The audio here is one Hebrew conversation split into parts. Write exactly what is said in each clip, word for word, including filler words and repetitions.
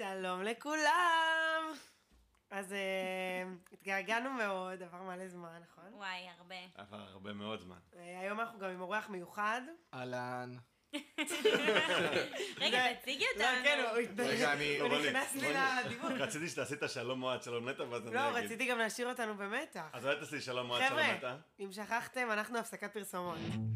שלום לכולם. אז התגעגענו מאוד, עבר מלא זמן, נכון? וואי, הרבה. עבר הרבה מאוד זמן. היום אנחנו גם עם אורח מיוחד. אהלן. רגע, תציגי אותנו. לא, כן, הוא נכנס לי לדיבור. רציתי שתעשי את השלום מועד, שלום נטע, ואז אני לא, אגיד. רציתי גם להשאיר אותנו במתח. אז אולי תעשי שלום מועד, שלום נטע. חבר'ה, אם שכחתם, אנחנו הפסקת פרסומות.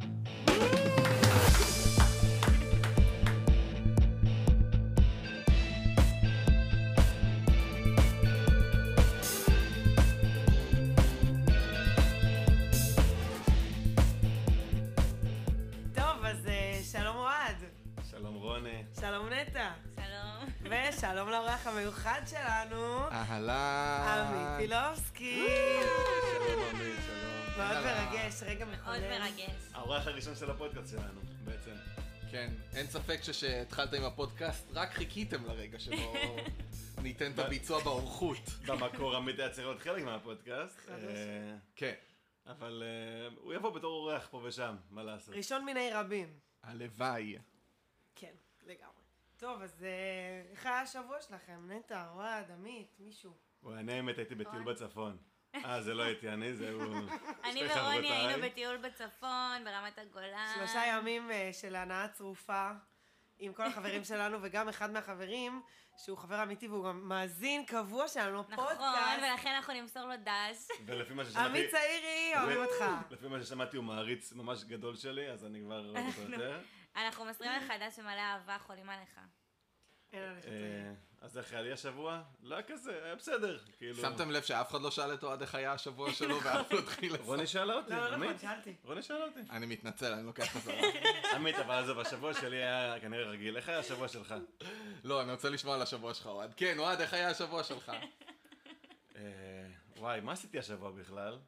שלום רוני. שלום נטע. שלום. ושלום לאורח המיוחד שלנו. אהלן. עמית פילובסקי. שלום עמית, שלום. מאוד מרגש, רגע מכונן. מאוד מרגש. האורח הראשון של הפודקאסט שלנו, בעצם. כן, אין ספק שכשהתחלת עם הפודקאסט, רק חיכיתם לרגע שבו ניתן את הביצוע באורחות. במקור עמית היה צריך להיות חלק מהפודקאסט. כן. אבל הוא יבוא בתור אורח פה ושם, מה לעשות. ראשון מיני רבים. הלוואי. כן, לגמרי. טוב, אז איך היה השבוע שלכם? נטע, אוהד, עמית, מישהו? וואי, אני האמת הייתי בטיול בצפון. אה, זה לא הייתי אני, זהו... אני ורוני היינו בטיול בצפון, ברמת הגולן. שלושה ימים של הנאה צרופה עם כל החברים שלנו, וגם אחד מהחברים, שהוא חבר אמיתי והוא גם מאזין קבוע שלנו, פודקאסט. נכון, ולכן אנחנו נמסור לו דש. ולפי מה ששמעתי... עמית צעירי, אוהבים אותך. לפי מה ששמעתי הוא מעריץ ממש גדול שלי, אז אני כבר רואה אותו יותר. אנחנו מסרים לך דש שמלא אהבה, חולים עליך. אז איך היה לי השבוע? לא היה כזה, היה בסדר. שמתם לב שאף אחד לא שאל את אוהד איך היה השבוע שלו ואף אחד התחיל לסוף. רוני שאלה אותי, לא, לא, עמית. לא, שאלתי. רוני שאלה אותי. אני מתנצל, אני לוקח את הזרה. עמית, אבל עזוב, השבוע שלי היה כנראה רגיל. איך היה השבוע שלך? לא, אני רוצה לשמוע על השבוע שלך, אוהד. כן, אוהד, איך היה השבוע שלך? וואי, מה עשיתי השבוע בכלל?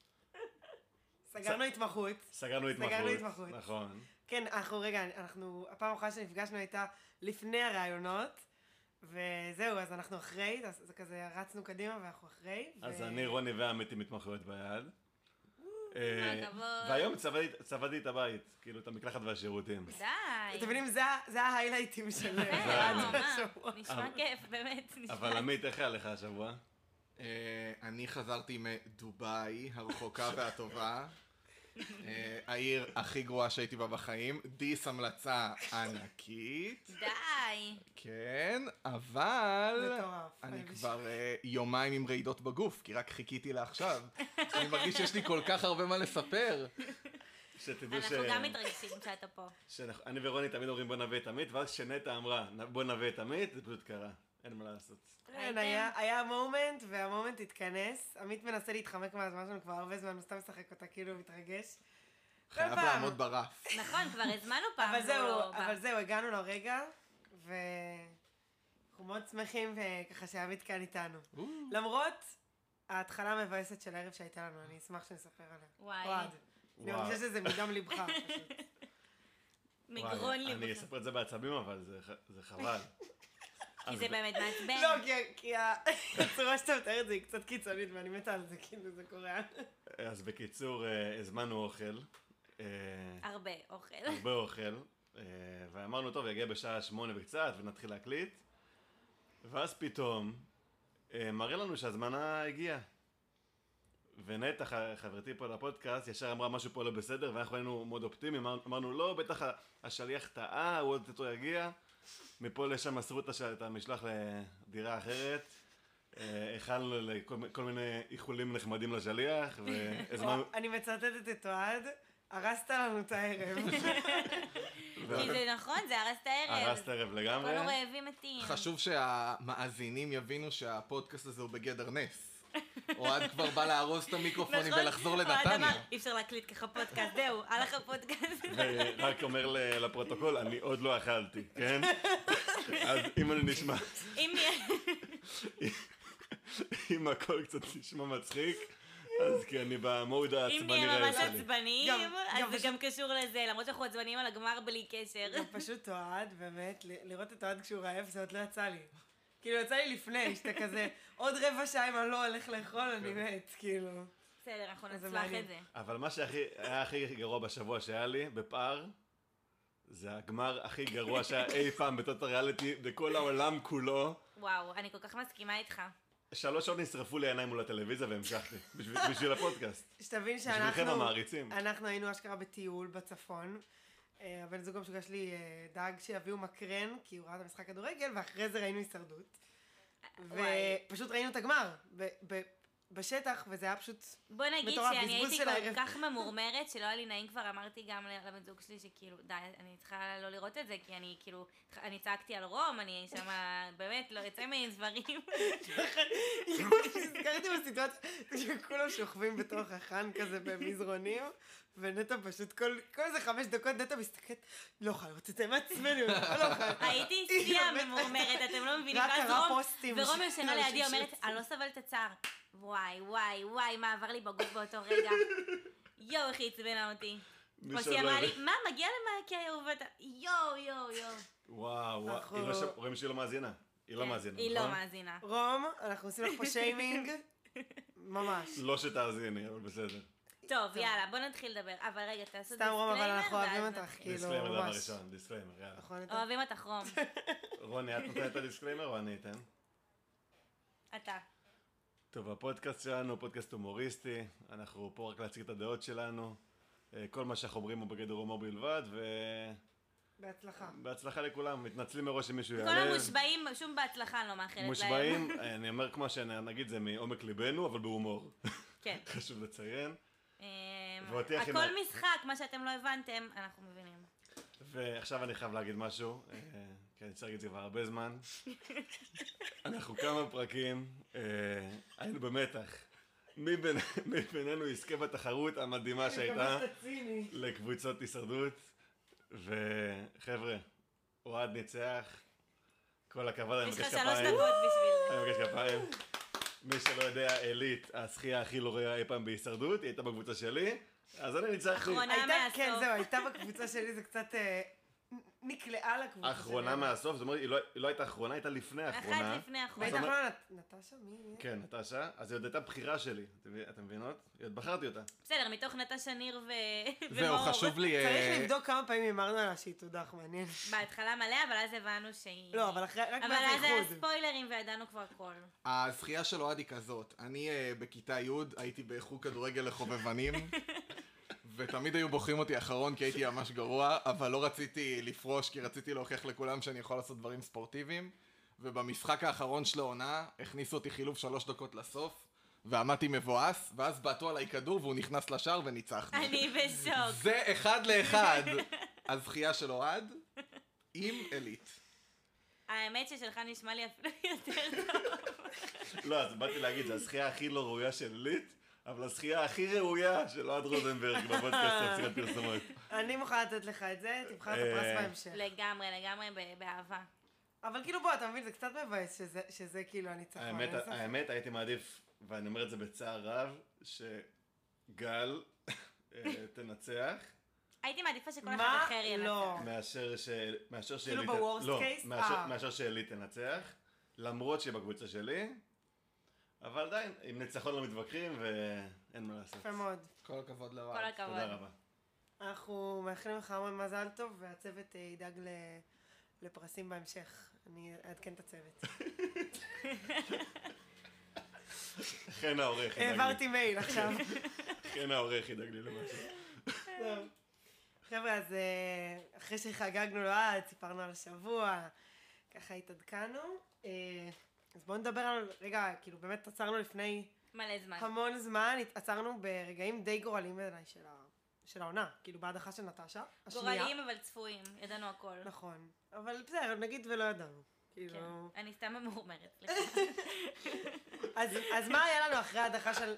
סגרנו התמחות. סגרנו התמחות. סגרנו התמחות. נכון. כן, אנחנו, רגע, אנחנו, הפעם האחרונה שנפגשנו הייתה לפני הרעיונות, וזהו, אז אנחנו אחרי, אז זה כזה, רצנו קדימה ואנחנו אחרי. אז אני, רוני ועמית עם התמחויות ביד. הכבוד. והיום צבעתי את הבית, כאילו את המקלחת והשירותים. די. אתם מבינים, זה ההיילייטים של... נשמע כיף, באמת. אבל עמית, איך היה לך השבוע? אני חזרתי מדובאי, הרחוקה והטובה. העיר הכי גרועה שהייתי בה בחיים, דיס המלצה ענקית. די. כן, אבל מטורף. אני כבר יומיים עם רעידות בגוף, כי רק חיכיתי לעכשיו. אני מרגיש שיש לי כל כך הרבה מה לספר. שתדעו ש... אנחנו גם מתרגשים שאתה פה. אני ורוני תמיד אומרים בוא נביא את עמית, ואז כשנטע אמרה בוא נביא את עמית, זה פשוט קרה. אין מה לעשות. כן, היה מומנט, והמומנט התכנס. עמית מנסה להתחמק מהזמן שלנו כבר הרבה זמן, הוא סתם משחק אותה, כאילו הוא מתרגש. חייב לעמוד ברף. נכון, כבר הזמנו פעם. אבל זהו, הגענו לרגע, ואנחנו מאוד שמחים ככה שעמית כאן איתנו. למרות ההתחלה המבאסת של הערב שהייתה לנו, אני אשמח שנספר עליה. וואי. אוהד, אני מרגישה שזה מדם ליבך פשוט. מגרון ליבך. אני אספר את זה בעצבים, אבל זה חבל. כי זה באמת מעצבן. לא, כי הצורה שאתה מתאר את זה היא קצת קיצונית, ואני מתה על זה, כאילו זה קורה. אז בקיצור, הזמנו אוכל. הרבה אוכל. הרבה אוכל. ואמרנו, טוב, יגיע בשעה שמונה וקצת, ונתחיל להקליט. ואז פתאום, מראה לנו שהזמנה הגיעה. ונטע, חברתי פה לפודקאסט, ישר אמרה משהו פה לא בסדר, ואנחנו היינו מאוד אופטימיים. אמרנו, לא, בטח השליח טעה, הוא עוד יותר יגיע. מפה לשם מסרו את המשלח לדירה אחרת, הכלנו לכל מיני איחולים נחמדים לשליח, והזמנו... אני מצטטת את אוהד, הרסת לנו את הערב. כי זה נכון, זה הרס את הערב. הרס את הערב לגמרי. כולנו רעבים מתים. חשוב שהמאזינים יבינו שהפודקאסט הזה הוא בגדר נס. אוהד כבר בא לארוז את המיקרופונים ולחזור לנתניה. אי אפשר להקליט ככה פודקאסט, זהו, הלך הפודקאסט. ורק אומר לפרוטוקול, אני עוד לא אכלתי, כן? אז אם אני נשמע... אם הכל קצת נשמע מצחיק, אז כי אני במוד העצבני רעב שלי. אם נהיה ממש עצבניים, אז זה גם קשור לזה, למרות שאנחנו עצבניים על הגמר בלי קשר. גם פשוט אוהד, באמת, לראות את אוהד כשהוא רעב, זה עוד לא יצא לי. כאילו, יצא לי לפני, שאתה כזה, עוד רבע שעה אם אני לא הולך לאכול, אני מת, כאילו. בסדר, אנחנו נצלח את זה. אבל מה שהיה הכי גרוע בשבוע שהיה לי, בפער, זה הגמר הכי גרוע שהיה אי פעם בטוטל ריאליטי, בכל העולם כולו. וואו, אני כל כך מסכימה איתך. שלוש שעות נשרפו לי העיניים מול הטלוויזיה והמשכתי, בשביל, בשביל הפודקאסט. שתבין בשבילכם שאנחנו, המעריצים. אנחנו היינו אשכרה בטיול בצפון. אה, הבן זוג המשוגע שלי אה, דאג שיביאו מקרן, כי הוא ראה את המשחק כדורגל, ואחרי זה ראינו הישרדות. וואי. ופשוט ראינו את הגמר, ב- ב- בשטח, וזה היה פשוט... בוא נגיד מטורף, שאני בזבוז הייתי של כל הערב. כך ממורמרת, שלא היה לי נעים כבר, אמרתי גם לבן זוג שלי שכאילו, די, אני צריכה לא לראות את זה, כי אני כאילו, אני צעקתי על רום, אני שמה, באמת, לא יצא מהם דברים. הזכרתי בסיטואציה שכולם שוכבים בתוך החאן כזה במזרונים, ונטע פשוט כל כל איזה חמש דקות נטע מסתכלת, לא יכולה לראות את זה מעצמנו, לא יכולה. הייתי שיא ממורמרת, אתם לא מבינים, רק ואז קרא רום, פוסטים. ורום ישנה לידי של- אומרת, אני לא סובלת את הצער. וואי, וואי, וואי, מה עבר לי בגוף באותו רגע. יואו, איך היא עצבנה אותי. מי או שלא שהיא אמרה יודע. לי, מה, מגיע למעקי האהובות? יואו, יואו, יואו. וואו, וואו, אנחנו- היא לא שם- רואים שהיא לא מאזינה. היא לא כן, מאזינה, היא לא נכון? מאזינה. רום, אנחנו עושים לך פה שיימינג, ממש. לא שתאזיני, אבל בסדר. טוב, יאללה, בוא נתחיל לדבר. אבל רגע, תעשו סתם רום, אבל דיסקליימר, אנחנו אוהבים ואז אותך, נתחיל. כאילו, דיסקליימר דבר ממש. ראשון, דיסקליימר, יאללה. נכון, נטע? אוהבים אותך, רום. רוני, את נותנת את הדיסקליימר או אני אתן? אתה. טוב, הפודקאסט שלנו הוא פודקאסט הומוריסטי, אנחנו פה רק להציג את הדעות שלנו, אה, כל מה שאנחנו אומרים הוא בגדר הומור בלבד, בהצלחה. ובהצלחה לכולם, מתנצלים מראש שמישהו כל יעלה. המושבעים, שום בהצלחה אני לא מאחלת להם. מושבעים, אני אומר כמו שנגיד זה מעומק ליבנו, אבל בהומור. כן. חשוב לציין. אמ, ואותי הכי הכל מעט. משחק, מה שאתם לא הבנתם, אנחנו מבינים. ועכשיו אני חייב להגיד משהו, אה, כי אני צריך להגיד את זה כבר הרבה זמן. אנחנו כמה פרקים, אה, היינו במתח. מי בין- מי בינינו יזכה בתחרות המדהימה שהייתה לקבוצות הישרדות. וחבר'ה, אוהד ניצח, כל הכבוד, אני יש לך מבקש שלוש כפיים. דקות בשביל אני מבקש כפיים. מי שלא יודע, עילית, השחייה הכי לא רעה אי פעם בהישרדות, היא הייתה בקבוצה שלי, אז אני ניצחתי. אחרונה. הייתה, מהסוף. כן, זהו, הייתה בקבוצה שלי, זה קצת אה, נקלעה לקבוצה שלי. אחרונה מהסוף, זאת אומרת, היא לא- היא לא הייתה אחרונה, הייתה לפני האחרונה. אחת לפני האחרונה. והייתה זאת אומרת- אחרונה, נ- נטשה? מי? מי? כן, נטשה, אז היא עוד הייתה בחירה שלי, אתם מבין- אתם מבינות? בחרתי אותה. בסדר, מתוך נטשה ניר ו... זהו, ומאור. חשוב לי... צריך אה, לבדוק כמה פעמים אמרנו עליה שהיא תודח, מעניין. בהתחלה מלא, אבל אז הבנו שהיא... לא, אבל אחרי, רק אבל מאז אז היה האיחוד. ספוילרים וידענו כבר הכל. הזכייה של אוהד היא כזאת, אני אה, בכיתה י' הייתי בחוג כדורגל לחובבנים, ותמיד היו בוחרים אותי אחרון כי הייתי ממש גרוע, אבל לא רציתי לפרוש כי רציתי להוכיח לכולם שאני יכול לעשות דברים ספורטיביים, ובמשחק האחרון של העונה הכניסו אותי חילוף שלוש דקות לסוף, ועמדתי מבואס, ואז בעטו עליי כדור והוא נכנס לשער וניצחנו. אני בשוק. זה אחד לאחד הזכייה של אוהד עם עילית. האמת ששלך נשמע לי אפילו יותר טוב. לא, אז באתי להגיד, זו השחייה הכי לא ראויה של עילית, אבל השחייה הכי ראויה של אוהד רוזנברג בפודקאסט הפסיקת פרסומות. אני מוכנה לתת לך את זה, תבחר את הפרס אה, בהמשך. לגמרי, לגמרי ב- באהבה. אבל כאילו בוא, אתה מבין, זה קצת מבאס שזה- שזה כאילו הניצחון. האמת, אין ספק. האמת, הייתי מעדיף, ואני אומר את זה בצער רב, שגל אה, תנצח, הייתי מעדיפה שכל אחד מה? אחר ינצח. לא. מאשר ש... מאשר כאילו שעילית... ב-worst לא, case? מאשר- אה. מאשר שעילית תנצח, למרות שהיא בקבוצה שלי, אבל עדיין, עם ניצחון לא מתווכחים ואין מה לעשות. יפה מאוד. כל הכבוד כל לאוהד. הכבוד. תודה רבה. אנחנו מאחלים לך המון מזל טוב, והצוות אה, ידאג ל- לפרסים בהמשך. אני אעדכן את הצוות. חן העורך ידאג לי. העברתי מייל עכשיו. חן העורך ידאג לי למשהו. טוב. חבר'ה, אז אה, אחרי שחגגנו לאוהד, סיפרנו על השבוע, ככה התעדכנו. אה, אז בואו נדבר על, רגע, כאילו באמת עצרנו לפני מלא זמן. המון זמן, עצרנו ברגעים די גורליים בעיניי של ה- של העונה, כאילו בהדחה של נטשה, השנייה. גורליים אבל צפויים, ידענו הכל. נכון, אבל בסדר, נגיד ולא ידענו. כאילו... כן, אני סתם ממורמרת. סליחה. אז, אז מה היה לנו אחרי ההדחה של...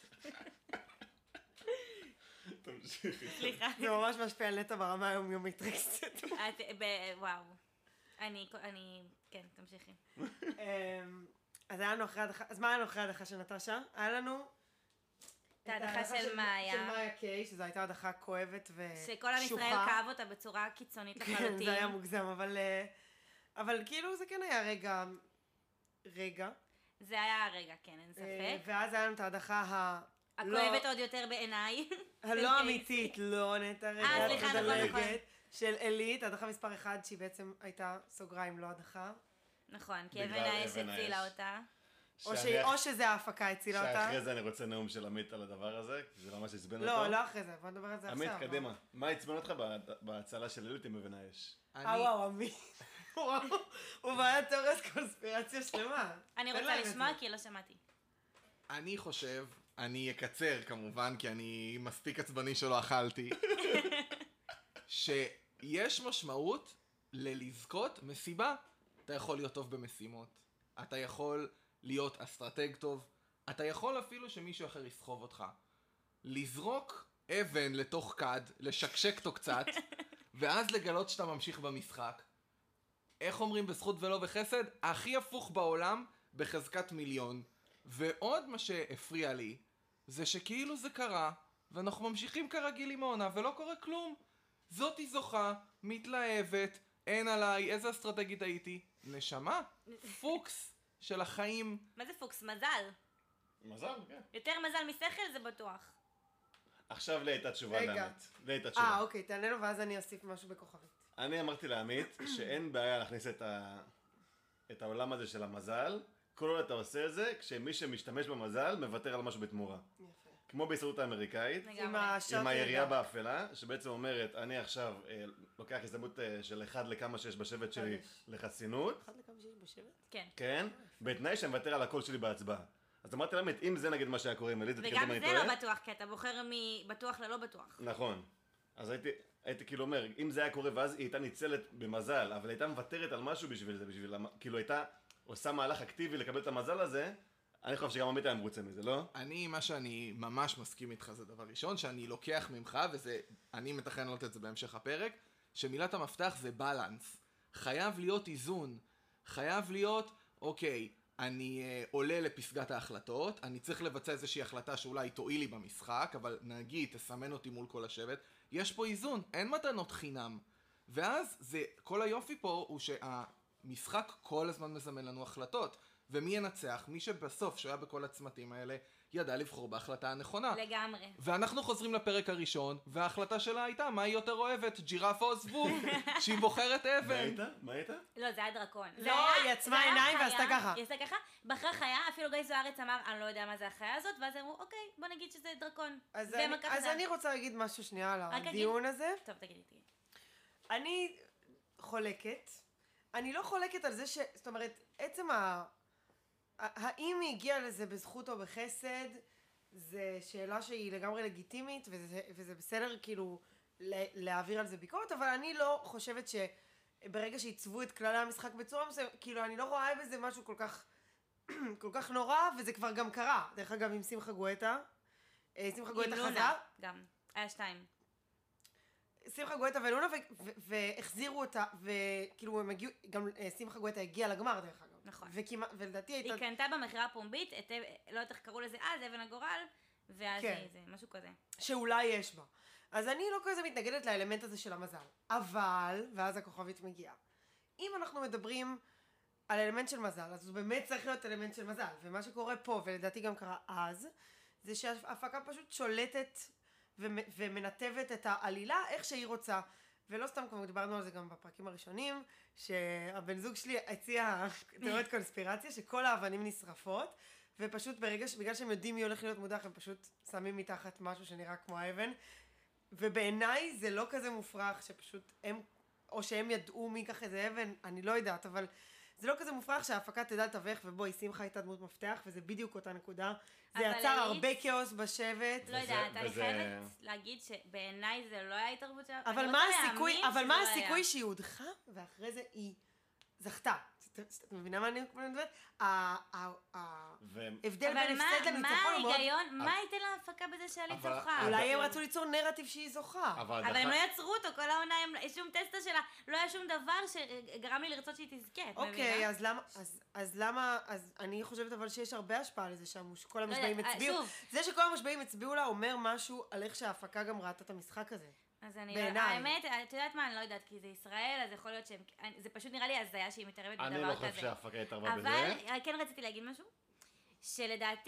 תמשיכי. סליחה. זה ממש משפיע על נטע ברמה היומיומית, רק קצת. את, ב- וואו. אני, אני, כן, תמשיכי. אמ, אז היה לנו אחרי ההדחה, אז מה היה לנו אחרי ההדחה של נטשה? היה לנו... את ההדחה של מאיה. של מאיה קיי, שזו הייתה הדחה כואבת ושוקחה. שכל עם ישראל כאב אותה בצורה קיצונית כן, לחלוטין. זה היה מוגזם, אבל... אה, אבל כאילו זה כן היה רגע... רגע. זה היה הרגע, כן, אין אה, ספק. ואז היה לנו את ההדחה ה... הכואבת עוד יותר בעיניי. הלא אמיתית, לא נטע רגע, אה, סליחה, נכון, נכון. של עילית, הדחה מספר אחד שהיא בעצם הייתה סוגריים, לא הדחה. נכון, כי בגלל אבן האש אבן האש. הצילה אותה. או ש- שאני- או שזה ההפקה הצילה אותה. שאחרי זה אני רוצה נאום של עמית על הדבר הזה, כי זה ממש עצבן אותו. לא, לא אחרי זה, בוא נדבר על זה עכשיו. עמית, קדימה. מה עצבן אותך ב- בהצלה של אלוט עם אבן האש? אה אני- וואו, עמית. וואו, הוא בעיה תיאוריית קונספירציה שלמה. אני תן רוצה להם את לשמוע זה. כי לא שמעתי. אני חושב, אני אקצר כמובן, כי אני מספיק עצבני שלא אכלתי, שיש משמעות ללזכות מסיבה. אתה יכול להיות טוב במשימות, אתה יכול להיות אסטרטג טוב, אתה יכול אפילו שמישהו אחר יסחוב אותך. לזרוק אבן לתוך כד, לשקשק אותו קצת, ואז לגלות שאתה ממשיך במשחק. איך אומרים בזכות ולא בחסד? הכי הפוך בעולם בחזקת מיליון. ועוד מה שהפריע לי, זה שכאילו זה קרה, ואנחנו ממשיכים כרגיל עם העונה, ולא קורה כלום. זאתי זוכה, מתלהבת, אין עליי, איזה אסטרטגית הייתי. נשמה, פוקס של החיים. מה זה פוקס? מזל. מזל, כן. יותר מזל משכל זה בטוח. עכשיו לי הייתה תשובה רגע. לעמית. לי הייתה אה, תשובה. אוקיי, תענה לו ואז אני אוסיף משהו בכוכבית. אני אמרתי לעמית שאין בעיה להכניס את ה- את העולם הזה של המזל, כל עוד אתה עושה את זה כשמי שמשתמש במזל מוותר על משהו בתמורה. יפה. כמו בהסתדרות האמריקאית, עם לגמרי. השארט עם הירייה ידע. באפלה, שבעצם אומרת, אני עכשיו אה, לוקח הזדמנות אה, של אחד לכמה שיש בשבט שלי חדש. לחסינות, אחד לכמה שיש בשבט? כן. כן, בתנאי שאני מוותר על הקול שלי בהצבעה. אז אמרתי לעמית, אם זה נגיד מה שהיה קורה עם אליזת, וגם זה לא בטוח, כי אתה בוחר מבטוח ללא בטוח. נכון. אז הייתי, הייתי כאילו אומר, אם זה היה קורה ואז היא הייתה ניצלת במזל, אבל הייתה מוותרת על משהו בשביל זה, בשביל, המ- כאילו הייתה עושה מהלך אקטיבי לקבל את המזל הזה, אני חושב שגם עמית היה מרוצה מזה, לא? אני, מה שאני ממש מסכים איתך זה דבר ראשון, שאני לוקח ממך, וזה, אני מתכנן לעלות את זה בהמשך הפרק, שמילת המפתח זה בלנס. חייב להיות איזון. חייב להיות, אוקיי, אני אה, עולה לפסגת ההחלטות, אני צריך לבצע איזושהי החלטה שאולי תועיל לי במשחק, אבל נגיד, תסמן אותי מול כל השבט. יש פה איזון, אין מתנות חינם. ואז זה, כל היופי פה הוא שהמשחק כל הזמן מזמן לנו החלטות. ומי ינצח? מי שבסוף, שהיה בכל הצמתים האלה, ידע לבחור בהחלטה הנכונה. לגמרי. ואנחנו חוזרים לפרק הראשון, וההחלטה שלה הייתה, מה היא יותר אוהבת? ג'ירפה או זבוב? שהיא בוחרת מה אבן. הייתה? מה הייתה? לא, זה היה דרקון. לא, זה היה- היא עצמה זה היה עיניים חיה, ועשתה ככה. היא עשתה ככה, בחרה חיה, אפילו גיא זוארץ אמר, אני לא יודע מה זה החיה הזאת, ואז אמרו, אוקיי, בוא נגיד שזה דרקון. אז זה אני- מה ככה אז זה. אני רוצה להגיד משהו שנייה על רק הדיון הזה. טוב, תגידי, תגידי. אני חולקת. אני לא חולקת על זה ש... זאת אומרת, עצם ה... האם היא הגיעה לזה בזכות או בחסד, זה שאלה שהיא לגמרי לגיטימית, וזה, וזה בסדר כאילו ל- להעביר על זה ביקורת, אבל אני לא חושבת שברגע שעיצבו את כללי המשחק בצורה מסוימת, כאילו אני לא רואה בזה משהו כל כך, כל כך נורא, וזה כבר גם קרה. דרך אגב, עם שמחה גואטה. אה, שמחה גואטה עם חזר. לונה, גם. היה שתיים. שמחה גואטה ולונה, ו- ו- והחזירו אותה, וכאילו הם הגיעו, גם אה, שמחה גואטה הגיעה לגמר דרך אגב. נכון. וכמעט, ולדעתי הייתה... היא קנתה במכירה הפומבית, את, אב- לא יודעת איך קראו לזה אז, אבן הגורל, ואז כן. זה, זה משהו כזה. שאולי יש בה. אז אני לא כזה מתנגדת לאלמנט הזה של המזל. אבל, ואז הכוכבית מגיעה. אם אנחנו מדברים על אלמנט של מזל, אז הוא באמת צריך להיות אלמנט של מזל. ומה שקורה פה, ולדעתי גם קרה אז, זה שההפקה פשוט שולטת ומ- ומנתבת את העלילה איך שהיא רוצה. ולא סתם, כמו דיברנו על זה גם בפרקים הראשונים, שהבן זוג שלי הציע תיאוריית קונספירציה, שכל האבנים נשרפות, ופשוט ברגע, ש- בגלל שהם יודעים מי הולך להיות מודח, הם פשוט שמים מתחת משהו שנראה כמו האבן. ובעיניי זה לא כזה מופרך שפשוט הם, או שהם ידעו מי ייקח איזה אבן, אני לא יודעת, אבל זה לא כזה מופרך שההפקה תדע לתווך, ובואי, שמחה הייתה דמות מפתח, וזה בדיוק אותה נקודה. זה אבל יצר היית- הרבה כאוס בשבט. לא יודעת, אני וזה- חייבת להגיד שבעיניי זה לא היה התערבות של... אבל אני מה רוצה הסיכוי, להאמין אבל שזה מה לא היה. הסיכוי שהיא הודחה, ואחרי זה היא זכתה? את- את את מבינה מה אני מדברת? ה- ה- ה- ו- ההבדל אבל בין מה- הפסד מה לניצחון הוא מאוד... ההיגיון, מה ייתן להפקה בזה שעלית אבל- זוכה? אולי הם רצו ליצור נרטיב שהיא זוכה. אבל אבל הם הדחה- לא יצרו אותו, כל העונה, הם- שום טסטה שלה, לא היה שום דבר שגרם לי לרצות שהיא תזכה, את אוקיי, מבינה? אז למה, אז, אז למה, אז אני חושבת אבל שיש הרבה השפעה לזה שם, שכל המשבעים יודעת, הצביעו. שוב. זה שכל המשבעים הצביעו לה אומר משהו על איך שההפקה גם ראתה את המשחק הזה. אז אני, בעיניי. האמת, את יודעת מה, אני לא יודעת, כי זה ישראל, אז יכול להיות שהם, זה פשוט נראה לי הזיה שהיא מתערבת אני בדבר לא כזה. חושב שההפקה התערבה בזה. אבל כן רציתי להגיד משהו, שלדעתי,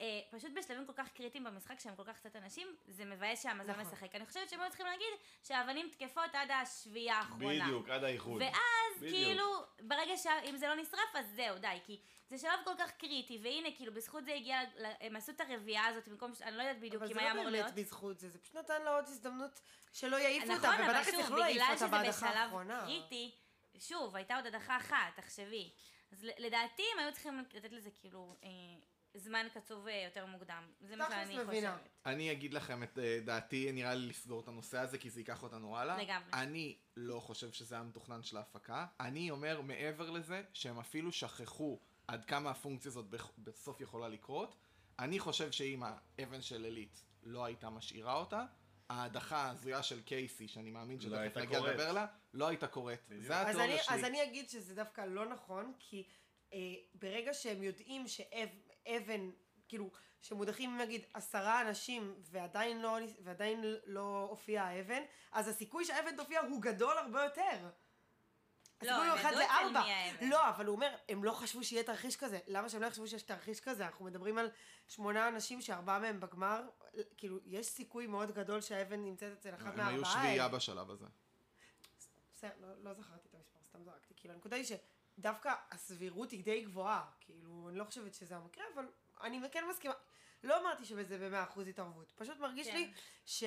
אה, פשוט בשלבים כל כך קריטיים במשחק, שהם כל כך קצת אנשים, זה מבאס שהמזל נכון. משחק. אני חושבת שהם היו צריכים להגיד שהאבנים תקפות עד השביעייה האחרונה. בדיוק, עד האיחוד. ואז בדיוק. כאילו, ברגע שאם זה לא נשרף, אז זהו, די, כי זה שלב כל כך קריטי, והנה, כאילו, בזכות זה הגיע, הם עשו את הרביעייה הזאת, במקום, ש- אני לא יודעת בדיוק אם היה אמור אבל להיות. זה לא באמת בזכות זה, זה פשוט נתן לה עוד הזדמנות שלא יעיפו אותה, נכון, אבל ובטח שוב, יצטרכו להעיף בגלל אותה שזה בהדחה בשלב האחרונה. קריטי, שוב, הייתה עוד הדחה אחת, תחשבי. אז ל- לדעתי הם היו צריכים לתת לזה כאילו אה, זמן קצוב אה, יותר מוקדם. זה מה תכלס שאני מבינה. חושבת. אני אגיד לכם את אה, דעתי, נראה לי לסגור את הנושא הזה, כי זה ייקח אותנו הלאה. לגמרי. אני לא חושב שזה היה מתוכנן של ההפקה. אני אומר מעבר לזה, שהם אפילו שכחו עד כמה הפונקציה הזאת בכ- בסוף יכולה לקרות. אני חושב שאם האבן של אלית לא הייתה משאירה אותה, ההדחה ההזויה של קייסי, שאני מאמין לא שתכף הייתה נגיע קורית. לדבר עליה, לא הייתה קורית. בדיוק. זה אז אני, התיאוריה אז שלי. אני אגיד שזה דווקא לא נכון, כי אה, ברגע שהם יודעים שאבן, כאילו, שמודחים נגיד עשרה אנשים ועדיין לא, ועדיין לא הופיע האבן, אז הסיכוי שהאבן תופיע הוא גדול הרבה יותר. לא, הסיכוי הוא הם אחד ידעו אצל לארבע. מי האבן. לא, אבל הוא אומר, הם לא חשבו שיהיה תרחיש כזה. למה שהם לא יחשבו שיש תרחיש כזה? אנחנו מדברים על שמונה אנשים שארבעה מהם בגמר, כאילו, יש סיכוי מאוד גדול שהאבן נמצאת אצל אחד הם מהארבעה. היו שביעייה בשלב הזה. בסדר, לא, לא זכרתי את המספר, סתם זרקתי. כאילו, הנקודה היא שדווקא הסבירות היא די גבוהה. כאילו, אני לא חושבת שזה המקרה, אבל אני כן מסכימה. לא אמרתי שבזה במאה אחוז התערבות. פשוט מרגיש כן. לי ש...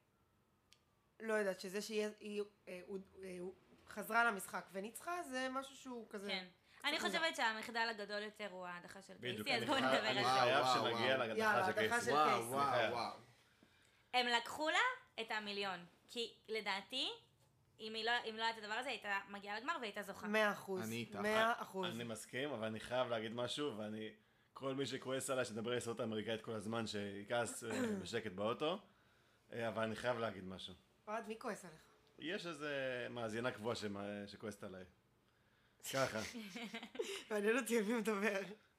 לא יודעת, שזה שהיא היא, אה, הוא, אה, הוא חזרה למשחק וניצחה, זה משהו שהוא כזה... כן. אני מוזר. חושבת שהמחדל הגדול יותר הוא ההדחה של בדיוק, קייסי, אז אני בואו חי- נדבר אני על וואו, זה. חייב וואו, שנגיע וואו. להדחה יאללה, של הדחה קייסי. של וואו, קייסי. וואו, חייב. וואו. הם לקחו לה את המיליון, כי לדעתי, אם היא לא, אם לא היה את הדבר הזה, הייתה מגיעה לגמר והייתה זוכה. מאה אחוז. אני איתך. מאה אחוז. אני מסכים, אבל אני חייב להגיד משהו, ואני... כל מי שכועס עליי, שדבר על הסרט האמריקאית כל הזמן, שיכעס אה, בשקט באוטו, אה, אבל אני חייב להגיד משהו. אוהד, מי כועס עליך? יש איזה מאזינה קבועה שמה- שכועסת עליי. ככה. מעניין אותי על מי מדבר.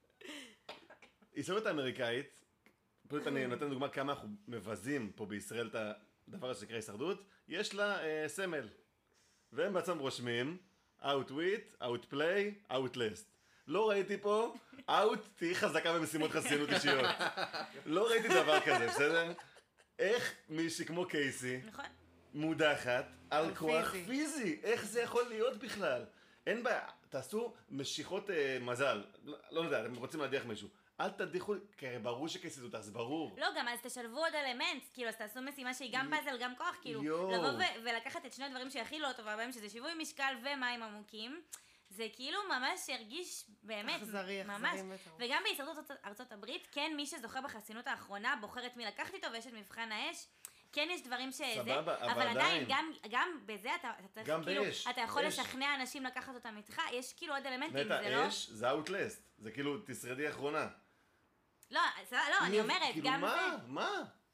הסרט האמריקאית, פשוט אני נותן דוגמה כמה אנחנו מבזים פה בישראל את הדבר הזה שנקרא הישרדות, יש לה אה, סמל. והם בעצם רושמים, outwit, outplay, outlast. לא ראיתי פה, out תהי חזקה במשימות חסינות אישיות. לא ראיתי דבר כזה, בסדר? איך מישהי כמו קייסי, נכון? מודחת על על כוח פיזי. פיזי? איך זה יכול להיות בכלל? אין בעיה, תעשו משיכות אה, מזל. לא, לא יודע, אתם רוצים להדיח מישהו. אל תדיחו, כי הרי ברור שקייסי זאת, זה ברור. לא, גם אז תשלבו עוד אלמנט, כאילו, אז תעשו משימה שהיא גם פאזל, גם כוח, כאילו, יואו. לבוא ו- ולקחת את שני הדברים שהכי לא טובה בהם, שזה שיווי משקל ומים עמוקים, זה כאילו ממש הרגיש באמת, אכזרי, ממש, אכזרי בטרוף. וגם בהישרדות ארצות- ארצות הברית, כן, מי שזוכה בחסינות האחרונה בוחר את מי לקחת איתו, ויש את מבחן האש, כן יש דברים שזה, סבבה, אבל אבל עדיין, עדיין. גם, גם בזה אתה, אתה צריך, גם כאילו, באש, אתה יכול אש. לשכנע אנשים לקחת אותם איתך, יש כאילו עוד אלמנטים, נטע, זה לא, אש זה outlast. זה כאילו, תשרדי אחרונה. לא, סבבה, לא, אני אומרת, כאילו, גם מה? זה, מה?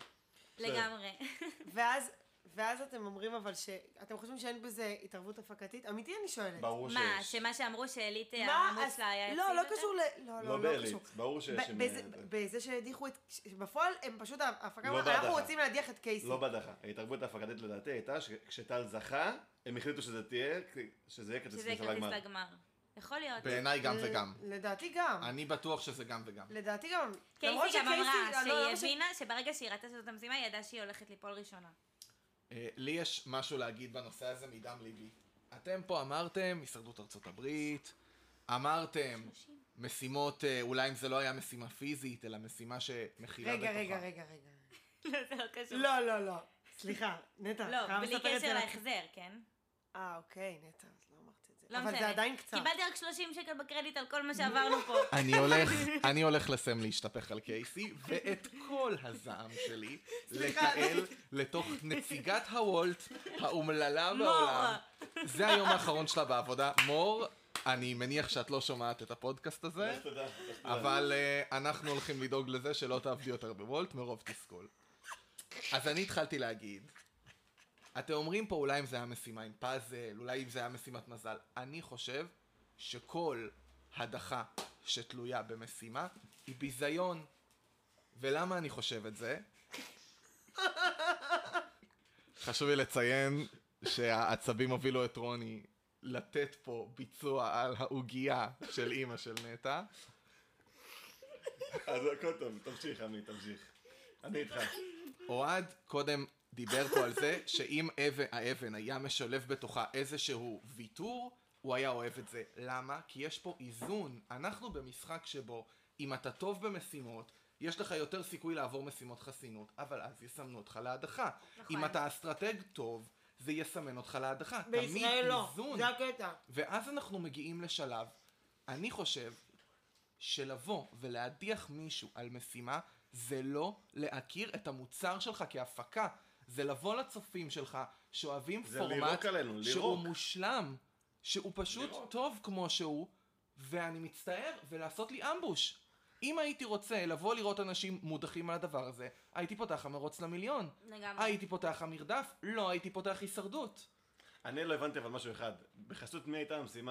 לגמרי. ואז, ואז אתם אומרים אבל ש... אתם חושבים שאין בזה התערבות הפקתית? אמיתי אני שואלת. ברור מה, שיש. שמה שאמרו שאלית מה? העמוד אז- שלה היה יציב לא, לא יותר? קשור ל... לא, לא לא, לא בעלית, קשור. ברור שיש ב- עם... בזה- אה, בזה שהדיחו את... בפועל הם פשוט, ההפקה לא אמרה, אנחנו בהדחה. רוצים להדיח את קייסי. לא בדחה. ההתערבות ההפקתית לדעתי הייתה שכשטל זכה, הם החליטו שזה תהיה, שזה יהיה כרטיס שזה כניסה כרטיס לגמר. לגמר. יכול להיות. בעיניי גם ל- וגם. לדעתי גם. אני בטוח שזה גם וגם. לדעתי גם. למרות קייסי גם שקייסי- אמרה אני לא- שהיא למה ש- הבינה שברגע שהיא ראתה שזאת המשימה, היא ידעה שהיא הולכת ליפול ראשונה. אה, לי יש משהו להגיד בנושא הזה מדם ליבי. אתם פה אמרתם, הישרדות ארצות הברית, אמרתם, משימות, אה, אולי אם זה לא היה משימה פיזית, אלא משימה שמכילה רגע, בתוכה. רגע, רגע, רגע. לא, זה לא קשור. לא, לא, לא. סליחה, נטע, לא, חייב בלי לספר את זה קשר לך. להחזר, כן? אה, אוקיי, נטע, אז לא אמרתי את זה. לא אבל משנה. זה עדיין קצת. קיבלתי רק שלושים שקל בקרדיט על כל מה שעברנו פה. אני הולך, אני הולך לסיים להשתפך על קייסי, ואת כל הזעם שלי סליחה. לתעל לתוך נציגת הוולט האומללה מור. בעולם. זה היום האחרון שלה בעבודה. מור, אני מניח שאת לא שומעת את הפודקאסט הזה, לך תודה, לך תודה. אבל uh, אנחנו הולכים לדאוג לזה שלא תעבדי יותר בוולט מרוב תסכול. אז אני התחלתי להגיד, אתם אומרים פה אולי אם זה היה משימה עם פאזל, אולי אם זה היה משימת מזל. אני חושב שכל הדחה שתלויה במשימה היא ביזיון. ולמה אני חושב את זה? חשוב לי לציין שהעצבים הובילו את רוני לתת פה ביצוע על העוגייה של אימא של נטע. אז הכל טוב, תמשיך, עמי, תמשיך. אני איתך. אוהד קודם דיבר פה על זה שאם אבן, האבן היה משלב בתוכה איזשהו ויתור, הוא היה אוהב את זה. למה? כי יש פה איזון. אנחנו במשחק שבו אם אתה טוב במשימות, יש לך יותר סיכוי לעבור משימות חסינות, אבל אז יסמנו אותך להדחה. נכון. אם אתה אסטרטג טוב, זה יסמן אותך להדחה. בישראל לא, איזון. זה הקטע. ואז אנחנו מגיעים לשלב, אני חושב שלבוא ולהדיח מישהו על משימה, זה לא להכיר את המוצר שלך כהפקה. זה לבוא לצופים שלך שאוהבים זה פורמט לירוק עלינו, שהוא לירוק. מושלם, שהוא פשוט לירוק. טוב כמו שהוא, ואני מצטער, ולעשות לי אמבוש. אם הייתי רוצה לבוא לראות אנשים מודחים על הדבר הזה, הייתי פותח המרוץ למיליון. לגמרי. הייתי פותח המרדף, לא הייתי פותח הישרדות. אני לא הבנתי אבל משהו אחד, בחסות מי הייתה המשימה?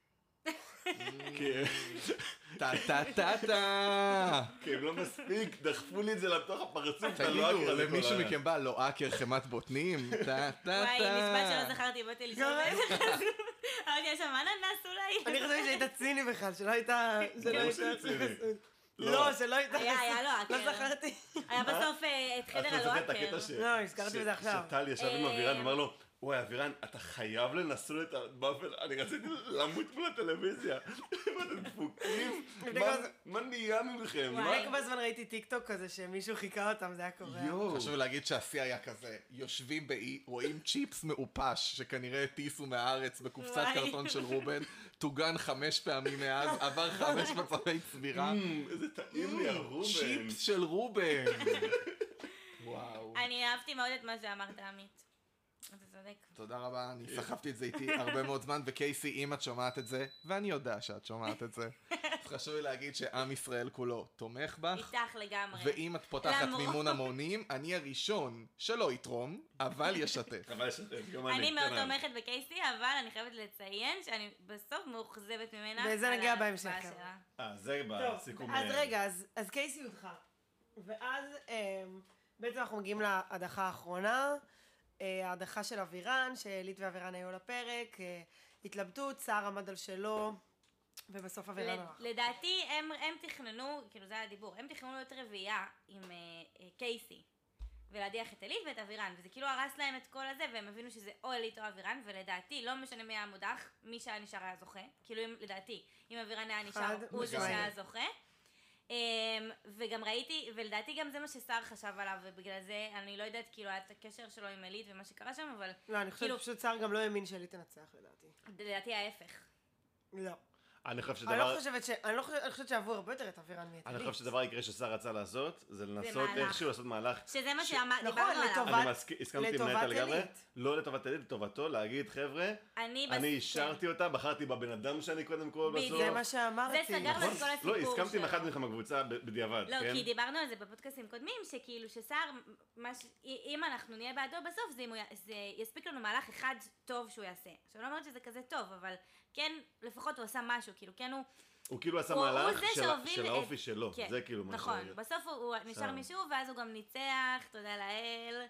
כי טה טה טה טה. כי הם לא מספיק, דחפו לי את זה לתוך הפרצוף, אתה לא תגידו, אקר לכל למישהו העולם. מכם בא לואקר חמת בוטנים? טה טה טה. וואי, משפט שלא זכרתי, באתי לשאול באיזה חזור. אמרתי, יש שם אננס אולי? אני חושבת שהיית ציני בכלל, שלא הייתה... שלא ברור הייתה... שאני ציני. לא, לא. שלא הייתה... היה, היה לו לא האקר. זכרתי. היה בסוף אה, את את חדר זוכרת את הלואקר. הקטע ש... לא, הזכרתי בזה עכשיו. שטל ישב עם אה, אבירן ואמר לו, וואי אבירן, אתה חייב לנסות את הבאפל, אני רציתי למות מול הטלוויזיה. ואתם דפוקים? לפני מה- כמה זמן- מה נהיה מכם? וואי. מה? לפני כמה זמן ראיתי טיק טוק כזה שמישהו חיכה אותם, זה היה קורה. יואו. חשוב להגיד שהשיא היה כזה, יושבים באי, רואים צ'יפס מעופש, שכנראה הטיסו מהארץ בקופסת וואי. קרטון של רובן, טוגן חמש פעמים מאז, עבר חמש מצבי צבירה, אמ, איזה טעים לי הרובן. צ'יפס של רובן. וואו. אני אהבתי מאוד את מה שאמרת, עמית. אתה צודק. תודה רבה, אני סחבתי את זה איתי הרבה מאוד זמן, וקייסי, אם את שומעת את זה, ואני יודע שאת שומעת את זה, אז חשוב לי להגיד שעם ישראל כולו תומך בך, איתך לגמרי. ואם את פותחת למרות- מימון המונים, אני הראשון שלא יתרום, אבל ישתף. אבל יש גם אני. אני מאוד כן, תומכת בקייסי, אבל אני חייבת לציין שאני בסוף מאוכזבת ממנה. וזה על נגיע ההצבעה בהמשך, שלה. אה, זה בסיכום. טוב, אז אה, רגע, אז, אז קייסי הודחה. ואז אמ, בעצם אנחנו מגיעים להדחה האחרונה, אה, ההדחה של אבירן, שליט ואבירן היו על הפרק, אה, התלבטות, סער עמד על שלו, ובסוף אבירן לד- הלך. לדעתי הם, הם תכננו, כאילו זה היה הדיבור, הם תכננו להיות רביעייה עם אה, אה, קייסי ולהדיח את אלית ואת אבירן, וזה כאילו הרס להם את כל הזה, והם הבינו שזה או אלית או אבירן, ולדעתי לא משנה מי היה מודח, מי שהיה נשאר היה זוכה, כאילו אם, לדעתי, אם אבירן היה נשאר חד הוא זה משמעית. שהיה זוכה. Um, וגם ראיתי, ולדעתי גם זה מה שסער חשב עליו, ובגלל זה אני לא יודעת כאילו היה את הקשר שלו עם אלית ומה שקרה שם, אבל לא, אני חושבת כאילו- שפשוט סער גם לא האמין שאלית תנצח לדעתי. לדעתי ההפך. לא. אני חושב אני לא שדבר... חושבת ש... אני לא חושבת, אני חושבת שעברו הרבה יותר את אבירן מאת אני אלית. חושב שדבר העיקרי ששר רצה לעשות, זה לנסות מהלך. איכשהו לעשות מהלך. שזה מה ש- שדיברנו נכון, עליו. לטובת- אני מסכים, הסכמתי עם לטובת נטע לגמרי, אלית. לא לטובת אלית, לטובתו, להגיד חבר'ה, אני בס- אני כן. אישרתי אותה, בחרתי בבן אדם שאני קודם כל בדיוק. בסוף. זה מה שאמרתי. זה סגר נכון? את כל הסיפור לא, הסכמתי עם שלו. אחד מכם בקבוצה ב- בדיעבד, לא, כן? כי דיברנו על זה בפודקאסטים קודמים, שכאילו שסער, מה ש- אם אנחנו נהיה בעדו בסוף, זה אם הוא י- זה יספיק לנו מהלך אחד טוב שהוא יעשה. עכשיו, לא אומרת שזה כזה טוב, אבל כן, לפחות הוא עשה משהו, כאילו, כן הוא... הוא כאילו עשה הוא- הוא מהלך זה של- שהוביל של את- האופי שלו, כן, זה כאילו מה נכון, ש- בסוף הוא- הוא נשאר בסדר. מישהו, ואז הוא גם ניצח, תודה לאל.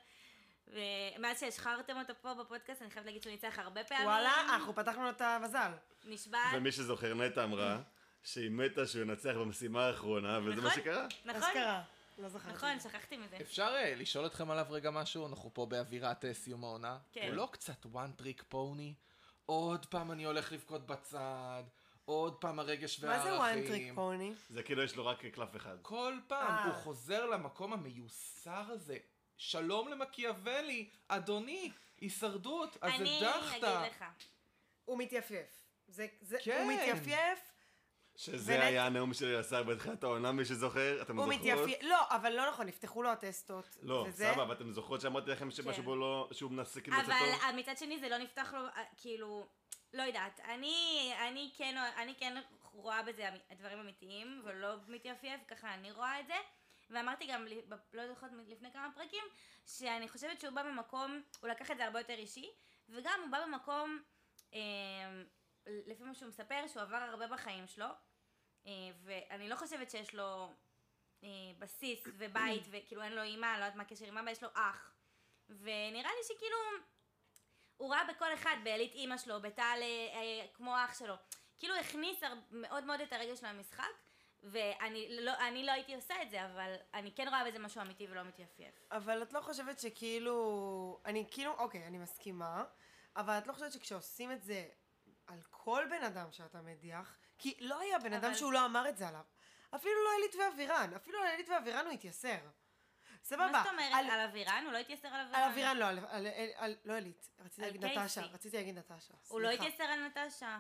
ומאז שהשחררתם אותו פה בפודקאסט, אני חייבת להגיד שהוא ניצח הרבה פעמים. וואלה, אנחנו פתחנו לו את המזל. נשבע. ומי שזוכר, נטע אמרה שהיא מתה שהוא ינצח במשימה האחרונה, וזה מה נכון. שקרה. נכון, אזכרה. לא זכרתי. נכון, שכחתי מזה. אפשר אה, לשאול אתכם עליו רגע משהו? אנחנו פה באווירת אה, סיום העונה. כן. הוא לא קצת one trick pony? עוד פעם אני הולך לבכות בצד, עוד פעם הרגש מה והערכים. זה וואן טריק פוני? זה כאילו יש לו רק קלף אחד. כל פעם אה. הוא חוזר למקום המיוסר הזה. שלום למקיאוולי, אדוני, הישרדות, אז אני הדחת. אגיד לך. הוא מתייפייף. זה, זה, כן. הוא מתייפייף, שזה ונט- היה הנאום שלי לשר בתחילת העונה, מי שזוכר, אתם הוא זוכרות? מתייפייף, לא, אבל לא נכון, נפתחו לו הטסטות. לא, וזה, סבבה, ואתם זוכרות שאמרתי לכם שמשהו כן. בו לא, שהוא מנסה כאילו לצאת אבל טוב? אה, מצד שני זה לא נפתח לו, אה, כאילו, לא יודעת, אני, אני כן, אני כן רואה בזה אמ- דברים אמיתיים, ולא מתייפייף, ככה אני רואה את זה. ואמרתי גם, ל- ב- לא זוכרת לפני כמה פרקים, שאני חושבת שהוא בא במקום, הוא לקח את זה הרבה יותר אישי, וגם הוא בא במקום, אה, לפי מה שהוא מספר, שהוא עבר הרבה בחיים שלו, אה, ואני לא חושבת שיש לו אה, בסיס ובית, וכאילו אין לו אימא, אני לא יודעת מה הקשר עם אבא, יש לו אח. ונראה לי שכאילו, הוא ראה בכל אחד, באלית אימא שלו, בטל אה, כמו אח שלו, כאילו הכניס הר- מאוד מאוד את הרגש למשחק, ואני לא, אני לא הייתי עושה את זה, אבל אני כן רואה בזה משהו אמיתי ולא מתייפייף. אבל את לא חושבת שכאילו, אני כאילו, אוקיי, אני מסכימה, אבל את לא חושבת שכשעושים את זה על כל בן אדם שאתה מדיח, כי לא היה בן אדם אבל- שהוא לא אמר את זה עליו. אפילו לא אלית ואבירן, אפילו על אלית ואבירן הוא התייסר. סבבה. מה זאת אומרת? על- על אבירן? הוא לא התייסר על אבירן? על אבירן לא, על, על, על, על, לא אלית, רציתי על להגיד נטשה, קייסי. רציתי להגיד נטשה. הוא לא סליחה. התייסר על נטשה.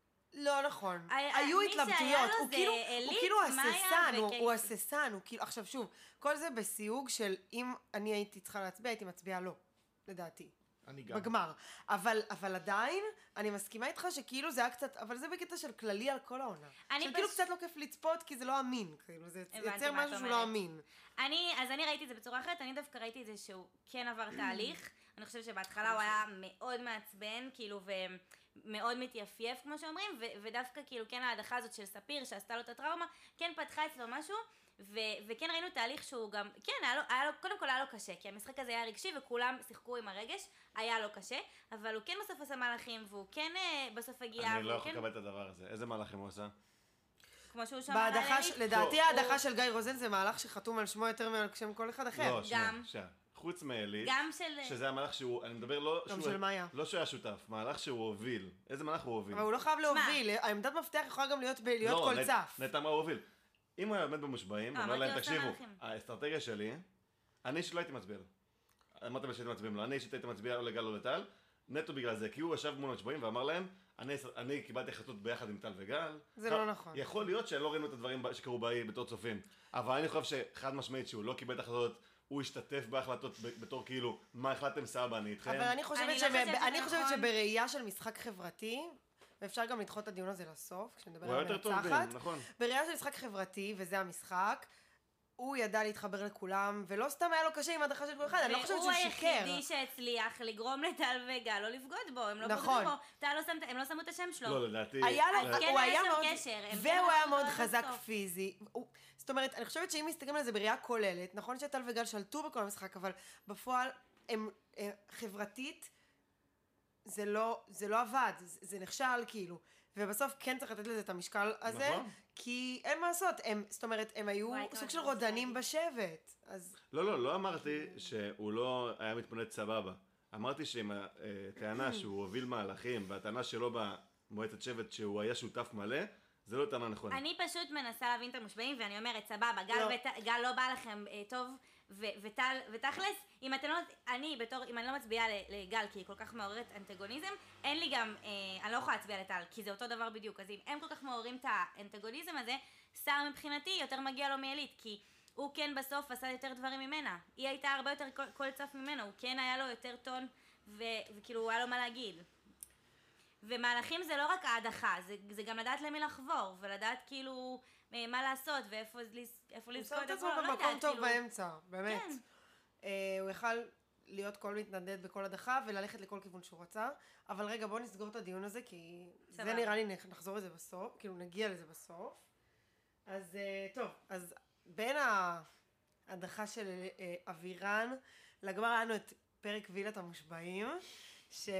לא נכון, היה- היו מי שהיה התלבטויות, לו הוא זה כאילו, אלית, הוא כאילו מאיה הססן, הוא- הוא וקייסי. הססן, הוא כאילו, עכשיו שוב, כל זה בסיוג של אם אני הייתי צריכה להצביע, הייתי מצביעה לא, לדעתי, אני גם. בגמר, אבל, אבל עדיין, אני מסכימה איתך שכאילו זה היה קצת, אבל זה בקטע של כללי על כל העונה, אני של כאילו פש- קצת לא כיף לצפות, כי זה לא אמין, כאילו, זה הבנתי יוצר מה את משהו שהוא אומרת. לא אמין. אני, אז אני ראיתי את זה בצורה אחרת, אני דווקא ראיתי את זה שהוא כן עבר תהליך. אני חושבת שבהתחלה הוא היה מאוד מעצבן, כאילו, ומאוד מתייפייף, כמו שאומרים, ו- ודווקא כאילו כן ההדחה הזאת של ספיר, שעשתה לו את הטראומה, כן פתחה אצלו משהו, ו- וכן ראינו תהליך שהוא גם, כן, היה לו, היה לו, קודם כל היה לו קשה, כי המשחק הזה היה רגשי וכולם שיחקו עם הרגש, היה לו קשה, אבל הוא כן בסוף עשה מהלכים, והוא כן אה, בסוף הגיע, אני לא והוא יכול כן, לקבל את הדבר הזה. איזה מהלכים הוא עשה? כמו שהוא שמר על בהדחה, אלית. ש- לדעתי הוא- ההדחה של גיא רוזן זה מהלך שחתום על שמו יותר מעל שם כל אחד אחר. לא, שנייה, גם. שנייה. חוץ מאלית, גם של... שזה המהלך שהוא, אני מדבר לא גם שהוא- של מאיה. לא שהוא היה שותף, מהלך שהוא הוביל. איזה מהלך הוא הוביל? אבל הוא לא חייב להוביל, העמדת מפתח יכולה גם להיות להיות לא, כל נט- צף. נטע מה הוא הוביל. אם הוא היה עומד במושבעים, אה, הוא אומר אמרתי להם, לו, עושה תקשיבו, מהלכים." האסטרטגיה שלי, אני שלא הייתי מצביע לו. אמרתם שהייתם מצביעים לו, אני אישית הייתי מצביע או לגל או לטל, נטו בגלל זה, כי הוא ישב מול המשבעים ואמר להם, אני, אני קיבלתי החלטות ביחד עם טל וגל. זה לא נכון. יכול להיות שלא ראינו את הדברים שקרו באי בתור צופים, אבל אני חושב שחד משמעית שהוא לא קיבל את החלטות, הוא השתתף בהחלטות ב- בתור כאילו, מה החלטתם סבא, אני איתכם. אבל אני חושבת, אני לא שב- חושבת שזה אני חושבת נכון. שבראייה של משחק חברתי, ואפשר גם לדחות את הדיון הזה לסוף, כשנדבר הוא היה על יותר טוב מנצחת, בין, נכון. בראייה של משחק חברתי, וזה המשחק, הוא ידע להתחבר לכולם, ולא סתם היה לו קשה עם הדחה של כל אחד, אני לא חושבת שהוא שיקר. והוא היחידי שהצליח לגרום לטל וגל לא לבגוד בו, הם לא נכון. בגדו בו, טל לא שם, הם לא שמו את השם שלו. לא, לדעתי... היה לו, אז כן הוא היה היה שם מאוד, קשר, הם כן והוא היה לקחו מאוד אותו עד חזק הסוף. פיזי. הוא- זאת אומרת, אני חושבת שאם מסתכלים על זה בראייה כוללת, נכון שטל וגל שלטו בכל המשחק, אבל בפועל הם אה, חברתית, זה לא, זה לא עבד, זה, זה נכשל כאילו. ובסוף כן צריך לתת לזה את המשקל הזה, נכון. כי אין מה לעשות, הם, זאת אומרת, הם היו וואי, סוג כמה של שאני רוצה רודנים להגיד. בשבט. אז לא, לא, לא אמרתי שהוא לא היה מתמודד סבבה. אמרתי שעם הטענה שהוא הוביל מהלכים, והטענה שלו במועצת שבט שהוא היה שותף מלא, זה לא טענה נכונה. אני פשוט מנסה להבין את המושבעים, ואני אומרת, סבבה, גל, לא. ות, גל לא בא לכם אה, טוב, ו, וטל, ותכלס, אם אתם לא, אני בתור, אם אני לא מצביעה ל- לגל, כי היא כל כך מעוררת אנטגוניזם, אין לי גם, אה, אני לא יכולה להצביע לטל, כי זה אותו דבר בדיוק, אז אם הם כל כך מעוררים את האנטגוניזם הזה, שר מבחינתי יותר מגיע לו מאלית, כי הוא כן בסוף עשה יותר דברים ממנה, היא הייתה הרבה יותר כל, כל צף ממנו, הוא כן היה לו יותר טון, ו, וכאילו היה לו מה להגיד. ומהלכים זה לא רק ההדחה, זה, זה גם לדעת למי לחבור, ולדעת כאילו אה, מה לעשות, ואיפה לז- איפה הוא לזכות שם את את עצמו הכל, לא במקום יודעת, טוב כאילו. באמצע, באמת. כן. אה, הוא יכל להיות כל מתנדד בכל הדחה וללכת לכל כיוון שהוא רצה, אבל רגע בוא נסגור את הדיון הזה כי זה סבבה. נראה לי נח- נחזור לזה בסוף, כאילו נגיע לזה בסוף. אז אה, טוב, אז בין ההדחה של אה, אבירן לגמר היה לנו את פרק וילת המושבעים, ש...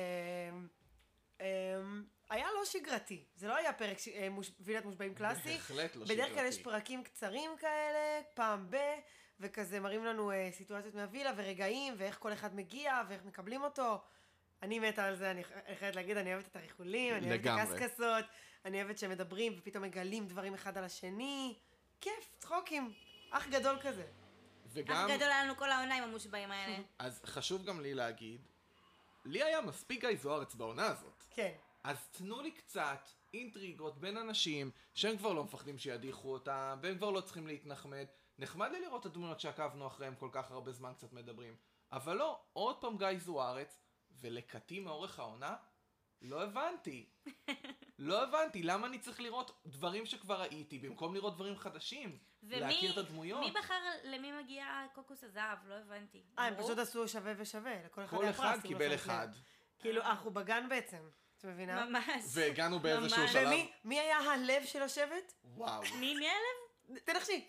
אמ, היה לא שגרתי, זה לא היה פרק ש... אה, מוש... וילת מושבעים קלאסי, בהחלט לא בדרך כלל שגרתי. יש פרקים קצרים כאלה, פעם ב... וכזה מראים לנו אה, סיטואציות מהווילה ורגעים, ואיך כל אחד מגיע, ואיך מקבלים אותו. אני מתה על זה, אני ח- אני חייבת להגיד, אני אוהבת את הריחולים, אני אוהבת לגמרי. את הקסקסות, אני אוהבת שמדברים ופתאום מגלים דברים אחד על השני. כיף, צחוקים, אח גדול כזה. וגם, אך גדול היה לנו כל העונה עם המושבעים האלה. אז חשוב גם לי להגיד, לי היה מספיק גיא זוארץ בעונה הזאת. כן. אז תנו לי קצת אינטריגות בין אנשים שהם כבר לא מפחדים שידיחו אותם, והם כבר לא צריכים להתנחמד. נחמד לי לראות את הדמויות שעקבנו אחריהם כל כך הרבה זמן קצת מדברים. אבל לא, עוד פעם גיא זוארץ, ולקטי מאורך העונה, לא הבנתי. לא הבנתי, למה אני צריך לראות דברים שכבר ראיתי, במקום לראות דברים חדשים? להכיר את הדמויות. מי בחר למי מגיע קוקוס הזהב? לא הבנתי. אה, הם אמרו? פשוט עשו שווה ושווה, לכל אחד כל היה אחד פרס, אם קיבל לא שמת אחד. לב. כאילו, אנחנו בגן בעצם, את מבינה? ממש. והגענו באיזשהו ממש. שלב. ומי מי היה הלב של השבט? וואו. מי מי הלב? תנחשי.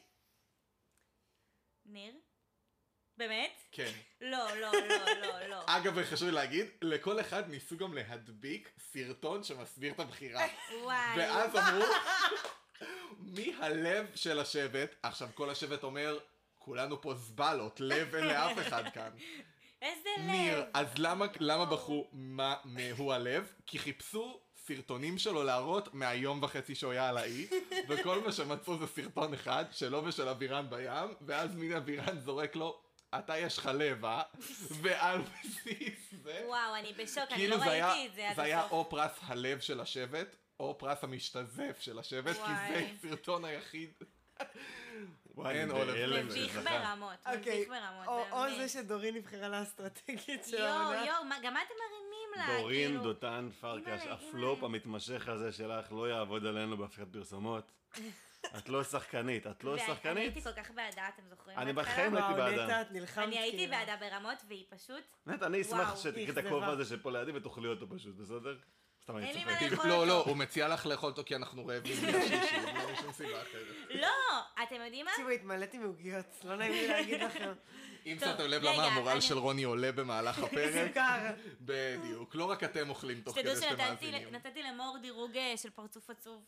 ניר? באמת? כן. לא, לא, לא, לא, לא. אגב, חשוב לי להגיד, לכל אחד ניסו גם להדביק סרטון שמסביר את הבחירה. וואי. ואז אמרו, מי הלב של השבט? עכשיו כל השבט אומר, כולנו פה זבלות, לב אין לאף אחד כאן. איזה לב. ניר, אז למה, למה בחרו מה הוא הלב? כי חיפשו סרטונים שלו להראות מהיום וחצי שהוא היה על האי, וכל מה שמצאו זה סרטון אחד, שלו ושל אבירן בים, ואז מין אבירן זורק לו, אתה יש לך לב, אה? ועל בסיס זה... וואו, אני בשוק, אני כאילו לא זה היה, ראיתי את זה עד זה היה הסוף. או פרס הלב של השבט, או פרס המשתזף של השבט, כי זה וואי. הסרטון היחיד. וואי, אין אני עולב. בהלם מביך שזכה. ברמות, אוקיי, מביך ברמות, או או באמת. זה שדורין נבחרה לאסטרטגית של יואו, העונה. יואו, מה- גם מה אתם מרימים לה? דורין, כאילו? דותן, פרקש, אימא'לה, הפלופ אימא'לה. המתמשך הזה שלך לא יעבוד עלינו בהפקת פרסומות. את לא שחקנית, את לא ואני שחקנית. הייתי כל כך בעדה, אתם זוכרים? אני בהתחלה? בחיים הייתי וואו, בעדה. נטע, את נלחמת אני הייתי כאילו. בעדה ברמות, והיא פשוט... נטע, אני אשמח וואו, שתקחי את אכזבה. הכובע הזה שפה לידי ותאכלי אותו פשוט, בסדר? סתם אני אין לי צוחק. מה לאכול לא, אותו. לא, הוא מציע לך לאכול אותו כי אנחנו רעבים מהשישי, לא משום סיבה אחרת. לא, אתם יודעים מה? תקשיבו, התמלאתי מעוגיות, לא נעים לי להגיד לכם. אם טוב, שמתם לב רגע, למה המורל אני- של רוני עולה במהלך הפרק, סוכר. בדיוק, לא רק אתם אוכלים תוך שתדעו כדי שאתם שנתתי מאזינים. נתתי למור דירוג אה, של פרצוף עצוב.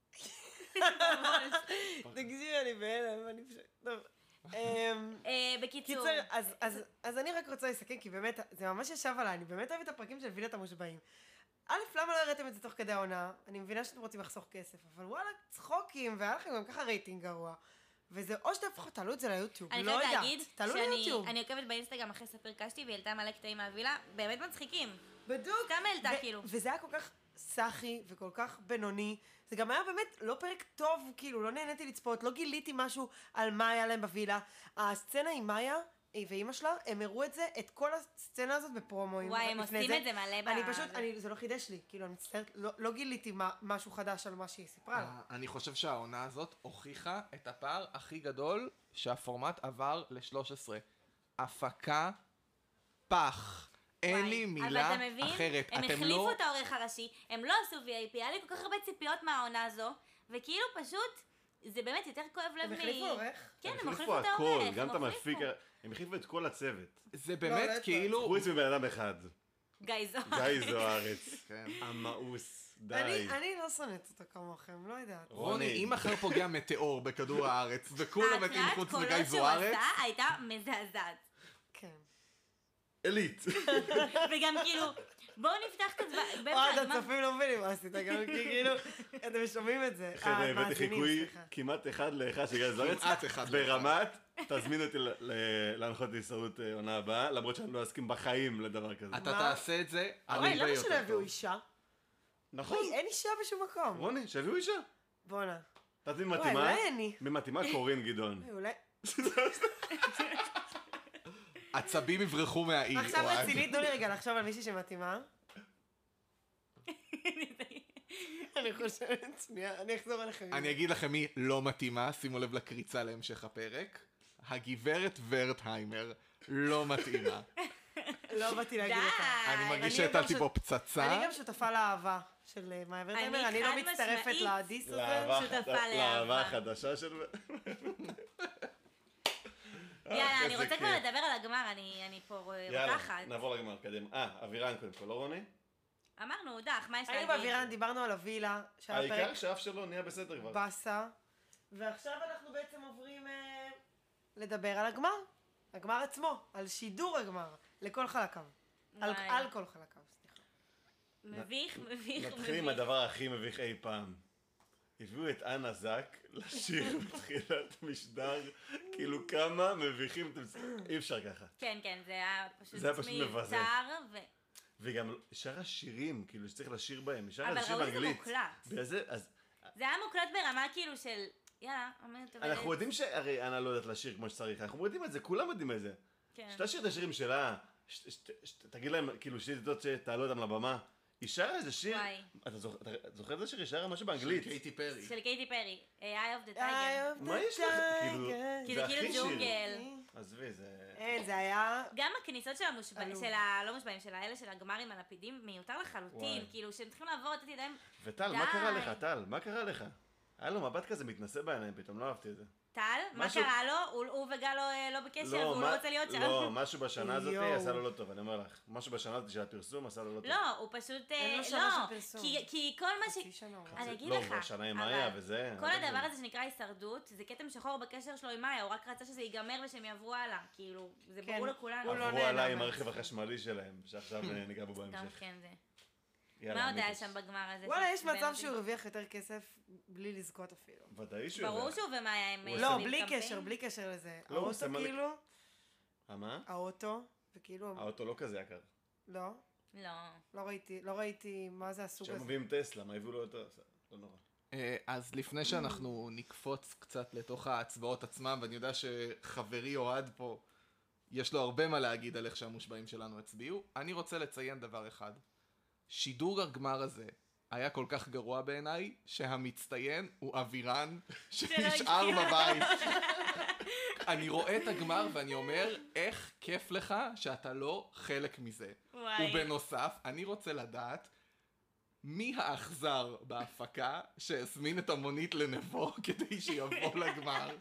תקשיבי, אני בהלם, אני פשוט... טוב. אמ, אה, בקיצור, קיצר, אז, אז, אז אני רק רוצה לסכם, כי באמת, זה ממש ישב עליי, אני באמת אוהבת את הפרקים של וילות המושבעים. א', למה לא הראיתם את זה תוך כדי העונה? אני מבינה שאתם רוצים לחסוך כסף, אבל וואלה, צחוקים, והיה לכם גם ככה רייטינג גרוע. וזה, או שאתם לפחות תעלו את זה ליוטיוב, אני לא חייבת יודעת. להגיד תעלו שאני ליוטיוב. אני עוקבת באינסטגרם אחרי ספיר קשתי והיא העלתה מלא קטעים מהווילה, באמת מצחיקים. בדיוק. סתם העלתה ו- כאילו. וזה היה כל כך סאחי וכל כך בינוני. זה גם היה באמת לא פרק טוב, כאילו, לא נהניתי לצפות, לא גיליתי משהו על מה היה להם בווילה. הסצנה עם מאיה ואימא שלה, הם הראו את זה, את כל הסצנה הזאת בפרומואים. וואי, הם לפני עושים את זה מלא ב... אני פשוט, אני, זה לא חידש לי, כאילו, אני מצטערת, לא, לא גיליתי מה, משהו חדש על מה שהיא סיפרה לה. אה, אני חושב שהעונה הזאת הוכיחה את הפער הכי גדול שהפורמט עבר ל-שלוש עשרה. הפקה פח. אין וואי, לי מילה אבל אתה מבין? אחרת. הם אתם החליפו לא... את העורך הראשי, הם לא עשו וי איי פי, היה לי כל כך הרבה ציפיות מהעונה הזו, וכאילו פשוט, זה באמת יותר כואב לב הם מ... החליפו עורך? כן, הם הם החליפו החליפו את הכל, העורך. גם את הם המפיק, החליפו. הם החליפו את כל הצוות. זה לא, באמת לא כאילו... חוץ מבן אדם אחד, גיא זוהר. גיא זוארץ, כן. המאוס, די. אני, אני לא שונאת אותו כמוכם, לא יודעת. רוני, אם מחר פוגע מטאור בכדור הארץ וכולם מתים ההקראת חוץ קולות מגיא שהוא זוארץ, עשה הייתה מזעזעת. כן. עילית. וגם כאילו, בואו נפתח את הדבר... אוהד, הצופים לא מבינים מה עשית, גם כי כאילו, אתם שומעים את זה. חבר'ה, הבאתי המאזינים, חיקוי סליחה. כמעט אחד לאחד של גיא זוארץ, כמעט אחד לאחד. ברמת, תזמין אותי ל- ל- להנחות להישרדות אה, עונה הבאה, למרות שאני לא אסכים בחיים לדבר כזה. אתה מה? תעשה את זה הרבה וואי, למה יותר שלא יביאו טוב. אישה? נכון, וואי, אין אישה בשום מקום. רוני, שיביאו אישה. בואנה. תזמין וואי, מתאימה, אולי אני. ממתאימה קורין גדעון. אולי... עצבים יברחו מהאי. עכשיו אוהד. רצינית, תנו לי רגע לחשוב על מישהי שמתאימה. אני חושבת, שנייה, אני אחזור עליכם. אני אגיד לכם מי לא מתאימה, שימו לב לקריצה להמשך הפרק. הגברת ורטהיימר לא מתאימה. לא באתי להגיד אותה. אני מרגיש אני שהטלתי גם פה שות- פצצה. אני גם שותפה לאהבה של אה, מאיה ורטהיימר, אני אני לא חד מצטרפת משמעית לדיס הזה. לאהבה- שותפה לאהבה לאהבה. החדשה של... יאללה, אני איזה רוצה כבר כיף. לדבר על הגמר, אני אני פה יאללה, רותחת. נעבור לגמר, קדם. אה, אבירן קודם כל, לא רוני? אמרנו, דח, מה יש היינו להגיד? באווירן, דיברנו על הווילה, שהיה העיקר פרק שאף שלו נהיה בסדר כבר. באסה, ועכשיו אנחנו בעצם עוברים אה, לדבר על הגמר. הגמר עצמו, על שידור הגמר, לכל חלקיו. על, וואי. על כל חלקיו, סליחה. מביך, מביך, נתחיל עם מביך. הדבר הכי מביך אי פעם. הביאו את אנה זק לשיר בתחילת משדר, כאילו כמה מביכים אתם... אי אפשר ככה. כן, כן, זה היה פשוט זה היה פשוט מבזה. מיותר, ו... וגם שאר השירים, כאילו שצריך לשיר בהם, שאר אבל לשיר ראו שזה באנגלית. מוקלט. בגלל זה, אז זה היה מוקלט ברמה כאילו של, יאללה, אומרת, אבל... אנחנו יודעים שהרי אנה לא יודעת לשיר כמו שצריך, אנחנו יודעים את זה, כולם יודעים את זה. כן. שתשיר את השירים שלה, ש- ש- ש- תגיד להם, כאילו, שהיא זאת שתעלו אותם לבמה. היא שרה איזה שיר, וואי. אתה זוכר אתה זוכר את השיר? היא שרה משהו באנגלית. קייטי פרי. של קייטי פרי, אה, Eye of the I Tiger. of מה the יש לך? כאילו, tiger. כי זה זה הכי כאילו שיר. ג'ונגל. עזבי, זה... אין, זה היה... גם הכניסות של המושבעים, עלוב. של ה... לא מושבעים, של האלה של הגמר עם הלפידים, מיותר לחלוטין. וואי. כאילו, שהם צריכים לעבור, נתתי להם... וטל, מה די. קרה לך? טל, מה קרה לך? היה לו מבט כזה מתנשא בעיניים, פתאום לא אהבתי את זה. טל? מה משהו- קרה לו? הוא הוא וגל לא- לא בקשר, והוא מה- לא רוצה להיות שם. לא, משהו בשנה הזאת יואו. עשה לו לא טוב, אני אומר לך. משהו בשנה הזאת של הפרסום עשה לו לא טוב. לא, הוא פשוט... אין לו אה, שנה לא, של פרסום. כי- כי כל מה ש... חצי שנה הוא אני רץ. אגיד לא, לך, הוא כבר שנה עם אבל מאיה וזה. כל אני לא הדבר יודע. הזה שנקרא הישרדות, זה כתם שחור בקשר שלו עם מאיה, הוא רק רצה שזה ייגמר ושהם יעברו הלאה, כאילו, זה כן, ברור לכולנו. הוא לא עברו נהנה עליי עם מהזה. הרכב החשמלי שלהם, שעכשיו אה, ניגע בו גם בהמשך. כן זה. יאללה, מה עוד היה מיתוס. שם בגמר הזה? וואלה, יש שעצבן מצב אותי? שהוא הרוויח יותר כסף בלי לזכות אפילו. ודאי שהוא... ברור יודע. שהוא ומאיה הם... הוא לא, עושים בלי קמפיין. קשר, בלי קשר לזה. לא, הוא האוטו עושה מלא- כאילו, אה, מה? האוטו, וכאילו, האוטו לא כזה יקר. לא, לא. לא ראיתי, לא ראיתי מה זה הסוג עכשיו הזה. מביאים טסלה, מה הביאו לו יותר? לא נורא. אה, אז לפני שאנחנו נקפוץ קצת לתוך ההצבעות עצמם, ואני יודע שחברי אוהד פה, יש לו הרבה מה להגיד על איך שהמושבעים שלנו הצביעו, אני רוצה לציין דבר אחד. שידור הגמר הזה היה כל כך גרוע בעיניי, שהמצטיין הוא אבירן שנשאר הגיע. בבית. אני רואה את הגמר ואני אומר, איך כיף לך שאתה לא חלק מזה. וואי. ובנוסף, אני רוצה לדעת מי האכזר בהפקה שהזמין את המונית לנבו כדי שיבוא לגמר.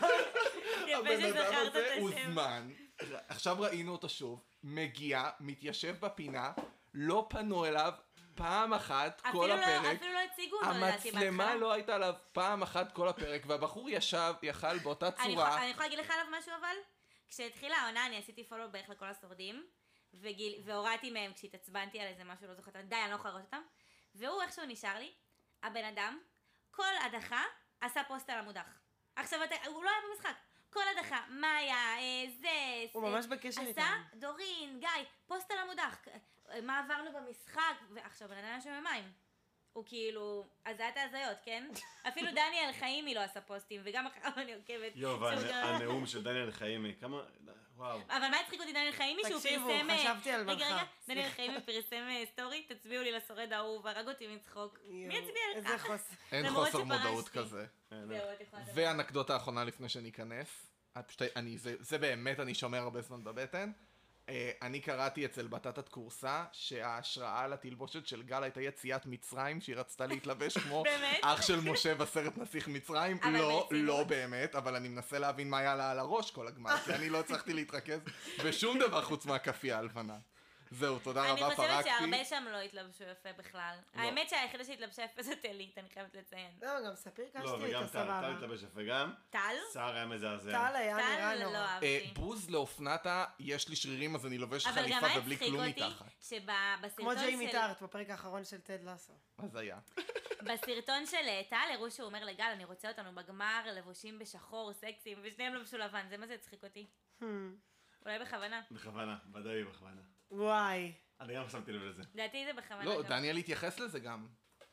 יפה הבן אדם שזכרת את הזה השם. הוזמן, עכשיו ראינו אותו שוב, מגיע, מתיישב בפינה, לא פנו אליו פעם אחת כל אפילו לא- הפרק. אפילו לא הציגו אותו לדעתי המצלמה בהתחלה. לא הייתה עליו פעם אחת כל הפרק, והבחור ישב, יכל באותה אני צורה. יכול- אני יכולה להגיד לך עליו משהו אבל? כשהתחילה העונה אני עשיתי פולו בערך לכל השורדים, וגיל- והורדתי מהם כשהתעצבנתי על איזה משהו, לא זוכרת, די, אני לא יכולה לראות אותם. והוא איכשהו נשאר לי, הבן אדם, כל הדחה עשה פוסט על המודח. עכשיו, אתה- הוא לא היה במשחק. כל הדחה, מאיה, אה, זה, הוא זה, ממש בקשר עשה, איתם. דורין, גיא, פוסט על המודח, אה, מה עברנו במשחק, ועכשיו בן אדם יושב במים. הוא כאילו, אז זה היה את ההזיות, כן? אפילו דניאל חיימי לא עשה פוסטים, וגם אחריו אני עוקבת. יואו, שהוא גם- והנאום של דניאל חיימי, כמה... וואו. אבל מה הצחיק אותי דניאל חיימי שהוא תקשיבו, פרסם... אה, חשבתי על רגע, מרחב. רגע, דניאל חיימי פרסם אה, סטורי, תצביעו לי לשורד האהוב, הרג אותי מצחוק. מי יואו, יצביע איזה לך? חוסר. אין למרות חוסר שפרשתי. מודעות כזה. אה, זהו, את יכולה לדבר. ואנקדוטה האחרונה לפני שניכנס, את פשוט, אני, זה, זה באמת אני שומר הרבה זמן בבטן. אה, אני קראתי אצל בטטת קורסה שההשראה לתלבושת של גל הייתה יציאת מצרים, שהיא רצתה להתלבש כמו באמת? אח של משה בסרט נסיך מצרים. אבל לא, ברצינות? לא באמת, אבל אני מנסה להבין מה היה לה על הראש כל הגמר, כי אני לא הצלחתי להתרכז בשום דבר חוץ מהכפייה הלבנה. זהו, תודה אני רבה, חושבת פרקתי. שהרבה שם לא התלבשו יפה בכלל. לא. האמת שהיחידה שהתלבשה יפה זאת אלית, אני חייבת לציין. לא, גם ספיר לא, קשתי וגם את טל, טל הסבבה. התלבש יפה גם. טל? סער היה מזעזע. טל היה נראה טל לא נורא. אה, אהבתי. בוז לאופנתה, יש לי שרירים אז אני לובש אבל גם חליפה מה ובלי הצחיק כלום אותי? מתחת. כמו שבסרטון ג'יימי של... טארט בפרק האחרון של טד לסו. אז היה. בסרטון של אה, טל הראו שהוא אומר לגל, אני רוצה אותנו בגמר לבושים בשחור, סקסים, ושניהם לבשו לבן, זה מה זה הצחיק אותי? Hmm. אולי בכוונה. בכוונה, ודאי בכוונה. וואי. אני גם שמתי לב לזה. לדעתי זה בכוונה לא, גם. דניאל התייחס לזה גם.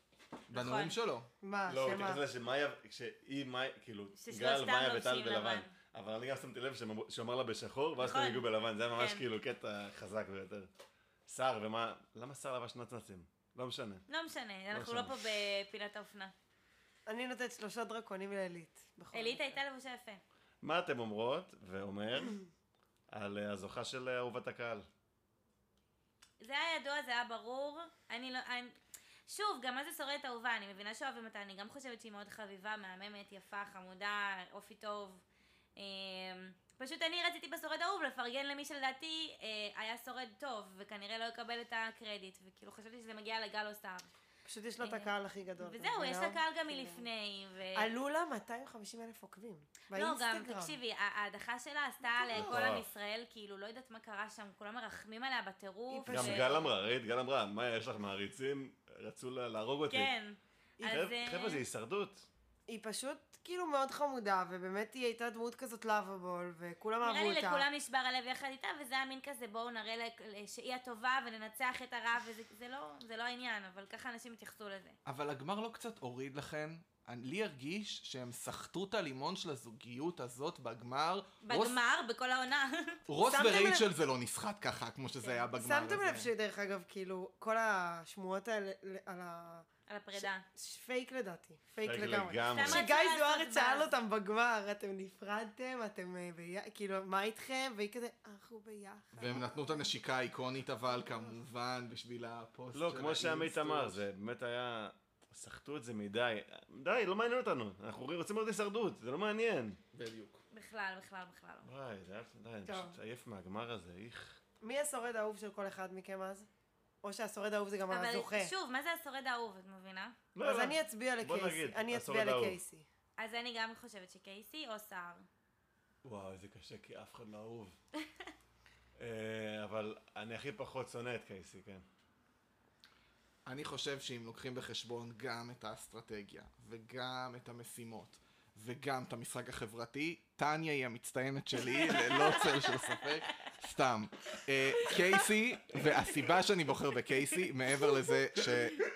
בנאום שלו. מה, לא, הוא שמה? התייחס לזה שמאיה, כשהיא, מאיה, כאילו, ששלושתם גל, מאיה וטל לובשים בלבן. לבן. אבל אני גם שמתי לב שהם אמרו- שהוא אמר לה בשחור, ואז נכון. כולם הגיעו בלבן, זה היה ממש כן. כאילו קטע חזק ביותר. סער, ומה, למה סער לבש נצנצים? לא משנה. לא משנה, אנחנו לא משנה. פה בפינת האופנה. אני נותנת שלושה דרקונים לעילית. בכל אלית מקרה. הייתה לבושה יפה. מה אתם אומרות ואומר על אה, הזוכה של אה, אהובת הקהל? זה היה ידוע, זה היה ברור. אני לא... אני... שוב, גם מה זה שורדת אהובה, אני מבינה שאוהבים אותה, אני גם חושבת שהיא מאוד חביבה, מהממת, יפה, חמודה, אופי טוב. אמ, פשוט אני רציתי בשורד אהוב לפרגן למי שלדעתי אה, היה שורד טוב, וכנראה לא יקבל את הקרדיט, וכאילו חשבתי שזה מגיע לגל או סער. פשוט יש לה את הקהל הכי גדול. וזהו, אתה יש מבינה? לה קהל גם כאילו. מלפני, ו... עלו לה מאתיים וחמישים אלף עוקבים. לא, גם, באינסטגרם. תקשיבי, ההדחה שלה עשתה לכל עם ישראל, כאילו, לא יודעת מה קרה שם, כולם מרחמים עליה בטירוף. היא גם ו- גל אמרה, ראית? גל אמרה, מה יש לך מעריצים? רצו לה- להרוג אותי. כן. אז... חבר'ה, אה, חבר'ה, זה הישרדות. היא פשוט כאילו מאוד חמודה, ובאמת היא הייתה דמות כזאת לאבבול, וכולם אהבו נראה לי אותה. לכולם נשבר הלב יחד איתה, וזה היה מין כזה, בואו נראה לה- שהיא הטובה וננצח את הרע, וזה זה לא, זה לא העניין, אבל ככה אנשים התייחסו לזה. אבל הגמר לא קצת הוריד לכן? אני- לי הרגיש שהם סחטו את הלימון של הזוגיות הזאת בגמר. רוס- בגמר, בכל העונה. רוס שמתם ורייצ'ל זה לא נסחט ככה כמו שזה היה בגמר הזה. שמתם לב שדרך אגב, כאילו, כל השמועות האלה ל- על ה... על הפרידה. ש- פייק לדעתי. פייק פייק לגמרי. לגמרי. סתם שגיא רצו זוארץ לעשות שאל באז. אותם בגמר, אתם נפרדתם, אתם אה, ביחד, כאילו, מה איתכם? והיא כזה, אנחנו ביחד. והם נתנו את הנשיקה האיקונית אבל כמובן בשביל הפוסט לא, של כמו שעמית האינסטוש. אמר, זה באמת היה סחטו את זה מדי. די, לא מעניין אותנו. אנחנו רוצים לראות הישרדות, זה לא מעניין. בדיוק. בכלל, בכלל, בכלל. וואי, זה היה... די, אני טוב. פשוט עייף מהגמר הזה, איך. מי השורד האהוב של כל אחד מכם אז? או שהשורד האהוב זה גם הזוכה? אבל שוב, מה זה השורד האהוב, את מבינה? לא, אז לא. אני אצביע בוא לקייסי. נגיד, אני אצביע השורד האהוב. לקייסי. אז אני גם חושבת שקייסי או סער. וואו, זה קשה כי אף אחד לא אהוב. אה, אבל אני הכי פחות שונא את קייסי, כן. אני חושב שאם לוקחים בחשבון גם את האסטרטגיה, וגם את המשימות, וגם את המשחק החברתי, טניה היא המצטיינת שלי, ללא צל של ספק, סתם. אה, קייסי, והסיבה שאני בוחר בקייסי, מעבר לזה ש...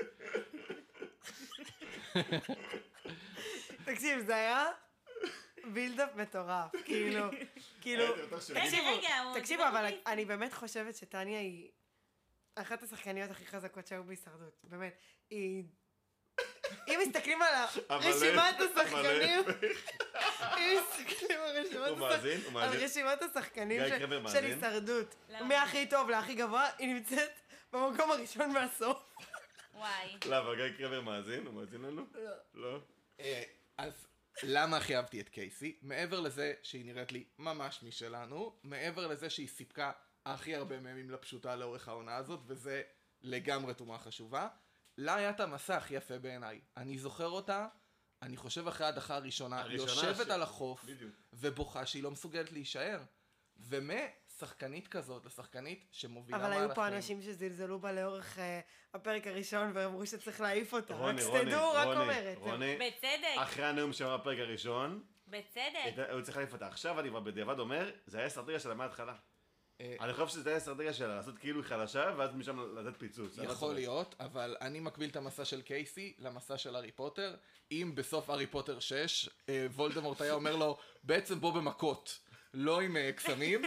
תקשיב, זה היה בילדאפ מטורף, כאילו, כאילו, תקשיבו, רגע, הוא תקשיבו, דיבר אבל בקייסי. אני באמת חושבת שטניה היא אחת השחקניות הכי חזקות שהיו בהישרדות, באמת, היא... אם מסתכלים על אבל רשימת להפך, השחקנים, אבל אם מסתכלים על רשימת הוא מאזין? הוא השח- על מאזין? רשימת השחקנים גיא של- קרבר של מאזין? הישרדות, למה? מהכי טוב להכי גבוה, היא נמצאת במקום הראשון מהסוף. וואי. לא, אבל גיא קרבר מאזין? הוא מאזין לנו? לא. לא. אה, אז למה הכי אהבתי את קייסי? מעבר לזה שהיא נראית לי ממש משלנו, מעבר לזה שהיא סיפקה הכי הרבה ממים לפשוטה לאורך העונה הזאת, וזה לגמרי תרומה חשובה, לה היה את המסע הכי יפה בעיניי. אני זוכר אותה, אני חושב אחרי ההדחה הראשונה, הראשונה יושבת ש- על החוף, בדיוק. ובוכה שהיא לא מסוגלת להישאר. ומשחקנית כזאת לשחקנית שמובילה אבל מהלכים. היו פה אנשים שזלזלו בה לאורך אה, הפרק הראשון ואמרו שצריך להעיף אותה. רק רוני, רוני, שתדעו, רק רוני, אומרת. רוני, בצדק, אחרי הנאום שלה בפרק הראשון, בצדק. הוא צריך להעיף אותה. עכשיו אני כבר בדיעבד אומר, זה היה אסטרטגיה שלה מההתחלה. אה, אני חושב שזה היה אסטרטגיה שלה, לעשות כאילו היא חלשה, ואז משם לתת פיצוץ. אני לא יכול צוחק. להיות, אבל אני מקביל את המסע של קייסי למסע של הארי פוטר. אם בסוף הארי פוטר שש, אה, וולדמורט היה אומר לו, בעצם בוא במכות, לא עם אה, קסמים,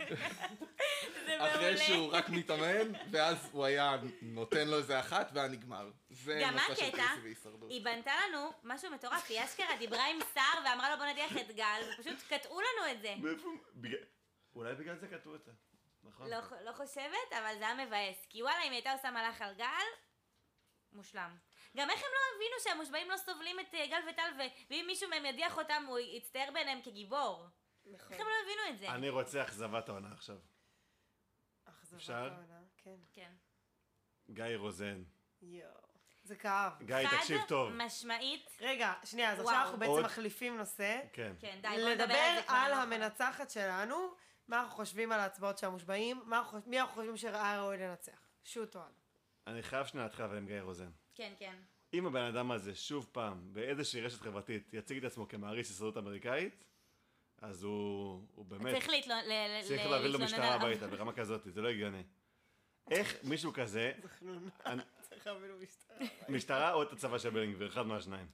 זה אחרי מעולה. שהוא רק מתאמן, ואז הוא היה נותן לו איזה אחת, והיה נגמר. זה גם מה מסע של הקטע? קייסי בהישרדות. היא בנתה לנו משהו מטורף, היא אשכרה דיברה עם סער ואמרה לו בוא נדיח את גל, ופשוט קטעו לנו את זה. מאיפה? בגלל- אולי בגלל זה קטעו אותה. נכון? לא, לא חושבת, אבל זה היה מבאס. כי וואלה, אם היא הייתה עושה מלאך על גל, מושלם. גם איך הם לא הבינו שהמושבעים לא סובלים את אה, גל וטל, ו- ואם מישהו מהם ידיח אותם, הוא יצטייר בעיניהם כגיבור. נכון. איך הם לא הבינו את זה? אני רוצה אכזבת העונה עכשיו. אכזבת אפשר? העונה, כן. כן. גיא רוזן. יואו. זה כאב. גיא, תקשיב טוב. חד משמעית, רגע, שנייה, אז וואו. עכשיו אנחנו בעצם עוד- מחליפים נושא. כן. כן, די, בוא נדבר לדבר על זה כבר. על לא המנצחת שלנו, מה אנחנו חושבים על ההצבעות של המושבעים, מה אנחנו חוש- מי אנחנו חושבים שראה ראוי לנצח. שוט אוהד. אני חייב שנייה להתחיל אבל עם גיא רוזן. כן, כן. אם הבן אדם הזה שוב פעם באיזושהי רשת חברתית יציג את עצמו כמעריץ הישרדות אמריקאית, אז הוא, הוא באמת צריך להתלונן ל- ל- צריך ל- להביא לו להתלונן משטרה עליו. הביתה ברמה כזאת, זה לא הגיוני. איך מישהו כזה, אני- צריך להביא לו משטרה. משטרה או את הצבא של בן גביר, אחד מהשניים.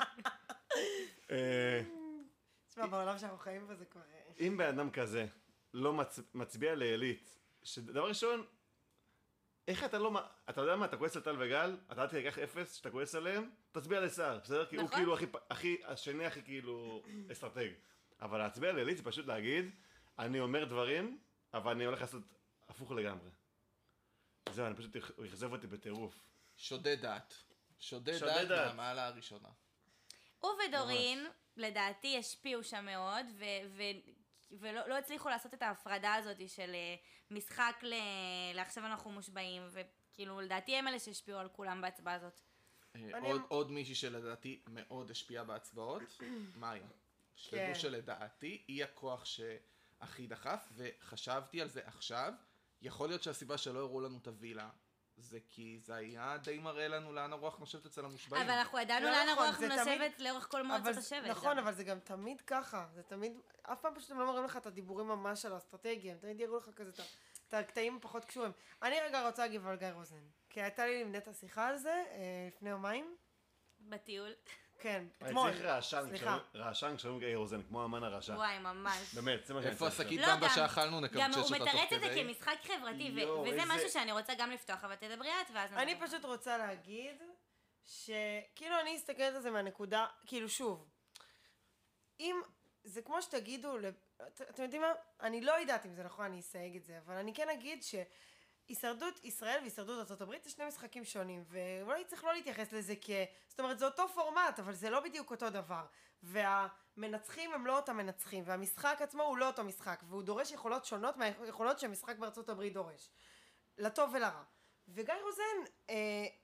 אה, תשמע, בעולם שאנחנו חיים בו זה כבר... אה, אם בן אדם כזה לא מצ... מצביע לעילית, שדבר ראשון, איך אתה לא, מ- אתה יודע מה, אתה כועס על טל וגל, אתה אל תיקח אפס, שאתה כועס עליהם, תצביע לסער, בסדר? כי הוא נכון. כאילו הכי, פ- הכי, השני הכי כאילו אסטרטג. אבל להצביע לעילית זה פשוט להגיד, אני אומר דברים, אבל אני הולך לעשות הפוך לגמרי. זהו, אני פשוט, הוא אכזב אותי בטירוף. שודד דעת. שודד שודד דעת דעת. מהמעלה הראשונה. הוא ודורין, לדעתי, השפיעו שם מאוד, ו- ו- ולא לא הצליחו לעשות את ההפרדה הזאת של אה, משחק ל... לעכשיו אנחנו מושבעים, וכאילו, לדעתי הם אלה שהשפיעו על כולם בהצבעה הזאת. אה, אני- עוד, עוד מישהי שלדעתי מאוד השפיעה בהצבעות, מאיה. שתדעו כן. שלדעתי היא הכוח שהכי דחף, וחשבתי על זה עכשיו. יכול להיות שהסיבה שלא הראו לנו את הווילה, זה כי זה היה די מראה לנו לאן הרוח נושבת אצל המושבעים. אבל אנחנו ידענו לא לאן נכון, הרוח זה נושבת תמיד- לאורך כל אבל מועצות זה- השבט. נכון, גם. אבל זה גם תמיד ככה. זה תמיד... אף פעם פשוט הם לא מראים לך את הדיבורים ממש על האסטרטגיה. הם תמיד יראו לך כזה את ה- את הקטעים הפחות קשורים. אני רגע רוצה להגיב על גיא רוזן. כי הייתה לי עם נטע שיחה על זה אה, לפני יומיים. בטיול. כן, אני אתמול. צריך רעשן, סליחה. כשאומרים- רעשן כשאומרים גיא רוזן, כמו אמן הרעשן. וואי, ממש. באמת, זה מה שאני איפה צריך. השקית לא, במבה גם- שאכלנו? גם נקבצ'ץ' הוא אותה תוך מתרץ את זה כדי. כמשחק חברתי, ו- יואו, וזה איזה- משהו שאני רוצה גם לפתוח, אבל תדברי את ואז אני נדבר. פשוט רוצה להגיד, שכאילו אני אסתכלת על זה מהנקודה, כאילו שוב, אם, זה כמו שתגידו, לב- את- אתם יודעים מה? אני לא יודעת אם זה נכון, אני אסייג את זה, אבל אני כן אגיד הישרדות ישראל והישרדות ארצות הברית זה שני משחקים שונים, ואולי צריך לא להתייחס לזה כ... זאת אומרת, זה אותו פורמט, אבל זה לא בדיוק אותו דבר. והמנצחים הם לא אותם מנצחים, והמשחק עצמו הוא לא אותו משחק, והוא דורש יכולות שונות מהיכולות שהמשחק בארצות הברית דורש. לטוב ולרע. וגיא רוזן אה,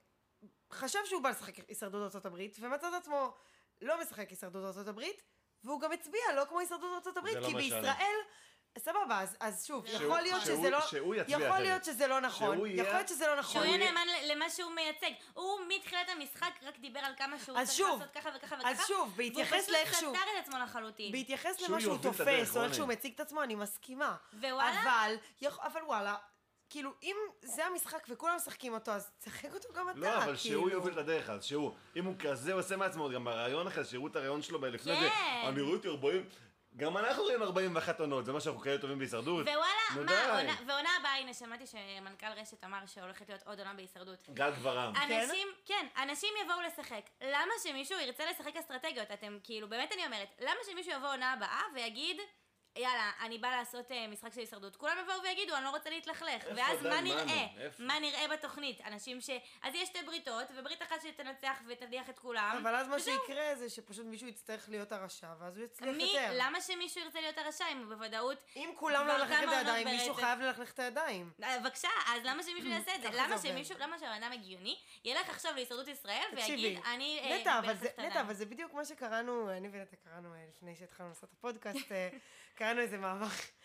חשב שהוא בא לשחק הישרדות ארצות הברית, ומצא את עצמו לא משחק הישרדות ארצות הברית, והוא גם הצביע לא כמו הישרדות ארצות הברית, כי בישראל... סבבה, אז, אז שוב, שהוא, יכול להיות שהוא, שזה לא, שהוא יצביע יכול אחרת. להיות שזה לא נכון, שהוא יכול יהיה, להיות שזה לא נכון. שהוא יהיה נאמן למה שהוא מייצג. הוא מתחילת המשחק רק דיבר על כמה שהוא צריך שוב, לעשות ככה וככה וככה. אז שוב, בהתייחס לאיכשהו, והוא פשוט סתר את עצמו לחלוטין. בהתייחס שהוא למה שהוא יוביל את הדרך, תופס, או איך רוני. שהוא מציג את עצמו, אני מסכימה. ווואלה? אבל, יכ- אבל וואלה, כאילו, אם זה המשחק וכולם משחקים אותו, אז תשחק אותו גם אתה, לא, אבל כאילו. שהוא יוביל את הדרך, אז שהוא, אם הוא כזה עושה מעצמו, גם ברעיון אחרי, שיראו את הרעיון שלו לפני זה, כן. אני ראיתי ארבעים, גם אנחנו רואים ארבעים ואחת עונות, זה מה שאנחנו כאלה טובים בהישרדות. ווואלה, נו מה, די. עונה- ועונה הבאה, הנה, שמעתי שמנכ"ל רשת אמר שהולכת להיות עוד עונה בהישרדות. גל גברם. אנשים, כן, אנשים יבואו לשחק. למה שמישהו ירצה לשחק אסטרטגיות? אתם כאילו, באמת אני אומרת, למה שמישהו יבוא עונה הבאה ויגיד, יאללה, אני בא לעשות אה, משחק של הישרדות. כולם יבואו ויגידו, אני לא רוצה להתלכלך. איפה ואז די, מה מה נראה? נו? איפה? מה נראה בתוכנית? אנשים ש... אז יש שתי בריתות, וברית אחת שתנצח ותדיח את כולם. אבל אז מה וזהו. שיקרה זה שפשוט מישהו יצטרך להיות הרשע, ואז הוא יצליח מי, יותר. למה שמישהו ירצה להיות הרשע אם הוא בוודאות... אם כולם כבר לא ללכלך כמה את עונות הידיים, מישהו ברצף. חייב ללכלך את הידיים. אה, בבקשה, אז למה שמישהו יעשה את זה? ככה למה זה עובד. שמישהו, למה שהבן אדם הגיוני ילך עכשיו להישרדות ישראל תקשיבי, ויגיד, אני... אה, נטע, אבל בלחץ זה, את נטע, הידיים." אבל זה בדיוק מה שקראנו, אני ונטע קראנו אה, לפני שהתחלנו לעשות את הפודקאסט, אה, קראנו איזה מאמר,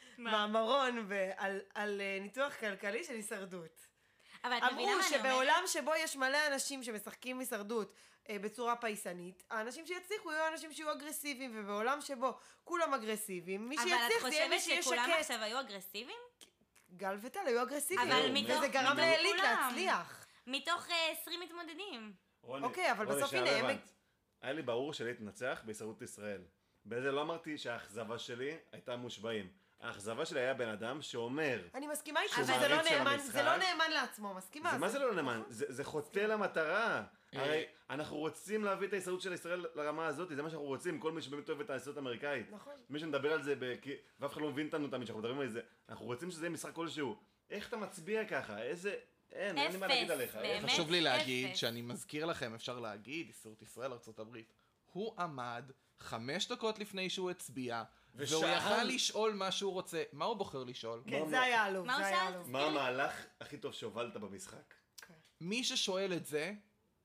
מאמרון ב- על, על אה, ניתוח כלכלי של הישרדות. אבל את מבינה אמרו מה אני אומרת? שבעולם שבו יש מלא אנשים שמשחקים הישרדות אה, בצורה פייסנית, האנשים שיצליחו יהיו אנשים שיהיו אגרסיביים, ובעולם שבו כולם אגרסיביים, מי אבל שיצליח את זה יהיה מי חושבת שיהיה שכולם שקט. עכשיו היו אגרסיביים? גל וטל היו אגרסיביים, אבל מתוך- וזה גרם מתוך לעילית כולם. להצליח. מתוך אה, עשרים מתמודדים. רוני, אוקיי, אבל רוני, בסוף שנייה, הנה, לא הם- הבנת. היה לי ברור שלי תנצח בהישרדות ישראל. בזה לא אמרתי שהאכזבה שלי הייתה מושבעים. האכזבה שלי היה בן אדם שאומר, אני מסכימה איתך שהוא שזה לא מעריץ של נאמן, המשחק. זה לא נאמן לעצמו, מסכימה. זה מה זה לא נאמן? זה זה חוטא למטרה. אה. הרי אנחנו רוצים להביא את ההישרדות של ישראל לרמה הזאת, זה מה שאנחנו רוצים, כל מי שבאמת אוהב את ההישרדות האמריקאית. נכון. מי שמדבר על זה, ב- כי- ואף אחד לא מבין אותנו תמיד שאנחנו מדברים על זה, אנחנו רוצים שזה יהיה משחק כלשהו. איך אתה מצביע ככה? איזה... אין, אין לי מה להגיד אפס, עליך. באמת. אפס. חשוב לי להגיד אפס. שאני מזכיר לכם, אפשר להגיד, הישרדות ישראל, ארצות הברית. הוא עמד חמש דקות לפני שהוא הצביע, והוא ושאל- יכל לשאול מה שהוא רוצה. מה הוא בוחר לשאול? כן, מה- זה היה עלוב, מה הוא זה היה שאל? עלוב. מה המהלך הכי טוב שהובלת במשחק? מי ששואל את זה,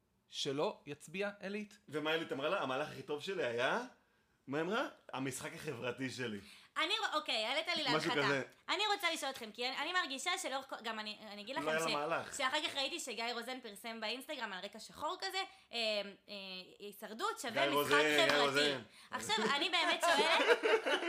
שלא יצביע אלית. ומה אלית אמרה לה? המהלך הכי טוב שלי היה... מה אמרה? המשחק החברתי שלי. אני, אוקיי, העלית לי משהו להנחתה. כזה. אני רוצה לשאול אתכם, כי אני, אני מרגישה שלא, גם אני, אני אגיד לא לכם היה לה מהלך. שאחר כך ראיתי שגיא רוזן פרסם באינסטגרם על רקע שחור כזה, אה, אה, הישרדות שווה גיא משחק רוזן, גיא חברתי. רוזן. עכשיו, אני באמת שואלת,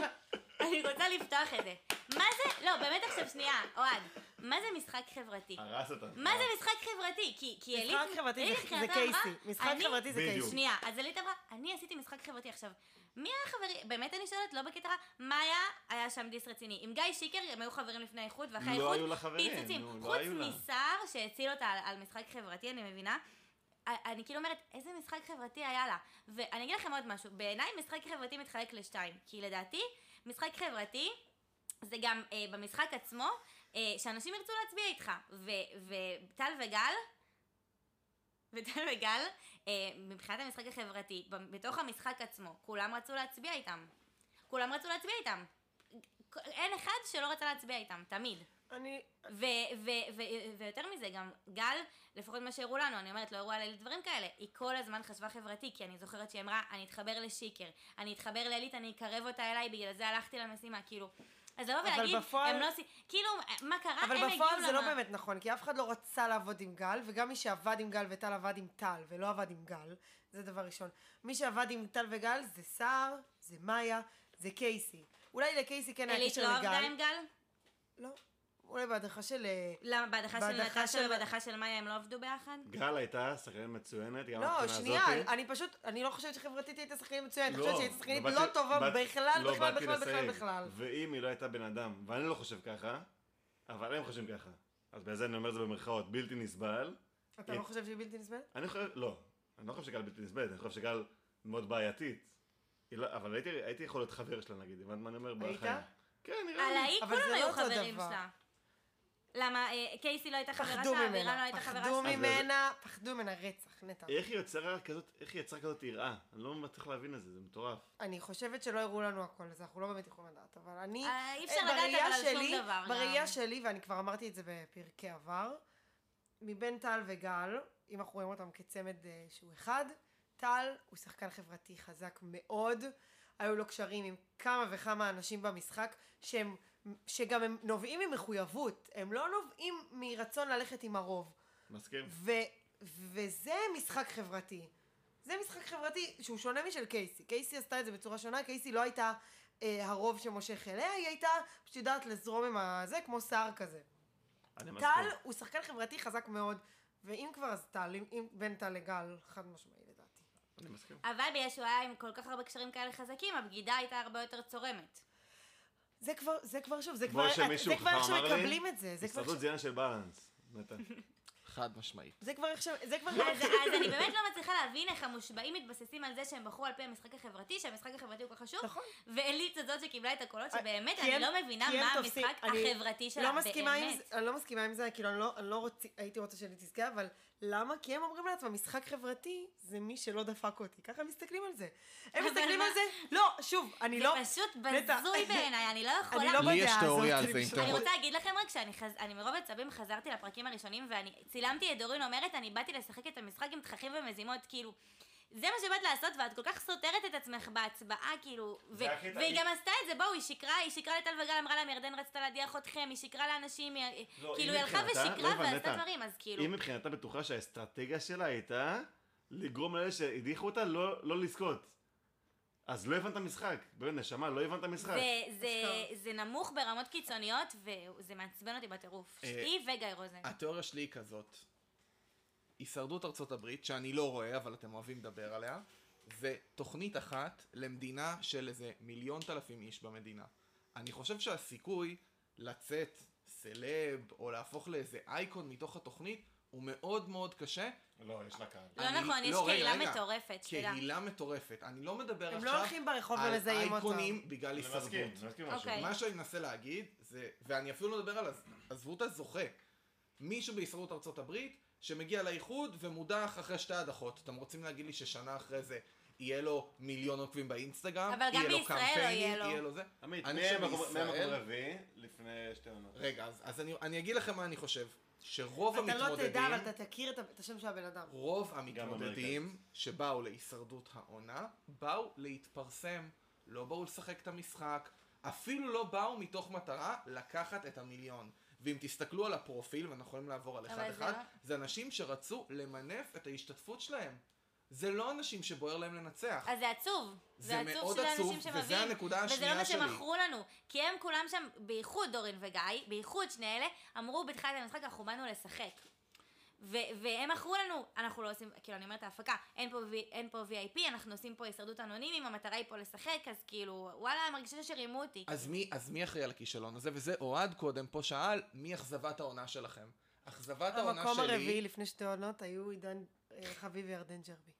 אני רוצה לפתוח את זה. מה זה, לא, באמת עכשיו שנייה, אוהד, מה זה משחק חברתי? הרס אותה. מה זה משחק חברתי? כי, כי אלית, משחק חברתי אלית זה- זה מבחינתה קייסי, אמרה, משחק אני- חברתי זה בדיוק. קייסי. שנייה, אז אלית אמרה, אני עשיתי משחק חברתי עכשיו. מי היה חברי? באמת אני שואלת, לא בקטע רע. מאיה היה שם דיס רציני. עם גיא שיקר הם היו חברים לפני האיחוד, ואחרי לא האיחוד היו לה חברים, פיצוצים. נו, לא חוץ היו לה. מסער שהציל אותה על, על משחק חברתי, אני מבינה. אני כאילו אומרת, איזה משחק חברתי היה לה. ואני אגיד לכם עוד משהו, בעיניי משחק חברתי מתחלק לשתיים. כי לדעתי, משחק חברתי זה גם אה, במשחק עצמו, אה, שאנשים ירצו להצביע איתך. ו- וטל וגל, וטל וגל, אה, מבחינת המשחק החברתי, ב- בתוך המשחק עצמו, כולם רצו להצביע איתם. כולם רצו להצביע איתם. אין אחד שלא רצה להצביע איתם, תמיד. אני... ו- ו- ו- ויותר מזה, גם גל, לפחות מה שהראו לנו, אני אומרת, לא הראו עלי דברים כאלה, היא כל הזמן חשבה חברתי, כי אני זוכרת שהיא אמרה, אני אתחבר לשיקר, אני אתחבר לאלית, אני אקרב אותה אליי, בגלל זה הלכתי למשימה, כאילו, אז לבוא אבל ולהגיד, בפועל- הם לא עושים, כאילו, מה קרה, אבל הם הגיעו בפועל זה לא למה- באמת נכון, כי אף אחד לא רצה לעבוד עם גל, וגם מי שעבד עם גל וטל עבד עם טל, ולא עבד עם גל, זה דבר ראשון. מי שעבד עם טל וגל זה סער, זה מאיה, זה קייסי. אולי לקייסי כן היה אלית קשר לא עבדה לגל. עם גל? לא. אולי בהדרכה של... אה, למה, בהדחה של בהדחה נטשה של- ובהדחה של מאיה הם לא עבדו ביחד? גל הייתה שחקנית מצוינת, גם לא, מבחינה שנייה, הזאתי. אני פשוט, אני לא חושבת שחברתית הייתה שחקנית מצוינת, אני לא, חושבת שהייתה שחקנית ובאתי- לא טובה באת- בכלל, לא, בכלל, באתי בכלל, בכלל, לסייג. בכלל. ואם היא לא הייתה בן אדם, ואני לא חושב ככה, אבל הם חושבים ככה. אז בזה אני אומר את זה במרכאות, בלתי נסבל. אתה לא חושב שהיא בלתי נסבלת? אני חושב, לא. אני לא חושב שגל בלתי נסבלת, אני חושב שגל מאוד בעייתית. היא לא- אבל הייתי- הייתי יכול להיות חבר שלה נגיד, הבנת מה אני אומר? היית? בחיים. כן, נראה על לי. האי אבל כולם זה היו לא אותו חברים דבר. שלה. למה אה, קייסי לא הייתה חברה פחדו שלה, ואירן לא ממנה, הייתה חברה פחדו שלה. ממנה, פחדו ממנה רצח, נטע. איך היא יצרה כזאת, איך היא יצרה כזאת יראה? אני לא מצליח להבין את זה, זה מטורף. אני חושבת שלא הראו לנו הכל, אז אנחנו לא באמת יכולים לדעת, אבל אני... אה, אי אפשר אה, לדעת בראייה אבל על שום שלי- דבר. בראייה גם. שלי, ואני כבר אמרתי את זה בפרקי עבר, מבין טל וגל, אם אנחנו רואים אותם כצמד אה, שהוא אחד, טל הוא שחקן חברתי חזק מאוד, היו לו קשרים עם כמה וכמה אנשים במשחק, שהם, שגם הם נובעים ממחויבות, הם לא נובעים מרצון ללכת עם הרוב. מסכים? ו, וזה משחק חברתי. זה משחק חברתי שהוא שונה משל קייסי. קייסי עשתה את זה בצורה שונה, קייסי לא הייתה אה, הרוב שמושך אליה, היא הייתה פשוט יודעת לזרום עם הזה, כמו שר כזה. אני מסכים. טל הוא שחקן חברתי חזק מאוד, ואם כבר אז טל, אם- אם בין טל לגל, חד משמעי לדעתי. אני מסכים. אבל בגלל שהוא היה עם כל כך הרבה קשרים כאלה חזקים, הבגידה הייתה הרבה יותר צורמת. זה כבר, זה כבר שוב, זה כמו כבר, שמישהו זה כבר איך חכם אמר לי, שמקבלים את זה, זה כבר, הסתדרות זה עניין של בלנס. נטע. חד משמעית. זה כבר איך ש... זה כבר... אז, אז אני באמת לא מצליחה להבין איך המושבעים מתבססים על זה שהם בחרו על פי המשחק החברתי, שהמשחק החברתי הוא כל כך חשוב, נכון. ואלית הזאת שקיבלה את הקולות, שבאמת כי אני הם- לא מבינה כי הם מה תופסים- המשחק אני החברתי שלה לא מסכימה עם באמת. זה, אני לא מסכימה עם זה, כאילו אני לא, אני לא רוצ... הייתי רוצה שאני תזכה, אבל למה? כי הם אומרים לעצמם, משחק חברתי זה מי שלא דפק אותי, ככה הם מסתכלים על זה. הם אבל מסתכלים מה- על זה, לא, שוב, אני זה לא... פשוט נטע, בזוי בעיניי, אני לא יכולה. אני לא לי יש בדעה תיאוריה הזאת, על זה, אם אני אתה אני יכול- רוצה להגיד לכם רק שאני חז... אני מרוב עצבים חזרתי לפרקים הראשונים ואני צילמתי את דורין אומרת אני באתי לשחק את המשחק עם תככים ומזימות כאילו זה מה שבאת לעשות ואת כל כך סותרת את עצמך בהצבעה כאילו ו... זה הכי והיא טעים. גם עשתה את זה בואו היא שקרה היא שקרה לטל וגל אמרה להם ירדן רצתה להדיח אתכם היא שקרה לאנשים היא... לא, כאילו היא היא הלכה מבחינתה- ושקרה לא, ועשתה נטע. דברים אז כאילו היא מבחינתה בטוחה שהאסטרטגיה שלה הייתה לגרום לאלה שהדיחו אותה לא, לא לזכות. אז לא הבנת המשחק. באמת, נשמה, לא הבנת המשחק. זה, זה, אשכרה. זה נמוך ברמות קיצוניות וזה מעצבן אותי בטירוף. אה, היא וגיא רוזן. התיאוריה שלי היא כזאת. הישרדות ארצות הברית, שאני לא רואה, אבל אתם אוהבים לדבר עליה, זה תוכנית אחת למדינה של איזה מיליון תלפים איש במדינה. אני חושב שהסיכוי לצאת סלב או להפוך לאיזה אייקון מתוך התוכנית הוא מאוד מאוד קשה. לא, יש לה קהל. לא אני- נכון, יש לא, רגע, קהילה רגע. מטורפת, שתדע. קהילה מטורפת. אני לא מדבר הם עכשיו לא הולכים ברחוב על ומזהים אותם. אייקונים בגלל אני הישרדות. מסכים, אני מסכים עם משהו. אוקיי. מה שאני מנסה להגיד זה, ואני אפילו לא מדבר על הז- עזבו את הזוכה, מישהו בהישרדות ארצות הברית שמגיע לאיחוד ומודח אחרי שתי הדחות. אתם רוצים להגיד לי ששנה אחרי זה יהיה לו מיליון עוקבים באינסטגרם? אבל גם יהיה לו בישראל לא קמפיינים, יהיה לו. יהיה לו זה? עמית, אני מי חושב היה מקום בישראל- רביעי לפני שתי עונות? רגע, אז, אז אני, אני אגיד לכם מה אני חושב. שרוב אתה לא המתמודדים, תדע, אבל אתה תכיר את ה- את השם של הבן אדם. רוב גם המתמודדים אמריקאית. שבאו להישרדות העונה, באו להתפרסם, לא באו לשחק את המשחק, אפילו לא באו מתוך מטרה לקחת את המיליון. ואם תסתכלו על הפרופיל, ואנחנו יכולים לעבור על אבל אחד זה אחד, לא- זה אנשים שרצו למנף את ההשתתפות שלהם. זה לא אנשים שבוער להם לנצח. אז זה עצוב. זה זה מאוד עצוב שזה עצוב, אנשים וזה שמביאים. הנקודה וזה השנייה לא מה שלי. שמכרו לנו. כי הם כולם שם, בייחוד דורין וגיא, בייחוד שני אלה, אמרו בתחילת המשחק אנחנו באנו לשחק. ו- והם מכרו לנו, אנחנו לא עושים, כאילו אני אומרת ההפקה, אין פה, V- אין פה וי איי פי, אנחנו עושים פה הישרדות אנונימיים, המטרה היא פה לשחק, אז כאילו, וואלה, מרגישה שרימו אותי. אז מי, אז מי אחראי על הכישלון הזה? וזה אוהד קודם פה שאל, מי אכזבת העונה שלכם? אכזבת העונה המקום שלי... הרביעי לפני שתי עונות היו עידן אה, חביב וירדן ג'רבי.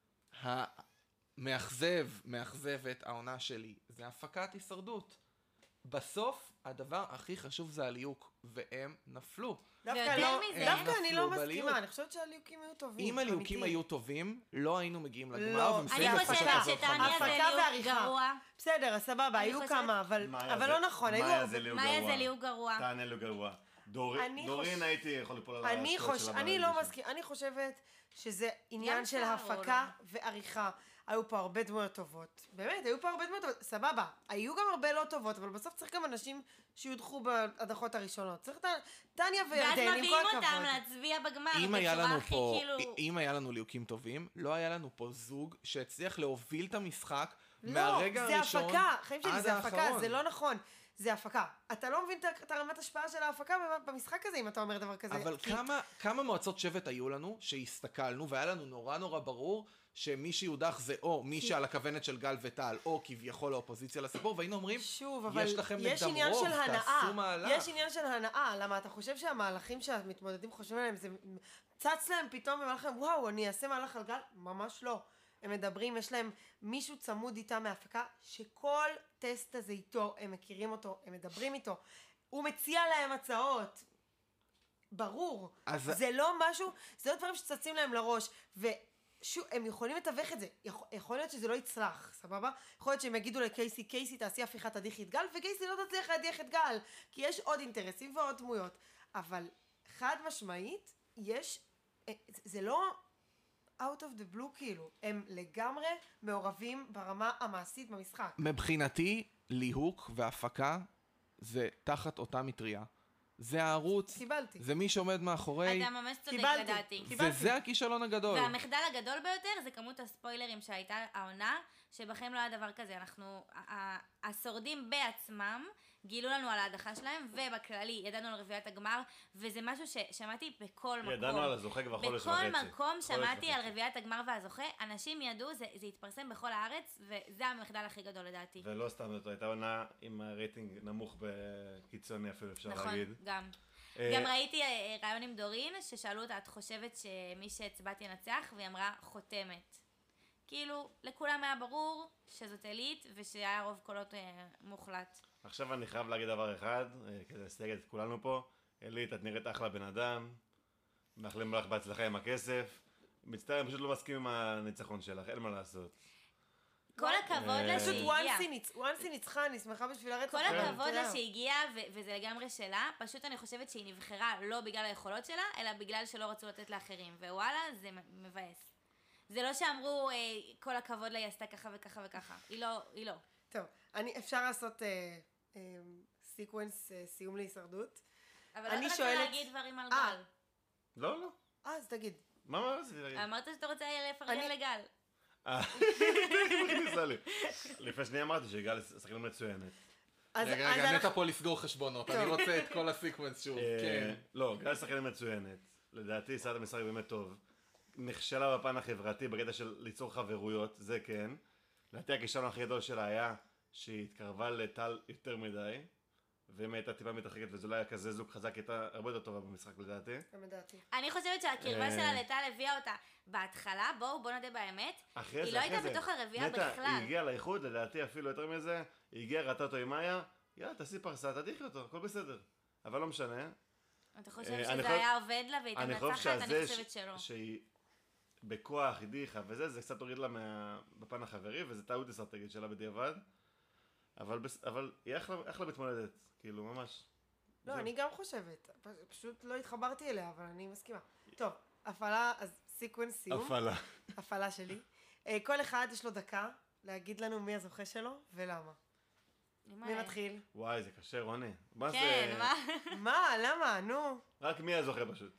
המאכזב, מאכזבת העונה שלי, זה הפקת הישרדות. בסוף, הדבר הכי חשוב זה הליהוק, והם נפלו. דווקא ויותר לא, מזה- דווקא הם אני לא נפלו בליהוק. מסכימה, אני חושבת שהליהוקים היו טובים. אם הליהוקים אמיתי. היו טובים, לא היינו מגיעים לגמר, לא. ומסיימים אני הפקה חושבת כזאת שטניה חמודה. זה הפקה ליהוק ועריכה. גרוע. בסדר, אז סבבה, היו חושבת- כמה, אבל מאיה אבל זה- לא נכון, היו... מאיה זה ליהוק מאיה גרוע. זה ליהוק גרוע. טענה לו גרוע. דור- אני דורין חוש- הייתי יכול ליפול על אני השטויות חוש... שלה אני ברגע לא שם. מסכים, אני חושבת שזה עניין גם של שער הפקה או ועריכה. היו פה הרבה דמויות טובות. באמת, היו פה הרבה דמויות טובות. סבבה, היו גם הרבה לא טובות, אבל בסוף צריך גם אנשים שיודחו בהדחות הראשונות. צריך את ה- טניה ואז וירדן, עם מביאים כל אותם הכבוד. להצביע בגמר, אם היה בצורה לנו הכי פה, כאילו... אם היה לנו ליהוקים טובים, לא היה לנו פה זוג שהצליח להוביל את המשחק לא, מהרגע זה הראשון הפקה, חיים שלי, עד זה הפקה, האחרון. זה לא נכון. זה הפקה. אתה לא מבין את ה- את הרמת השפעה של ההפקה במשחק הזה, אם אתה אומר דבר כזה. אבל כי- כמה, כמה מועצות שבט היו לנו שהסתכלנו והיה לנו נורא נורא ברור שמי שיודח זה או מי כי- שעל הכוונת של גל וטל או כביכול האופוזיציה לסיפור, והיינו אומרים שוב, אבל יש לכם יש נגדם עניין רוב, של הנאה, תעשו מהלך. יש עניין של הנאה, למה אתה חושב שהמהלכים שהמתמודדים חושבים עליהם, זה צץ להם פתאום במהלך להם, וואו, אני אעשה מהלך על גל? ממש לא. הם מדברים, יש להם מישהו צמוד איתם מההפקה, שכל טסט הזה איתו, הם מכירים אותו, הם מדברים איתו, הוא מציע להם הצעות. ברור. אז- זה לא משהו, זה לא דברים שצצים להם לראש, ושוב, הם יכולים לתווך את זה. יכול, יכול להיות שזה לא יצלח, סבבה? יכול להיות שהם יגידו לקייסי, קייסי תעשי הפיכה תדיח את גל, וקייסי לא תצליח להדיח את גל, כי יש עוד אינטרסים ועוד דמויות. אבל חד משמעית, יש, זה, זה לא out of the blue כאילו, הם לגמרי מעורבים ברמה המעשית במשחק. מבחינתי, ליהוק והפקה זה תחת אותה מטריה. זה הערוץ, קיבלתי. זה מי שעומד מאחורי, אתה ממש צודק קיבלתי. לדעתי. קיבלתי. וזה הכישלון הגדול. והמחדל הגדול ביותר זה כמות הספוילרים שהייתה העונה, שבכם לא היה דבר כזה. אנחנו, ה- ה- השורדים בעצמם גילו לנו על ההדחה שלהם, ובכללי ידענו על רביעיית הגמר, וזה משהו ששמעתי בכל מקום. ידענו על הזוכה כבר חודש וחצי. בכל מקום חודש שמעתי וחצי. על רביעיית הגמר והזוכה, אנשים ידעו, זה, זה התפרסם בכל הארץ, וזה המחדל הכי גדול לדעתי. ולא סתם, זאת הייתה עונה עם הרייטינג נמוך בקיצוני אפילו, אפשר נכון, להגיד. גם. אה, גם ראיתי אה, רעיון עם דורין, ששאלו אותה, את חושבת שמי שהצבעת ינצח? והיא אמרה, חותמת. כאילו, לכולם היה ברור שזאת עילית, ושהיה רוב קולות אה, מוחלט. עכשיו אני חייב להגיד דבר אחד, אה, כדי לסייג את כולנו פה. אלית, את נראית אחלה בן אדם, מאחלים לך בהצלחה עם הכסף. מצטער, אני פשוט לא מסכים עם הניצחון שלך, אין מה לעשות. כל הכבוד אה, לה פשוט שהגיעה. וואנסי ניצחה, אני שמחה בשביל הרצח. כל כן. הכבוד לה תודה. שהגיעה, ו- וזה לגמרי שלה. פשוט אני חושבת שהיא נבחרה לא בגלל היכולות שלה, אלא בגלל שלא רצו לתת לאחרים. ווואלה, זה מ- מבאס. זה לא שאמרו, אה, כל הכבוד לה, היא עשתה ככה וככה וככה. היא לא, היא לא. טוב, אני, אפשר לעשות אה, אה, סיקוונס אה, סיום להישרדות. אבל אני לא רצית שואלת- להגיד דברים על אה. גל. לא, לא. אה, אז תגיד. מה, מה רציתי להגיד? אמרת שאתה רוצה לפרגן אני- לגל. אה, נכנסה לי. לפני שנייה אמרתי שגל שחקנית מצוינת. אז, רגע, אז רגע, אנחנו- נטע פה לסגור חשבונות, אני רוצה את כל הסיקוונס שוב, אה, כן. לא, גל שחקנית מצוינת. לדעתי סרט המשחק באמת טוב. נכשלה בפן החברתי בקטע של ליצור חברויות, זה כן. לדעתי הכישלון הכי גדול שלה היה שהיא התקרבה לטל יותר מדי. ואם הייתה טיפה מתרחקת וזה לא היה כזה זוג חזק, היא הייתה הרבה יותר טובה במשחק לדעתי. גם לדעתי. אני חושבת שהקרבה אה. שלה לטל הביאה אותה בהתחלה, בואו, בואו נודה באמת. אחרי היא זה, לא אחרי הייתה זה. בתוך הרביעייה נטע, בכלל. היא הגיעה לאיחוד, לדעתי אפילו יותר מזה, היא הגיעה, ראתה אותו עם מאיה, יאללה, תעשי פרסה, תדיחי אותו, הכל בסדר. אבל לא משנה. אתה חושב אה, שזה אני חושב- היה עובד לה והייתה אני חושב מנצחת? אני שהזה חושבת ש- שלא. שהיא בכוח הדיחה וזה, זה קצת הוריד לה מה... בפן החברי, וזה טעות אסטרטגית שלה בדיעבד. אבל, בס... אבל היא אחלה, אחלה מתמודדת, כאילו, ממש. לא, זהו. אני גם חושבת. פ- פשוט לא התחברתי אליה, אבל אני מסכימה. טוב, הפעלה, אז סיקוונס סיום. הפעלה. הפעלה שלי. אה, כל אחד יש לו דקה להגיד לנו מי הזוכה שלו ולמה. מי מתחיל? וואי, זה קשה, רוני. מה כן, זה... מה? מה? למה? נו. רק מי הזוכה פשוט.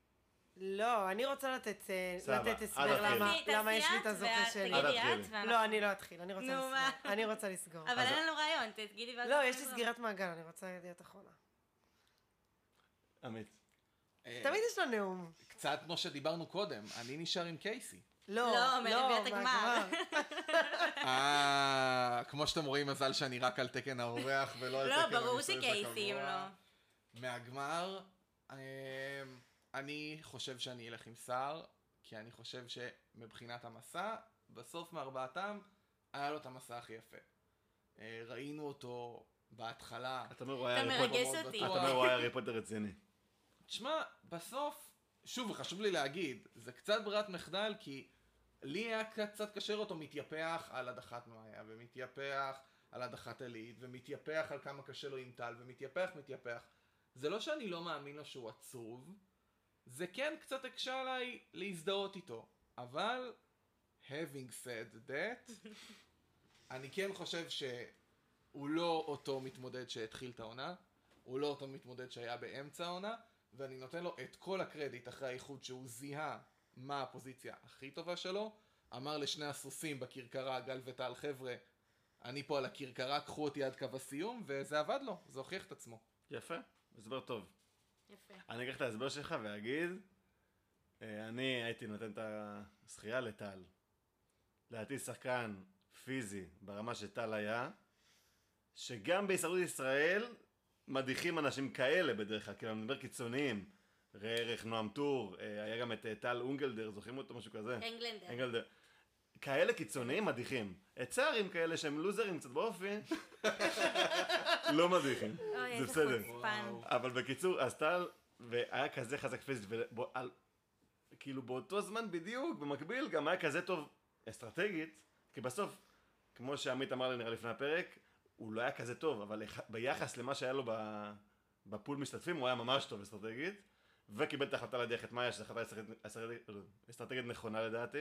לא, אני רוצה לתת אה, סבבה, לתת את הסבר תתחילי. למה תעשי- למה יש לי את תעשי הזוכה את, שלי. את תגידי תתחילי. את, ואנחנו- לא, אני לא אתחיל, אני רוצה נו, לסגור. מה? אני רוצה לסגור. אבל אז- אין לנו רעיון, תגידי ואז... לא, אנחנו יש לי נחזור. סגירת מעגל, אני רוצה להיות אחרונה. עמית. אה, תמיד יש לו נאום. קצת כמו שדיברנו קודם, אני נשאר עם קייסי. לא, לא, מרביעיית הגמר. מהגמר. אה, כמו שאתם רואים, מזל שאני רק על תקן האורח ולא על לא, תקן ברור הניסוי שקייסי, אם הקבוע. לא. מהגמר, אה, אני חושב שאני אלך עם סער, כי אני חושב שמבחינת המסע, בסוף מארבעתם, היה לו את המסע הכי יפה. אה, ראינו אותו בהתחלה. אתה אומר, הוא היה אתה הארי פוטר- מרגש אותי. אתה אומר, הוא היה הארי פוטר רציני. תשמע, בסוף, שוב, חשוב לי להגיד, זה קצת ברירת מחדל, כי לי היה קצת קשה אותו מתייפח על הדחת מאיה, ומתייפח על הדחת עילית, ומתייפח על כמה קשה לו עם טל, ומתייפח, מתייפח. זה לא שאני לא מאמין לו שהוא עצוב, זה כן קצת הקשה עליי להזדהות איתו, אבל, having said that, אני כן חושב שהוא לא אותו מתמודד שהתחיל את העונה, הוא לא אותו מתמודד שהיה באמצע העונה, ואני נותן לו את כל הקרדיט אחרי האיחוד שהוא זיהה מה הפוזיציה הכי טובה שלו, אמר לשני הסוסים בכרכרה, גל וטל, חבר'ה, אני פה על הכרכרה, קחו אותי עד קו הסיום, וזה עבד לו, זה הוכיח את עצמו. יפה, הסבר טוב. יפה. אני אקח את ההסבר שלך ואגיד, אה, אני הייתי נותן את הזכייה לטל. לדעתי שחקן פיזי ברמה שטל היה, שגם בהישרדות ישראל מדיחים אנשים כאלה בדרך כלל, כאילו אני מדבר קיצוניים. ראה ערך, נועם טור, אה, היה גם את אה, טל אונגלדר, זוכרים אותו משהו כזה? אנגלנדר. אנגלדר. כאלה קיצוניים מדיחים. את סערים כאלה שהם לוזרים קצת באופי, לא מדיחים. אוי, זה איזה בסדר. חוצפן. אבל בקיצור, אז טל והיה כזה חזק פיזית, וכאילו באותו זמן בדיוק, במקביל, גם היה כזה טוב אסטרטגית, כי בסוף, כמו שעמית אמר לי נראה לפני הפרק, הוא לא היה כזה טוב, אבל ביחס למה שהיה לו בפול משתתפים, הוא היה ממש טוב אסטרטגית, וקיבל את ההחלטה להדיח את מאיה, שזו החלטה אסטרטגית נכונה לדעתי.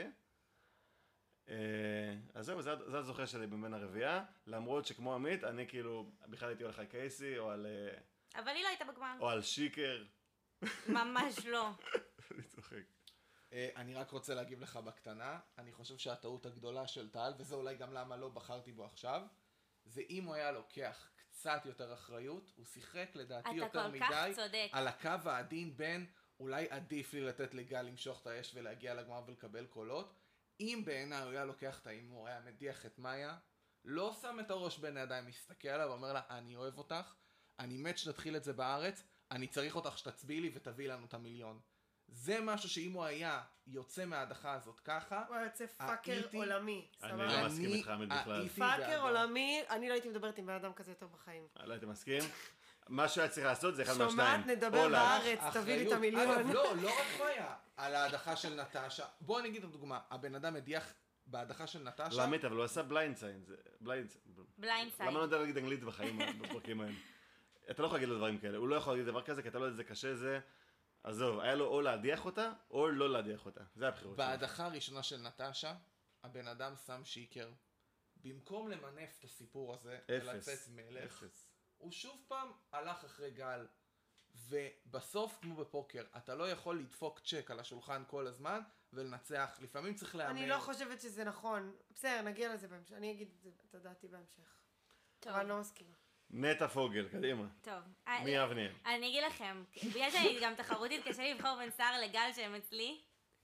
אז זהו, זה הזוכה שלי בבין הרביעייה, למרות שכמו עמית, אני כאילו, בכלל הייתי הולך על קייסי, או על... אבל היא לא הייתה בגמר. או על שיקר. ממש לא. אני צוחק. אני רק רוצה להגיב לך בקטנה, אני חושב שהטעות הגדולה של טל, וזה אולי גם למה לא בחרתי בו עכשיו, זה אם הוא היה לוקח קצת יותר אחריות, הוא שיחק לדעתי יותר מדי על הקו העדין בין אולי עדיף לי לתת לגל למשוך את האש ולהגיע לגמר ולקבל קולות, אם בעיניי הוא היה לוקח את ההימור, היה מדיח את מאיה, לא שם את הראש בין הידיים, מסתכל עליו ואומר לה, אני אוהב אותך, אני מת שתתחיל את זה בארץ, אני צריך אותך שתצביעי לי ותביא לנו את המיליון. זה משהו שאם הוא היה יוצא מההדחה הזאת ככה, הוא היה יוצא פאקר עולמי. אני לא מסכים איתך עמית בכלל. פאקר עולמי, אני לא הייתי מדברת עם בן אדם כזה יותר בחיים. לא הייתי מסכים. מה שהוא היה צריך לעשות זה אחד מהשניים. שומעת נדבר בארץ, תביא לי את המיליון. לא, לא רק מאיה, על ההדחה של נטשה. בואו נגיד את הדוגמה, הבן אדם הדיח בהדחה של נטשה. לא עמית, אבל הוא עשה בליינד סיין. בליינד סיין. למה לא יודע להגיד אנגלית בחיים בפרקים האלה? אתה לא יכול להגיד לו דברים כאלה, הוא לא יכול להגיד דבר כזה, כי אתה לא יודע, זה קשה, זה... אז זהו, היה לו או להדיח אותה, או לא להדיח אותה. זה הבחירות שלו. בהדחה הראשונה של נטשה, הבן אדם שם שיקר. במקום למנף את הסיפור הזה, ולצאת מלך, הוא שוב פעם הלך אחרי גל. ובסוף, כמו בפוקר, אתה לא יכול לדפוק צ'ק על השולחן כל הזמן, ולנצח. לפעמים צריך להאמר. אני לא חושבת שזה נכון. בסדר, נגיע לזה בהמשך. אני אגיד את הדעתי בהמשך. טוב. אבל אני לא מסכימה. נטע פוגל, קדימה. טוב. מי אבניה? אני אגיד לכם, בגלל שאני גם תחרותית, קשה לי לבחור בין סער לגל שהם אצלי.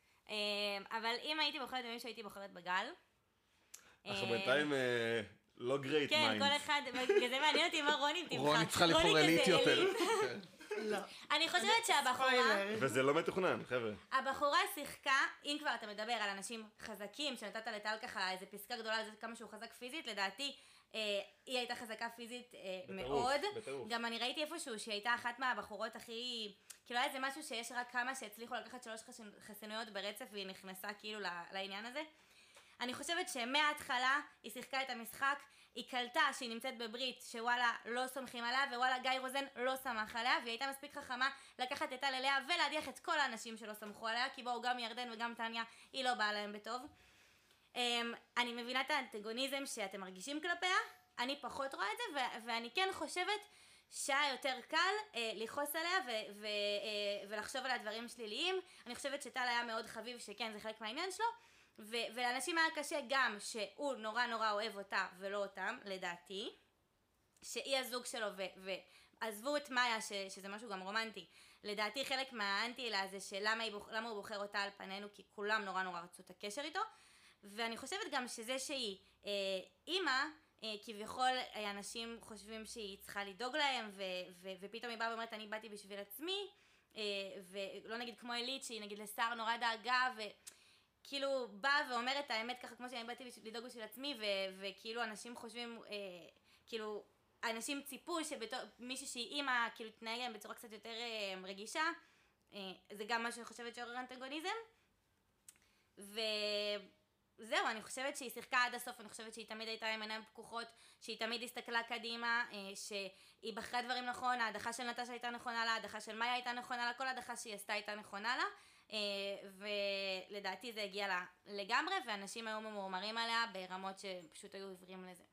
אבל אם הייתי בוחרת במי שהייתי בוחרת בגל. אנחנו בינתיים לא גרייט מיינד. כן, כל אחד, בגלל זה מעניין אותי מה רוני תמכה. רוני צריכה לבחור אלית יותר. לא. אני חושבת שהבחורה... וזה לא מתוכנן, חבר'ה. הבחורה שיחקה, אם כבר אתה מדבר על אנשים חזקים, שנתת לטל ככה איזה פסקה גדולה על זה כמה שהוא חזק פיזית, לדעתי היא הייתה חזקה פיזית מאוד. גם אני ראיתי איפשהו שהיא הייתה אחת מהבחורות הכי... כאילו היה איזה משהו שיש רק כמה שהצליחו לקחת שלוש חסינויות ברצף והיא נכנסה כאילו לעניין הזה. אני חושבת שמההתחלה היא שיחקה את המשחק, היא קלטה שהיא נמצאת בברית שוואלה לא סומכים עליה ווואלה גיא רוזן לא סמך עליה והיא הייתה מספיק חכמה לקחת את טל אליה ולהדיח את כל האנשים שלא סמכו עליה כי בואו גם ירדן וגם טניה היא לא באה להם בטוב. אני מבינה את האנטגוניזם שאתם מרגישים כלפיה, אני פחות רואה את זה ו- ואני כן חושבת שהיה יותר קל אה, לכעוס עליה ו- ו- אה, ולחשוב על הדברים שליליים. אני חושבת שטל היה מאוד חביב שכן זה חלק מהעניין שלו ו- ולאנשים היה קשה גם שהוא נורא נורא אוהב אותה ולא אותם לדעתי שהיא הזוג שלו ו- ועזבו את מאיה ש- שזה משהו גם רומנטי. לדעתי חלק מהאנטי לה זה שלמה בוח- למה הוא בוחר אותה על פנינו כי כולם נורא נורא רצו את הקשר איתו ואני חושבת גם שזה שהיא אה, אימא אה, כביכול אנשים חושבים שהיא צריכה לדאוג להם ו- ו- ופתאום היא באה ואומרת אני באתי בשביל עצמי אה, ולא נגיד כמו אלית שהיא נגיד לשר נורא דאגה וכאילו באה ואומרת האמת ככה כמו שאני באתי בשביל לדאוג בשביל עצמי ו- וכאילו אנשים חושבים אה, כאילו אנשים ציפו שבתור מישהי שהיא אימא כאילו תנהג להם בצורה קצת יותר אה, רגישה אה, זה גם מה שאני חושבת שעורר אנטגוניזם ו... זהו, אני חושבת שהיא שיחקה עד הסוף, אני חושבת שהיא תמיד הייתה עם עיניים פקוחות, שהיא תמיד הסתכלה קדימה, שהיא בחרה דברים נכון, ההדחה של נטשה הייתה נכונה לה, ההדחה של מאיה הייתה נכונה לה, כל ההדחה שהיא עשתה הייתה נכונה לה, ולדעתי זה הגיע לה לגמרי, ואנשים היו ממורמרים עליה ברמות שפשוט היו עיוורים לזה.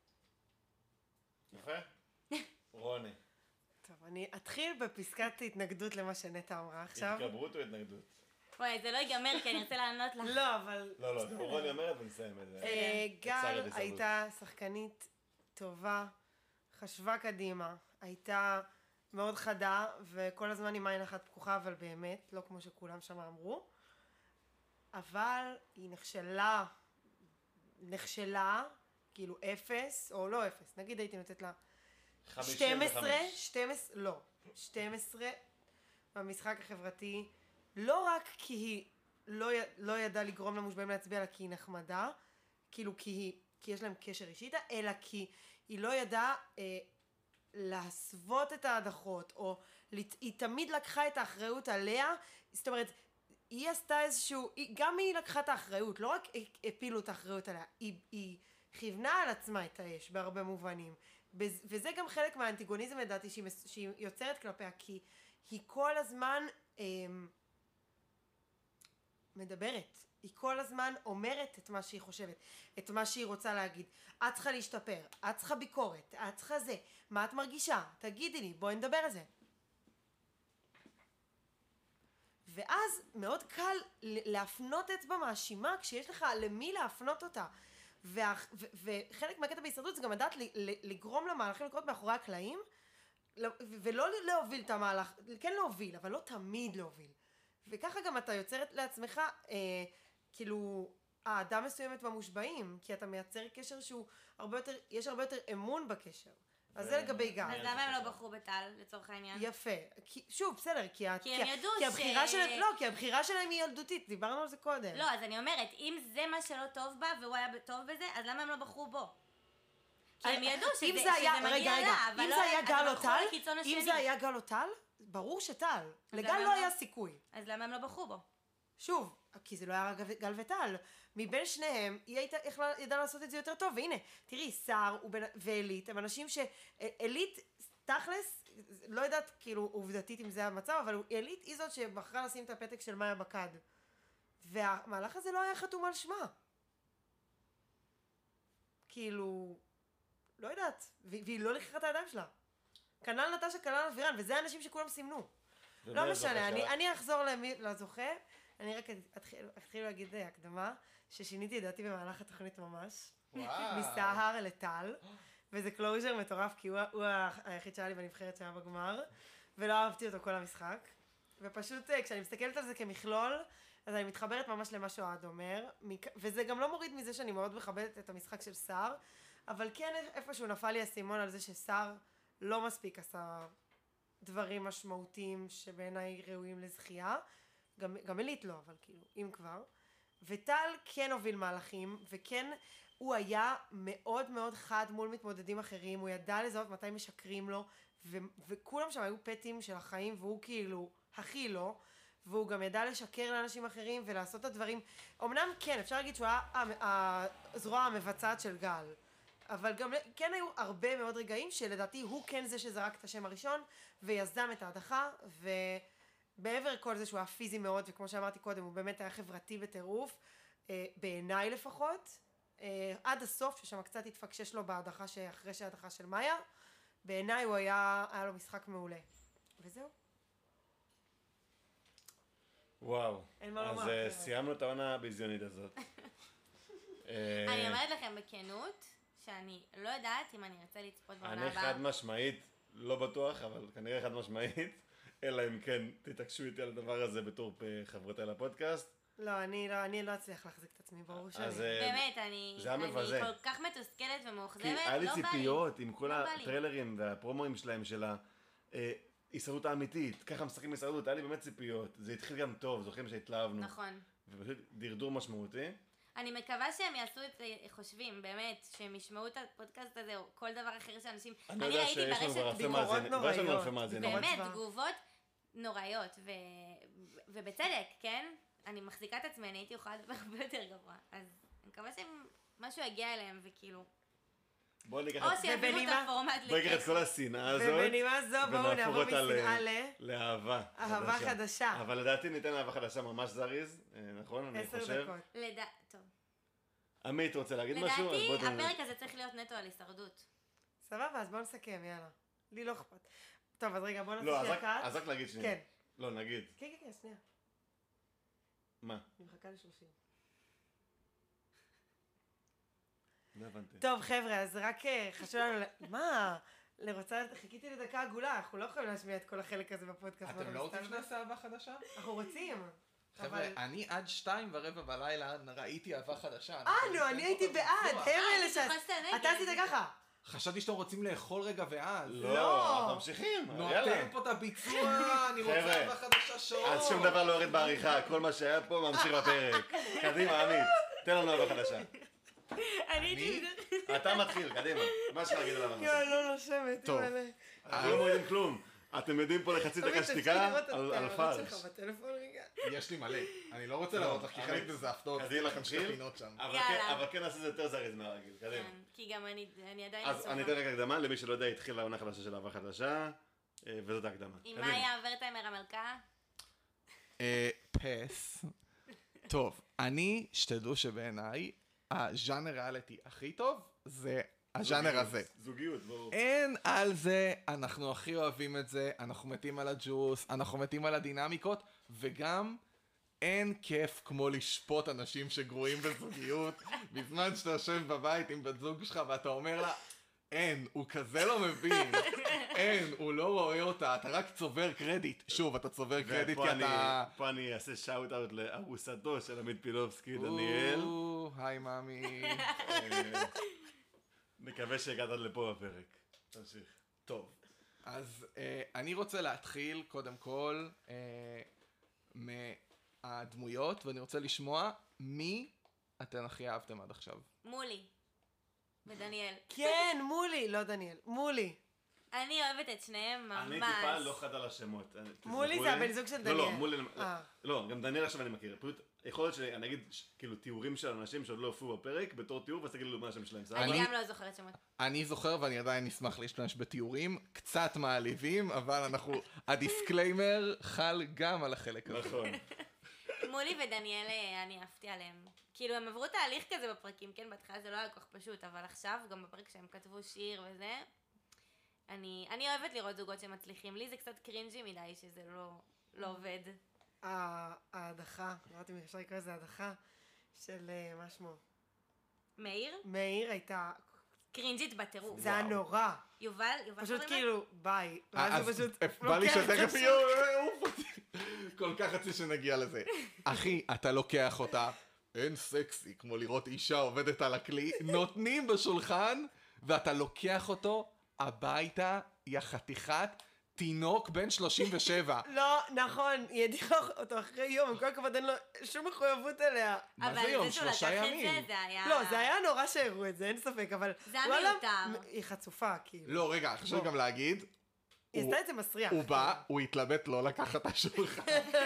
יפה. רוני. טוב, אני אתחיל בפסקת התנגדות למה שנטע אמרה עכשיו. התגברות או התנגדות? וואי, זה לא ייגמר כי אני רוצה לענות לך. לא, אבל... לא, לא, רוני אומרת ונסיים את זה. גל הייתה שחקנית טובה, חשבה קדימה, הייתה מאוד חדה וכל הזמן עם עין אחת פקוחה, אבל באמת, לא כמו שכולם שם אמרו. אבל היא נכשלה, נכשלה, כאילו אפס, או לא אפס, נגיד הייתי נותנת לה שתים עשרה, שתים עשרה, לא, שתים עשרה במשחק החברתי, לא רק כי היא לא, לא ידעה לגרום למושבעים להצביע לה כי היא נחמדה, כאילו כי, היא, כי יש להם קשר אישי איתה, אלא כי היא לא ידעה אה, להסוות את ההדחות, או היא תמיד לקחה את האחריות עליה, זאת אומרת, היא עשתה איזשהו, גם היא לקחה את האחריות, לא רק הפילו את האחריות עליה, היא, היא כיוונה על עצמה את האש בהרבה מובנים, וזה גם חלק מהאנטיגוניזם לדעתי שהיא, שהיא יוצרת כלפיה, כי היא כל הזמן אה, מדברת, היא כל הזמן אומרת את מה שהיא חושבת, את מה שהיא רוצה להגיד. את צריכה להשתפר, את צריכה ביקורת, את צריכה זה, מה את מרגישה? תגידי לי, בואי נדבר על זה. ואז מאוד קל להפנות אצבע מאשימה כשיש לך למי להפנות אותה. וה, ו, וחלק מהקטע בהישרדות זה גם לדעת לגרום למהלכים לקרות מאחורי הקלעים, ולא להוביל את המהלך, כן להוביל, אבל לא תמיד להוביל. וככה גם אתה יוצרת לעצמך, אה, כאילו, האדם מסוימת במושבעים, כי אתה מייצר קשר שהוא הרבה יותר, יש הרבה יותר אמון בקשר. אז זה לגבי גל. אז למה הם לא בחרו בטל, לצורך העניין? יפה. כי, שוב, בסדר, כי, כי הם ידעו כי הבחירה ש... שלהם, לא, כי הבחירה שלהם היא ילדותית, דיברנו על זה קודם. לא, אז אני אומרת, אם זה מה שלא טוב בה, והוא היה טוב בזה, אז למה הם לא בחרו בו? כי הם ידעו שזה, שזה היה, מגיע רגע, רגע, לה, אבל אם לא, זה היה גל או טל, אם זה היה גל או טל, ברור שטל. לגל לא היה סיכוי. אז למה הם לא בחרו בו? שוב, כי זה לא היה גל וטל. מבין שניהם, היא הייתה, ידעה לעשות את זה יותר טוב, והנה, תראי, שר ואלית, הם אנשים שאלית, תכלס, לא יודעת כאילו עובדתית אם זה המצב, אבל אלית היא זאת שבחרה לשים את הפתק של מאיה בקד. והמהלך הזה לא היה חתום על שמה. כאילו, לא יודעת, והיא לא לקחה את הידיים שלה. כנ"ל נטשה, כנ"ל אבירן, וזה האנשים שכולם סימנו. לא משנה, אני, אני אחזור למי, לזוכה, אני רק אתחיל, אתחיל להגיד הקדמה, ששיניתי את דעתי במהלך התוכנית ממש. מסהר לטל, וזה קלוז'ר מטורף, כי הוא, הוא היחיד שהיה לי בנבחרת שהיה בגמר, ולא אהבתי אותו כל המשחק. ופשוט כשאני מסתכלת על זה כמכלול, אז אני מתחברת ממש למה שאוהד אומר, וזה גם לא מוריד מזה שאני מאוד מכבדת את המשחק של סער, אבל כן איפשהו נפל לי הסימון על זה שסער לא מספיק עשה דברים משמעותיים שבעיניי ראויים לזכייה, גם, גם אלית לא, אבל כאילו, אם כבר. וטל כן הוביל מהלכים, וכן הוא היה מאוד מאוד חד מול מתמודדים אחרים, הוא ידע לזהות מתי משקרים לו, ו- וכולם שם היו פטים של החיים, והוא כאילו הכי לא, והוא גם ידע לשקר לאנשים אחרים ולעשות את הדברים. אמנם כן, אפשר להגיד שהוא היה הזרוע המבצעת של גל, אבל גם כן היו הרבה מאוד רגעים שלדעתי הוא כן זה שזרק את השם הראשון, ויזם את ההדחה, ו... בעבר כל זה שהוא היה פיזי מאוד, וכמו שאמרתי קודם, הוא באמת היה חברתי בטירוף, אה, בעיניי לפחות, אה, עד הסוף, ששם קצת התפקשש לו בהדחה שאחרי שההדחה של מאיה, בעיניי הוא היה, היה לו משחק מעולה. וזהו. וואו. אין מה לומר. אז סיימנו את העונה הביזיונית הזאת. אני אומרת לכם בכנות, שאני לא יודעת אם אני ארצה לצפות בעונה הבאה. אני חד משמעית, לא בטוח, אבל כנראה חד משמעית. אלא אם כן תתעקשו איתי על הדבר הזה בתור חברותי לפודקאסט. לא, אני לא, אני לא אצליח להחזיק את עצמי, ברור שאני. באמת, אני, אני כל כך מתוסכלת ומאוכזבת, לא בא לי. כי היה לי ציפיות עם כל הטריילרים והפרומואים שלהם של ההישרדות האמיתית, ככה משחקים הישרדות, היה לי באמת ציפיות. זה התחיל גם טוב, זוכרים שהתלהבנו. נכון. ופשוט דרדור משמעותי. אני מקווה שהם יעשו את זה, חושבים, באמת, שהם ישמעו את הפודקאסט הזה, או כל דבר אחר שאנשים... אני יודע שיש לנו כבר אלפי מאזינים. באמת, תגובות נוראיות, ובצדק, כן? אני מחזיקה את עצמי, אני הייתי יכולה לדבר הרבה יותר גבוה, אז אני מקווה שמשהו יגיע אליהם, וכאילו... בואי ניקח או שיביאו את הפורמט בואי ניקח את כל השנאה הזאת, ובנימה זו בואו נעבור משנאה ל... לאהבה. אהבה חדשה. אבל לדעתי ניתן אהבה חדשה ממש זריז, נכון? אני חושב. עשר דקות. לדע... טוב. עמית רוצה להגיד משהו? לדעתי הפרק הזה צריך להיות נטו על הישרדות. סבבה, אז בואו נסכם, יאללה. לי לא אכפת. טוב, אז רגע, בואו לא, נעשה שנייה. אז רק להגיד שנייה. כן. לא, נגיד. כן, כן, כן, שנייה. מה? אני מחכה לשלושים. לא הבנתי. טוב, חבר'ה, אז רק חשוב לנו... מה? לרוצה... חיכיתי לדקה עגולה, אנחנו לא יכולים להשמיע את כל החלק הזה בפודקאסט. אתם לא רוצים שנעשה אהבה חדשה? אנחנו רוצים. חבר'ה, אני עד שתיים ורבע בלילה ראיתי אהבה חדשה. אה, נו, אני הייתי בעד. הם אלה ש... אתה עשית ככה. חשבתי שאתם רוצים לאכול רגע ואז. לא, אנחנו ממשיכים, יאללה. נותן פה את הביצוע, אני רוצה אהבה חדשה שעות. אז שום דבר לא יורד בעריכה, כל מה שהיה פה ממשיך בפרק. קדימה, עמית, תן לנו אהבה חדשה. אני הייתי... אתה מתחיל, קדימה. מה יש לך להגיד עליו? יואי, לא נושמת. טוב. אימא'לה. אנחנו לא מורידים כלום. אתם יודעים פה לחצי דקה שתיקה על על הפרש. פרש. שלך בטלפון רגע. יש לי מלא. אני לא רוצה להראות לך, כי חלק מזה הפתעות. קדימה, לכם שתי תתחיל. פינות שם. אבל יאללה. כן- אבל כן נעשה את זה יותר זריז מהרגיל, קדימה. כן, כי גם אני אני עדיין... אז בסופה. אני אתן רק הקדמה, למי שלא יודע, התחילה העונה חדשה של אהבה חדשה, אה, וזאת ההקדמה. עם קדימה. מאיה ורטהיימר המלכה? אה, פס. טוב, אני, שתדעו שבעיניי, הז'אנר ריאליטי הכי טוב זה הז'אנר הזה. זוגיות, ברור. אין על זה, אנחנו הכי אוהבים את זה, אנחנו מתים על הג'וס, אנחנו מתים על הדינמיקות, וגם אין כיף כמו לשפוט אנשים שגרועים בזוגיות, בזמן שאתה יושב בבית עם בת זוג שלך ואתה אומר לה, אין, הוא כזה לא מבין, אין, הוא לא רואה אותה, אתה רק צובר קרדיט. שוב, אתה צובר קרדיט כי ופה אני- אתה... פה אני אעשה שאוט אאוט לארוסתו של עמית פילובסקי, דניאל. או, היי מאמי. אה, מקווה שהגעת עד לפה בפרק. תמשיך. טוב, אז אה, אני רוצה להתחיל קודם כל אה, מהדמויות, ואני רוצה לשמוע מי אתן הכי אהבתם עד עכשיו. מולי. ודניאל. כן, מולי. לא דניאל. מולי. אני אוהבת את שניהם ממש. אני טיפה לא חד על השמות. אני- מולי תסלחו זה לי. הבן זוג של לא, לא, דניאל. מולי... אה. לא, גם דניאל עכשיו אני מכיר. פשוט, יכול להיות שאני אגיד ש- כאילו תיאורים של אנשים שעוד לא הופיעו בפרק, בתור תיאור, ואז תגידו מה השם שלהם, סבבה? אני אני- גם לא זוכרת שמות. אני זוכר ואני עדיין אשמח להשתמש בתיאורים קצת מעליבים, אבל אנחנו, הדיסקליימר חל גם על החלק הזה. נכון. מולי ודניאל, אה, אני אהבתי עליהם. כאילו, הם עברו תהליך כזה בפרקים, כן? בהתחלה זה לא היה כל כך פשוט, אבל עכשיו, גם בפרק שהם כתבו שיר וזה, אני, אני אוהבת לראות זוגות שמצליחים. לי זה קצת קרינג'י מדי, שזה לא, לא עובד. ה- ההדחה, לא יודעת אם אפשר לקרוא לזה הדחה, של אה, מה שמו? מאיר? מאיר הייתה, קרינג'ית בטירוף. זה היה נורא. יובל? יובל פשוט קוראים לה? כאילו, ביי. אה, ואז אז הוא פשוט... בא לי לוקח את שתכף השיר. יהיו, אוף, כל כך רציתי שנגיע לזה. אחי, אתה לוקח אותה, אין סקסי כמו לראות אישה עובדת על הכלי, נותנים בשולחן, ואתה לוקח אותו הביתה, יא חתיכת תינוק בן שלושים ושבע. לא, נכון, היא הדיחה אותו אחרי יום, עם כל הכבוד אין לו שום מחויבות אליה. מה זה אבל יום? זה שהוא שלושה לקח את ימים. זה, זה היה... לא, זה היה נורא שהראו את זה, אין ספק, אבל... זה היה וואלה, מיותר. היא חצופה, כאילו. לא, רגע, חשוב בוא. גם להגיד, היא הוא- עשתה את זה מסריח. הוא בא, הוא התלבט לא לקחת את השולחן,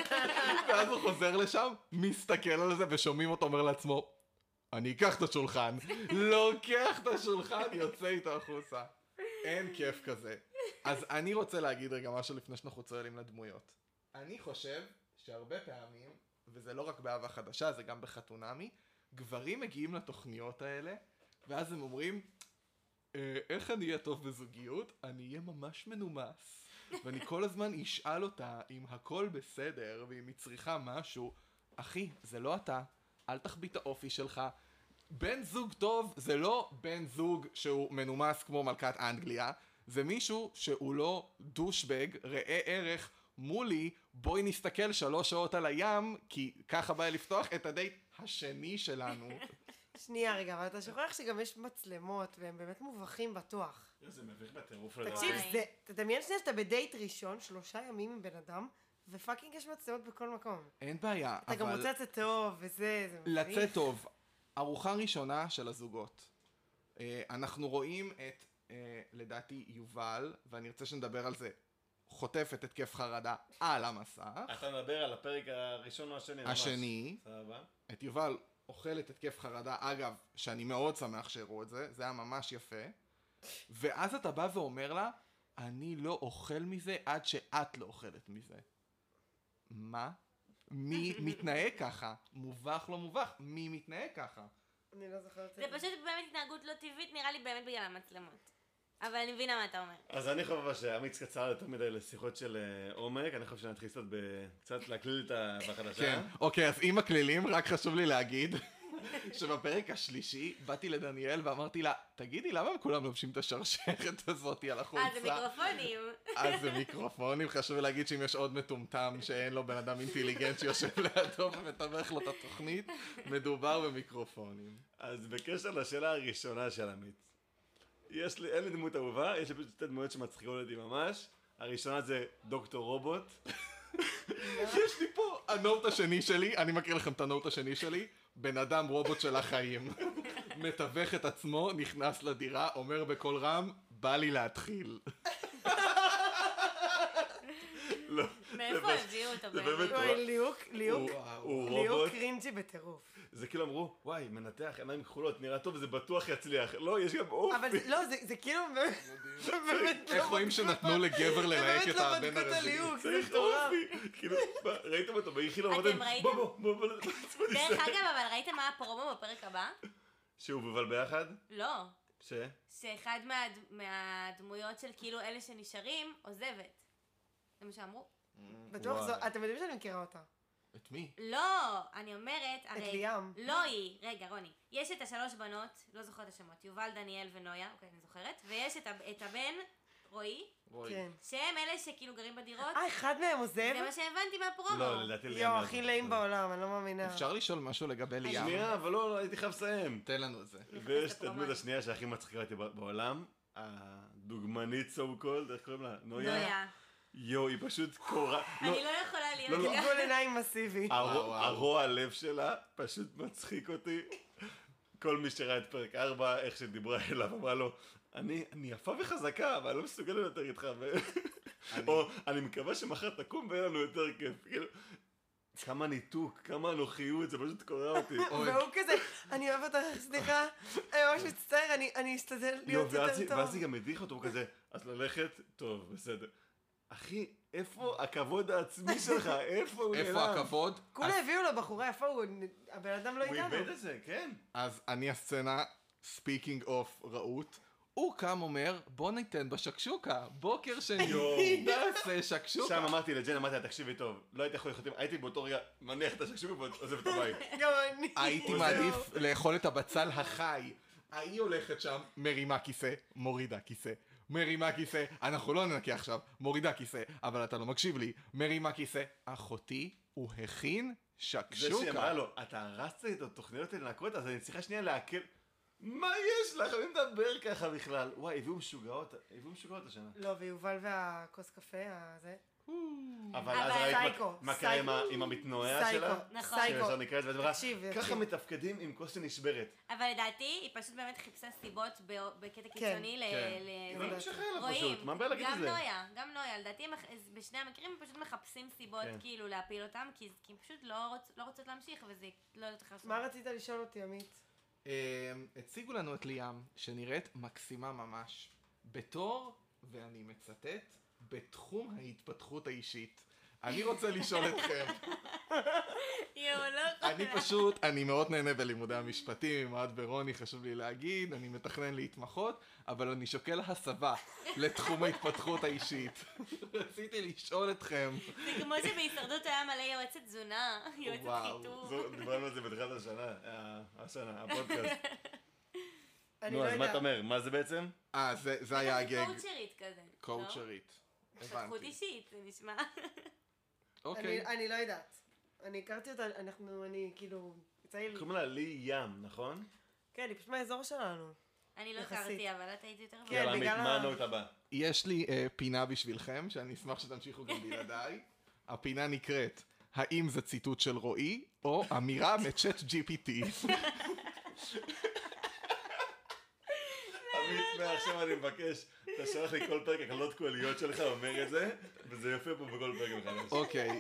ואז הוא חוזר לשם, מסתכל על זה ושומעים אותו אומר לעצמו, אני אקח את השולחן, לוקח את השולחן, יוצא איתו החוצה. אין כיף כזה. אז אני רוצה להגיד רגע משהו לפני שאנחנו צוללים לדמויות. אני חושב שהרבה פעמים, וזה לא רק באהבה חדשה, זה גם בחתונמי, גברים מגיעים לתוכניות האלה, ואז הם אומרים, "אה, איך אני אהיה טוב בזוגיות? אני אהיה ממש מנומס. ואני כל הזמן אשאל אותה אם הכל בסדר, ואם היא צריכה משהו. אחי, זה לא אתה, אל תחביא את האופי שלך. בן זוג טוב זה לא בן זוג שהוא מנומס כמו מלכת אנגליה, זה מישהו שהוא לא דושבג, ראה ערך, מולי, בואי נסתכל שלוש שעות על הים, כי ככה בא לפתוח את הדייט השני שלנו. שנייה רגע, אבל אתה שוכח שגם יש מצלמות, והם באמת מובכים בטוח. זה מביך בטירוף לדעת. תקשיב, וואי. זה, תדמיין שנייה שאתה בדייט ראשון, שלושה ימים עם בן אדם, ופאקינג יש מצלמות בכל מקום. אין בעיה, אתה גם אבל רוצה לצאת טוב, וזה, זה מביך. לצאת טוב. ארוחה ראשונה של הזוגות. אה, אנחנו רואים את, אה, לדעתי, יובל, ואני רוצה שנדבר על זה, חוטף את התקף חרדה על המסך. אתה מדבר על הפרק הראשון או השני? ממש. השני, סבבה. את יובל אוכל את התקף חרדה, אגב, שאני מאוד שמח שהראו את זה, זה היה ממש יפה. ואז אתה בא ואומר לה, אני לא אוכל מזה עד שאת לא אוכלת מזה. מה? מי מתנהג ככה? מובך לא מובך, מי מתנהג ככה? אני לא זוכרת את זה פשוט באמת התנהגות לא טבעית, נראה לי באמת בגלל המצלמות. אבל אני מבינה מה אתה אומר. אז אני חושב שאמיץ קצר יותר מדי לשיחות של אה, עומק, אני חושב שנתחיל קצת ב- קצת להקליל את האהבה החדשה. כן, אוקיי, אז עם הכלילים, רק חשוב לי להגיד שבפרק השלישי באתי לדניאל ואמרתי לה, תגידי, למה הם כולם לובשים את השרשרת הזאתי על החולצה? אה, זה מיקרופונים. אז זה מיקרופונים, חשוב להגיד שאם יש עוד מטומטם שאין לו בן אדם אינטליגנט שיושב לידו ומתווך לו את התוכנית, מדובר במיקרופונים. אז בקשר לשאלה הראשונה של עמית, יש לי, אין לי דמות אהובה, יש לי פשוט שתי דמויות שמצחיקות אותי ממש. הראשונה זה דוקטור רובוט. יש לי פה הנוט השני שלי, אני מכיר לכם את הנוט השני שלי, בן אדם רובוט של החיים. מתווך את עצמו, נכנס לדירה, אומר בקול רם, בא לי להתחיל. לא. מאיפה הביאו אותו זה באמת? באמת- אוי, ליהוק, ליהוק, הוא ליהוק רובוט. קרינג'י בטירוף. זה כאילו אמרו, וואי, מנתח עיניים כחולות, נראה טוב, זה בטוח יצליח. לא, יש גם אופי. אבל זה- לא, זה זה כאילו באמת לא איך רואים בדקו שנתנו את- לגבר ללהק באמת את לא הבן בדקו את הרביעי? הליהוק, זה צריך מטורף. אופי. כאילו, מה, ראיתם אותו באיכילוב? אתם אמרתם, ראיתם? בוא, בוא, בוא, בוא, בוא, בוא, דרך אגב, אבל ראיתם מה הפרומו בפרק הבא? שהוא ובבל ביחד? לא. ש? שאחד מהד- מהדמויות של כאילו אלה שנשארים, עוזבת. זה מה שאמרו. בטוח וואי. זו, אתם יודעים שאני מכירה אותה. את מי? לא, אני אומרת, את הרי... ליאם. לא היא, רגע רוני, יש את השלוש בנות, לא זוכרת את השמות, יובל, דניאל ונויה, אוקיי, אני זוכרת, ויש את, ה- את הבן, רועי, רועי. כן. שהם אלה שכאילו גרים בדירות, אה, אחד מהם עוזב? זה מה שהבנתי מהפרומו. לא, לדעתי ליאם. יואו, מאוד הכי טוב. לאים בעולם, אני לא מאמינה. אפשר לשאול משהו לגבי ליאם? שנייה, אבל לא, לא, הייתי חייב לסיים. תן לנו את זה. ויש את הפרומו. הדמות השנייה שהכי מצחיקה אותי ב- בעולם, הדוגמנית so called, איך קוראים לה? נויה? נויה. יואו, היא פשוט קורה... אני לא יכולה להיות... לא, לא. ליאם. גלגול עיניים מסיבי. הרוע- וואו, וואו. הרוע הלב שלה פשוט מצחיק אותי. כל מי שראה את פרק ארבע, איך שדיברה אליו, אמרה לו, אני אני יפה וחזקה, אבל אני לא מסוגל יותר איתך. ו- או, אני מקווה שמחר תקום ויהיה לנו יותר כיף. כאילו, כמה ניתוק, כמה אנוכיות, זה פשוט קורע אותי. אוי. והוא כזה, אני אוהב אותך, סליחה, אני ממש מצטער, אני- אני אשתדל יואו, להיות ואז היא- יותר ואז טוב. היא גם הדריכה אותו, הוא כזה, אז ללכת, טוב, בסדר. אחי, איפה הכבוד העצמי שלך? איפה הוא נעלם? איפה הכבוד? כולה הביאו לו בחורה יפה, הוא- הבן אדם לא הוא איתנו. איבד את זה, כן. אז אני הסצנה, speaking of רעות, הוא קם אומר, בוא ניתן בשקשוקה, בוקר שני, יואו. נעשה שקשוקה. שם אמרתי לג'ן, אמרתי לה, תקשיבי טוב, לא הייתי יכול לחתים, הייתי באותו רגע מניח את השקשוקה ועוזב את הבית. גם אני. הייתי מעדיף לאכול את הבצל החי. ההיא הולכת שם, מרימה כיסא, מורידה כיסא. מרימה כיסא, אנחנו לא ננקה עכשיו, מורידה כיסא, אבל אתה לא מקשיב לי, מרימה כיסא. אחותי, הוא הכין זה שהיא שקשוקה. אמרה לו, אתה הרסת לי את התוכניות האלה לנקות, אז אני צריכה שנייה לעכל. מה יש לך? מי מדבר ככה בכלל? וואי, הביאו משוגעות, הביאו משוגעות השנה. לא, ויובל והכוס קפה, הזה. אבל אבל אז ראית סייקו, מה- מה קרה עם ה- סייקו. עם המתנועע סייקו, שלה? נכון. סייקו. שישר נקראת ואת אמרה, תקשיב, ככה תקשיב. מתפקדים עם כוס שנשברת. אבל לדעתי, היא פשוט באמת חיפשה סיבות ב- בקטע קיצוני ל... כן. ל- היא זה. לא משחרר לה רואים, פשוט, מה הבעיה להגיד את גם זה? נויה, גם נויה, לדעתי הם מח- אז בשני המקרים הם פשוט מחפשים סיבות כן. כאילו להפיל אותם, כי כי הם פשוט לא רוצ- לא רוצות להמשיך וזה לא יודעת איך לעשות. מה רצית לשאול אותי, עמית? אמ, הציגו לנו את ליאם, שנראית מקסימה ממש. בתור, ואני מצטט, בתחום ההתפתחות האישית. אני רוצה לשאול אתכם, יואו, לא יכולה. אני פשוט, אני מאוד נהנה בלימודי המשפטים, עם אוהד ורוני, חשוב לי להגיד, אני מתכנן להתמחות, אבל אני שוקל הסבה לתחום ההתפתחות האישית. רציתי לשאול אתכם, זה כמו שבהישרדות היה מלא יועצת תזונה, יועצת וואו, חיתוך. זו- דיברנו על זה בתחילת השנה, אה, השנה, הפודקאסט. אני נו, לא אז מה אתה יודעת. אומר? מה זה בעצם? אה, זה זה היה הגג, קואוצ'רית כזה. לא? קואוצ'רית. התפתחות הבנתי. אישית, זה נשמע. אוקיי. אני- אני לא יודעת. אני הכרתי אותה, אנחנו, אני כאילו, יצא לי, קוראים לה לי ים, נכון? כן, היא פשוט מהאזור שלנו. אני לא יחסית. הכרתי, אבל את היית יותר... כן, יאללה, עמית, בגלל ה- מה הנוט הבא? יש לי אה, פינה בשבילכם, שאני אשמח שתמשיכו גם בלעדיי. הפינה נקראת, האם זה ציטוט של רועי, או אמירה מצ'אט ג'י פי טי. עמית, מעכשיו אני מבקש, אתה שולח לי כל פרק הקלטות קוליות שלך, אומר את זה, וזה יופיע פה בכל פרק מחדש. אוקיי.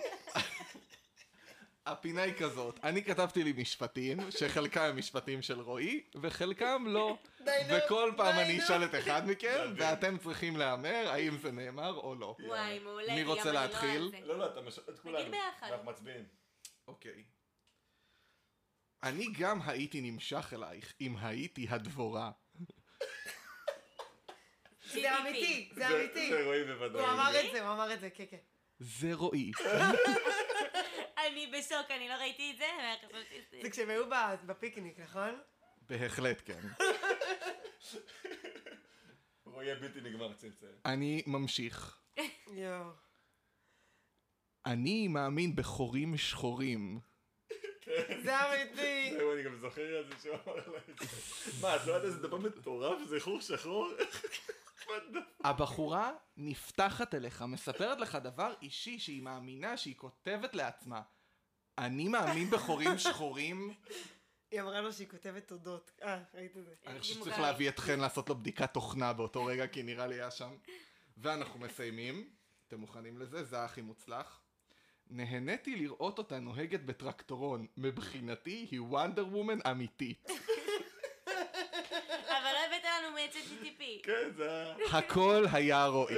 הפינה היא כזאת, אני כתבתי לי משפטים, שחלקם הם משפטים של רועי, וחלקם לא. די, נו, וכל פעם די, אני נו. אשאל את אחד מכם, מדהים. ואתם צריכים להמר האם זה נאמר או לא. וואי, מעולה. מי כי רוצה גם אני לא להתחיל? על זה. לא, לא, אתה משאיר את כולנו. ביחד. ואנחנו מצביעים. אוקיי. אני גם הייתי נמשך אלייך, אם הייתי הדבורה. זה אמיתי, זה אמיתי. זה רואים בוודאי. הוא אמר את זה, הוא אמר את זה, כן, כן. זה רועי. אני בשוק, אני לא ראיתי את זה, אבל חשבתי שזה... זה כשהם היו ב- בפיקניק, נכון? בהחלט כן. רועי הבלתי נגמר צלצל. אני ממשיך. יואו. אני מאמין בחורים שחורים. זה אמיתי. זהו, אני גם זוכר את זה שהוא אמר לה את זה. מה, את לא יודעת איזה דבר מטורף? זה חור שחור? What the- הבחורה נפתחת אליך, מספרת לך דבר אישי שהיא מאמינה שהיא כותבת לעצמה. אני מאמין בחורים שחורים. היא אמרה לו שהיא כותבת תודות. אה, ראית את זה. אני חושב דימוקאי. שצריך להביא את חן לעשות לו בדיקת תוכנה באותו רגע, כי נראה לי היה שם. ואנחנו מסיימים. אתם מוכנים לזה? זה הכי מוצלח. נהניתי לראות אותה נוהגת בטרקטורון. מבחינתי היא וונדר וומן אמיתית. אבל לא הבאת לנו מ-צ'אט ג'י טי פי. כן, זה ה... הכל היה רועי.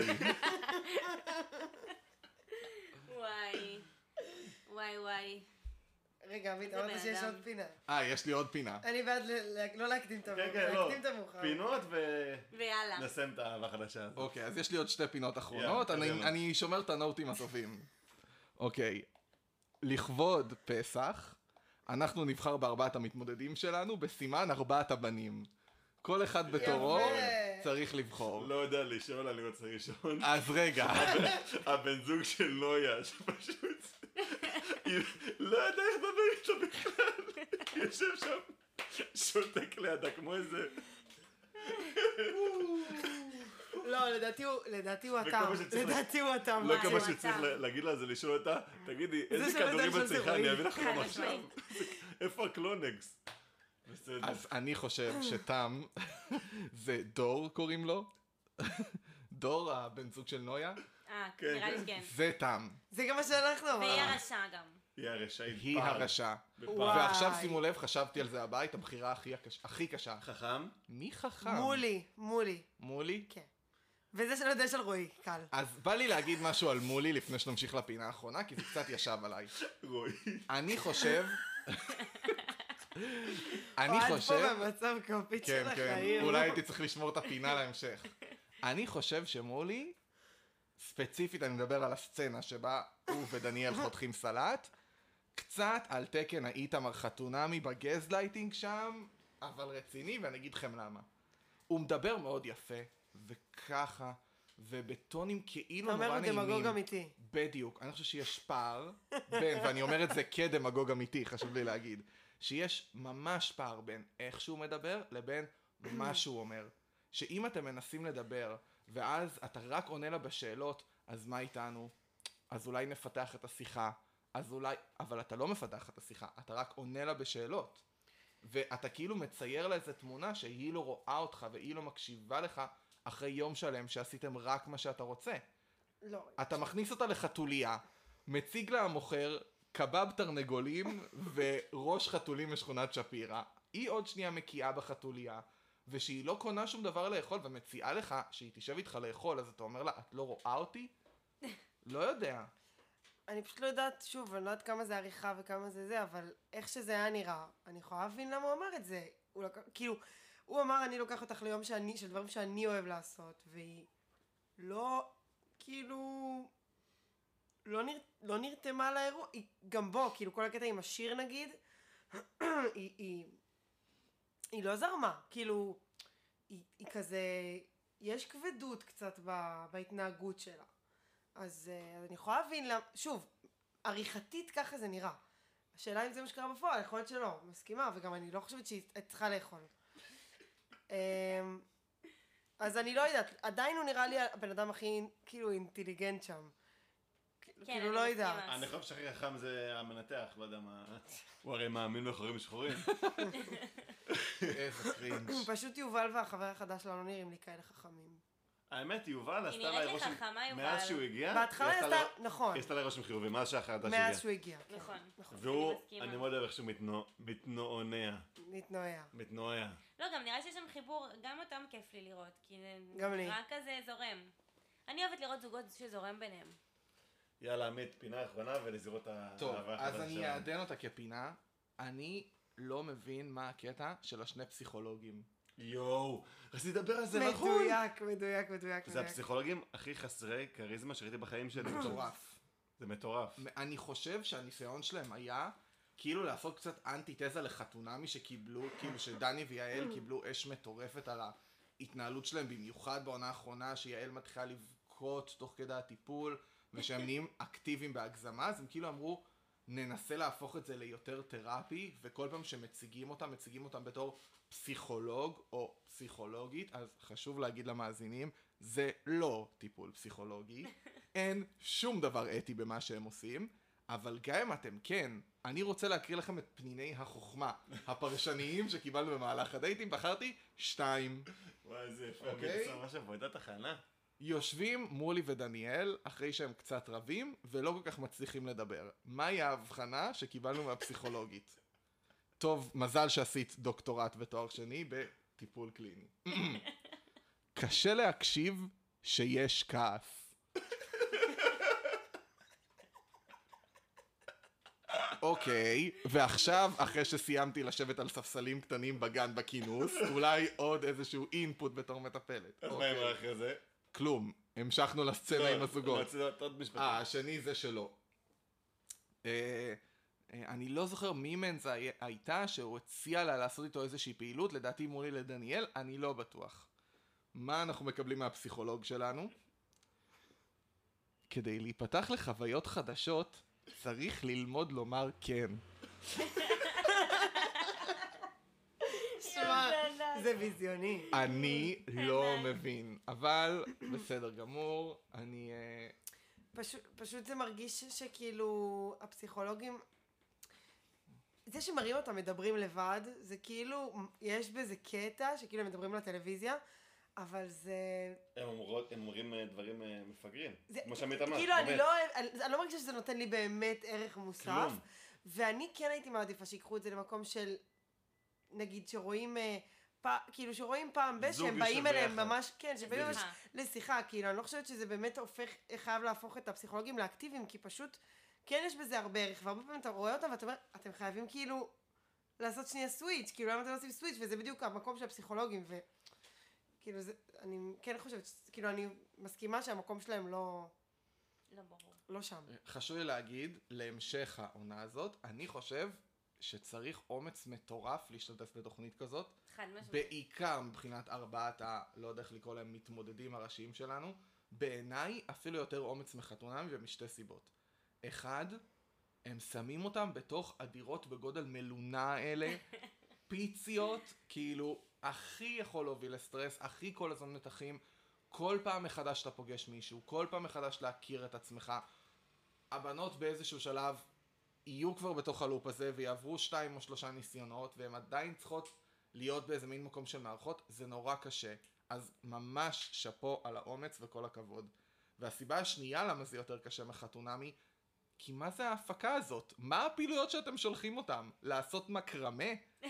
וואי. וואי וואי. רגע, עמית, איזה אמרת בן שיש אדם. עוד פינה. אה, יש לי עוד פינה. אני בעד ל- ל- לא להקדים את כן, המאוחר. כן, לא. להקדים את המאוחר. פינות ויאללה. ונסיים את האהבה החדשה הזאת. אוקיי, אז יש לי עוד שתי פינות אחרונות, יאללה, אני, קדימה. אני שומר את הנוטים הטובים. אוקיי, לכבוד פסח, אנחנו נבחר בארבעת המתמודדים שלנו בסימן ארבעת הבנים. כל אחד בתורו יפה. צריך לבחור. לא יודע לשאול, אני רוצה ראשון. אז רגע, הבן זוג של נויה, שפשוט... היא לא ידעה איך לדבר איתו בכלל. יושב שם, שותק לידה כמו איזה... לא, לדעתי הוא, לדעתי הוא וכל הטעם. מה שצריך לדעתי הוא הטעם. לא וואי, כמה הוא שצריך עצר. לה- להגיד לה זה לשאול אותה, תגידי, איזה שלא יודע כדורים לשאול את זה צריכה, רועי. אני אביא לך חד גם עכשיו. משמעית. איפה הקלונקס? בסדר. אז אני חושב שתם זה דור קוראים לו. דור, הבן זוג של נויה, אה, כן, נראה לי כן. שכן. זה תם. זה גם מה שאנחנו והיא אמרנו. הרשע גם. היא הרשעית. היא פעם. הרשע. בפעם. וואי. ועכשיו שימו לב, חשבתי על זה הבית, הבחירה הכי הקש- הכי קשה. חכם? מי חכם? מולי, מולי. מולי? כן. וזה שלא יודע של רועי, קל. אז בא לי להגיד משהו על מולי לפני שנמשיך לפינה האחרונה, כי זה קצת ישב עליי. רועי. אני חושב... אני אוהד חושב... פה במצב כפית כן, של כן, החיים. אולי הייתי צריך לשמור את הפינה להמשך. אני חושב שמולי, ספציפית אני מדבר על הסצנה שבה הוא ודניאל חותכים סלט, קצת על תקן האיתמר חתונמי בגזלייטינג שם, אבל רציני, ואני אגיד לכם למה. הוא מדבר מאוד יפה, וככה, ובטונים כאילו אתה אומר נורא הוא נעימים. דמגוג אמיתי. בדיוק. אני חושב שיש פער בין, ואני אומר את זה כדמגוג אמיתי, חשוב לי להגיד, שיש ממש פער בין איך שהוא מדבר לבין מה שהוא אומר. שאם אתם מנסים לדבר, ואז אתה רק עונה לה בשאלות, אז מה איתנו? אז אולי נפתח את השיחה. אז אולי... אבל אתה לא מפתח את השיחה, אתה רק עונה לה בשאלות. ואתה כאילו מצייר לה איזה תמונה שהיא לא רואה אותך והיא לא מקשיבה לך אחרי יום שלם שעשיתם רק מה שאתה רוצה. לא. אתה מכניס אותה לחתוליה, מציג לה המוכר קבב תרנגולים וראש חתולים משכונת שפירא. היא עוד שנייה מקיאה בחתוליה, ושהיא לא קונה שום דבר לאכול ומציעה לך שהיא תשב איתך לאכול, אז אתה אומר לה, את לא רואה אותי? לא יודע. אני פשוט לא יודעת, שוב, אני לא יודעת כמה זה עריכה וכמה זה זה, אבל איך שזה היה נראה, אני יכולה להבין למה הוא אמר את זה. הוא לקח, כאילו, הוא אמר, אני לוקח אותך ליום שאני, של דברים שאני אוהב לעשות, והיא לא, כאילו, לא, נר, לא נרתמה לאירוע, היא, גם בו, כאילו, כל הקטע עם השיר נגיד, היא, היא, היא לא זרמה, כאילו, היא, היא כזה, יש כבדות קצת ב, בהתנהגות שלה. אז uh, אני יכולה להבין, למה, שוב, עריכתית ככה זה נראה. השאלה אם זה מה שקרה בפועל, יכול להיות שלא, מסכימה, וגם אני לא חושבת שהיא צריכה לאכול. Um, אז אני לא יודעת, עדיין הוא נראה לי הבן אדם הכי, כאילו, אינטליגנט שם. כאילו, לא יודעת. אני חושב שהכי חכם זה המנתח, לא יודע מה... הוא הרי מאמין בחורים שחורים. איזה קרינג'. פשוט יובל והחבר החדש שלנו לא נראים לי כאלה חכמים. האמת, יובל עשתה נראית לה לי רושם... חכמה, יובל. מאז שהוא הגיע... בהתחלה היא היא עשתה עשתה, לה- נכון, היא עשתה לה רושם חיובי, מאז שהחרדה מאז שהגיע. שהוא הגיע. כן, נכון. נכון. והוא, אני מסכימה. אני מאוד אוהב איך שהוא מתנו- מתנועע. נתנועע. מתנועע. לא, גם נראה שיש שם חיבור, גם אותם כיף לי לראות, כי זה גם לי. נראה כזה זורם. אני אוהבת לראות זוגות שזורם ביניהם. יאללה, עמית, פינה אחרונה ולזירות האהבה טוב, החדשה אז אני שלנו. אעדן אותה כפינה. אני לא מבין מה הקטע של השני פסיכולוגים. יואו, רציתי לדבר על זה, נכון? מדויק, מדויק, מדויק, זה מדויק. הפסיכולוגים הכי חסרי כריזמה שראיתי בחיים שלי. מטורף. זה מטורף. אני חושב שהניסיון שלהם היה כאילו לעשות קצת אנטיתזה לחתונמי שקיבלו, כאילו שדני ויעל קיבלו אש מטורפת על ההתנהלות שלהם, במיוחד בעונה האחרונה שיעל מתחילה לבכות תוך כדי הטיפול, ושהם נהיים אקטיביים בהגזמה, אז הם כאילו אמרו, ננסה להפוך את זה ליותר תרפי, וכל פעם שמציגים אותם, מציגים אותם בתור פסיכולוג או פסיכולוגית, אז חשוב להגיד למאזינים, זה לא טיפול פסיכולוגי, אין שום דבר אתי במה שהם עושים, אבל גם אם אתם כן, אני רוצה להקריא לכם את פניני החוכמה הפרשניים שקיבלנו במהלך הדייטים, בחרתי שתיים. וואי, איזה יפה, אוקיי. בקיצור, ממש עבודת הכנה. יושבים מולי ודניאל אחרי שהם קצת רבים ולא כל כך מצליחים לדבר. מהי ההבחנה שקיבלנו מהפסיכולוגית? טוב, מזל שעשית דוקטורט ותואר שני בטיפול קליני. קשה להקשיב שיש כעס. אוקיי, ועכשיו, אחרי שסיימתי לשבת על ספסלים קטנים בגן בכינוס, אולי עוד איזשהו אינפוט בתור מטפלת. אז מה אמרה אחרי זה? כלום, המשכנו לסצנה עם הזוגות. רציתי עוד משפטים. אה, השני זה שלו. אה, אה, אני לא זוכר מי מהן זה הי- הייתה שהוא הציע לה לעשות איתו איזושהי פעילות, לדעתי מולי לדניאל, אני לא בטוח. מה אנחנו מקבלים מהפסיכולוג שלנו? כדי להיפתח לחוויות חדשות, צריך ללמוד לומר כן. שמע, זה ויזיוני. אני לא מבין, אבל בסדר גמור, אני... אה, פשוט, פשוט זה מרגיש שכאילו הפסיכולוגים, זה שמראים אותם מדברים לבד, זה כאילו, יש בזה קטע שכאילו הם מדברים לטלוויזיה, אבל זה... הם אומרות- הם אומרים אה, דברים אה, מפגרים. זה כמו שעמית אמר. כאילו, אני באמת. לא, אני, אני לא מרגישה שזה נותן לי באמת ערך מוסף, כלום. ואני כן הייתי מעדיפה שיקחו את זה למקום של, נגיד שרואים, אה, פ, כאילו שרואים פעם ב, זוג שהם באים יושב אליהם ביחד. ממש, כן, שבאים ממש שיחה. לשיחה, כאילו, אני לא חושבת שזה באמת הופך, חייב להפוך את הפסיכולוגים לאקטיביים, כי פשוט, כן יש בזה הרבה ערך, והרבה פעמים אתה רואה אותם ואתה אומר, אתם חייבים כאילו לעשות שנייה סוויץ', כאילו למה אתם לא עושים סוויץ', וזה בדיוק המקום של הפסיכולוגים, וכאילו זה, אני כן חושבת, כאילו אני מסכימה שהמקום שלהם לא, לא ברור. לא שם. חשוב לי להגיד, להמשך העונה הזאת, אני חושב שצריך אומץ מטורף להשתתף בתוכנית כזאת, חד משמעית. בעיקר מבחינת ארבעת ה... לא יודע איך לקרוא להם מתמודדים הראשיים שלנו, בעיניי אפילו יותר אומץ מחתונמי ומשתי סיבות. אחד, הם שמים אותם בתוך הדירות בגודל מלונה האלה, פיציות, כאילו הכי יכול להוביל לסטרס, הכי כל הזמן מתחים, כל פעם מחדש אתה פוגש מישהו, כל פעם מחדש להכיר את עצמך. הבנות באיזשהו שלב יהיו כבר בתוך הלופ הזה ויעברו שתיים או שלושה ניסיונות והן עדיין צריכות להיות באיזה מין מקום של מערכות, זה נורא קשה. אז ממש שפו על האומץ וכל הכבוד. והסיבה השנייה למה זה יותר קשה מחתונמי, כי מה זה ההפקה הזאת? מה הפעילויות שאתם שולחים אותם? לעשות מקרמה?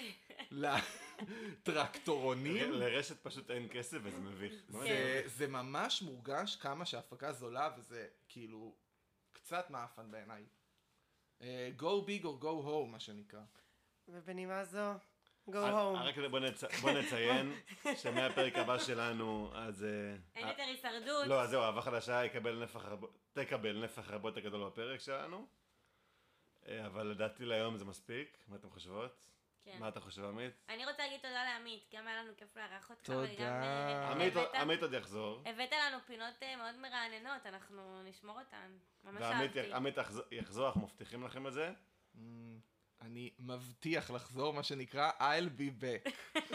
לטרקטורונים? לרשת פשוט אין כסף וזה מביך. זה, זה ממש מורגש כמה שההפקה זולה וזה כאילו קצת מאפן בעיניי. Uh, go big or go home מה שנקרא. ובנימה זו, go אה, home. רק בוא נצ- בוא נציין שמהפרק הבא שלנו, אז... אה, אין אה, יותר הישרדות. לא, אז זהו, אהבה חדשה יקבל נפח הרבה- תקבל נפח הרבה יותר גדול בפרק שלנו. אה, אבל לדעתי להיום זה מספיק. מה אתם חושבות? כן. מה אתה חושב, עמית? אני רוצה להגיד תודה לעמית, גם היה לנו כיף לארח אותך. תודה. וגם, אה, עמית- הבאת- עמית עוד יחזור. הבאת לנו פינות אה, מאוד מרעננות, אנחנו נשמור אותן. ממש ועמית אהבתי. עמית יחזור- יחזור, אנחנו מבטיחים לכם את זה. Mm, אני מבטיח לחזור מה שנקרא I'll be back.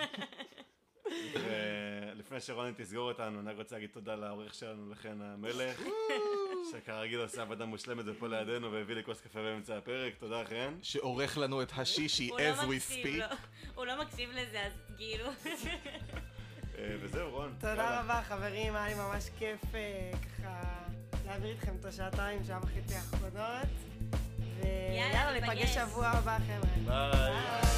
ולפני שרוני תסגור אותנו, אני רוצה להגיד תודה לעורך שלנו, לכן המלך, שכרגיל עושה עבודה מושלמת ופה לידינו והביא לי כוס קפה באמצע הפרק, תודה לכן. שעורך לנו את השישי הוא as לא we מקשיב speak. לו. הוא לא מקשיב לזה, אז כאילו. אה, וזהו, רון. תודה יאללה. רבה חברים, היה לי ממש כיף אה, ככה להעביר איתכם את השעתיים, שעה וחצי האחרונות. ויאללה, ניפגש. ניפגש שבוע הבא חבר'ה. ביי. ביי.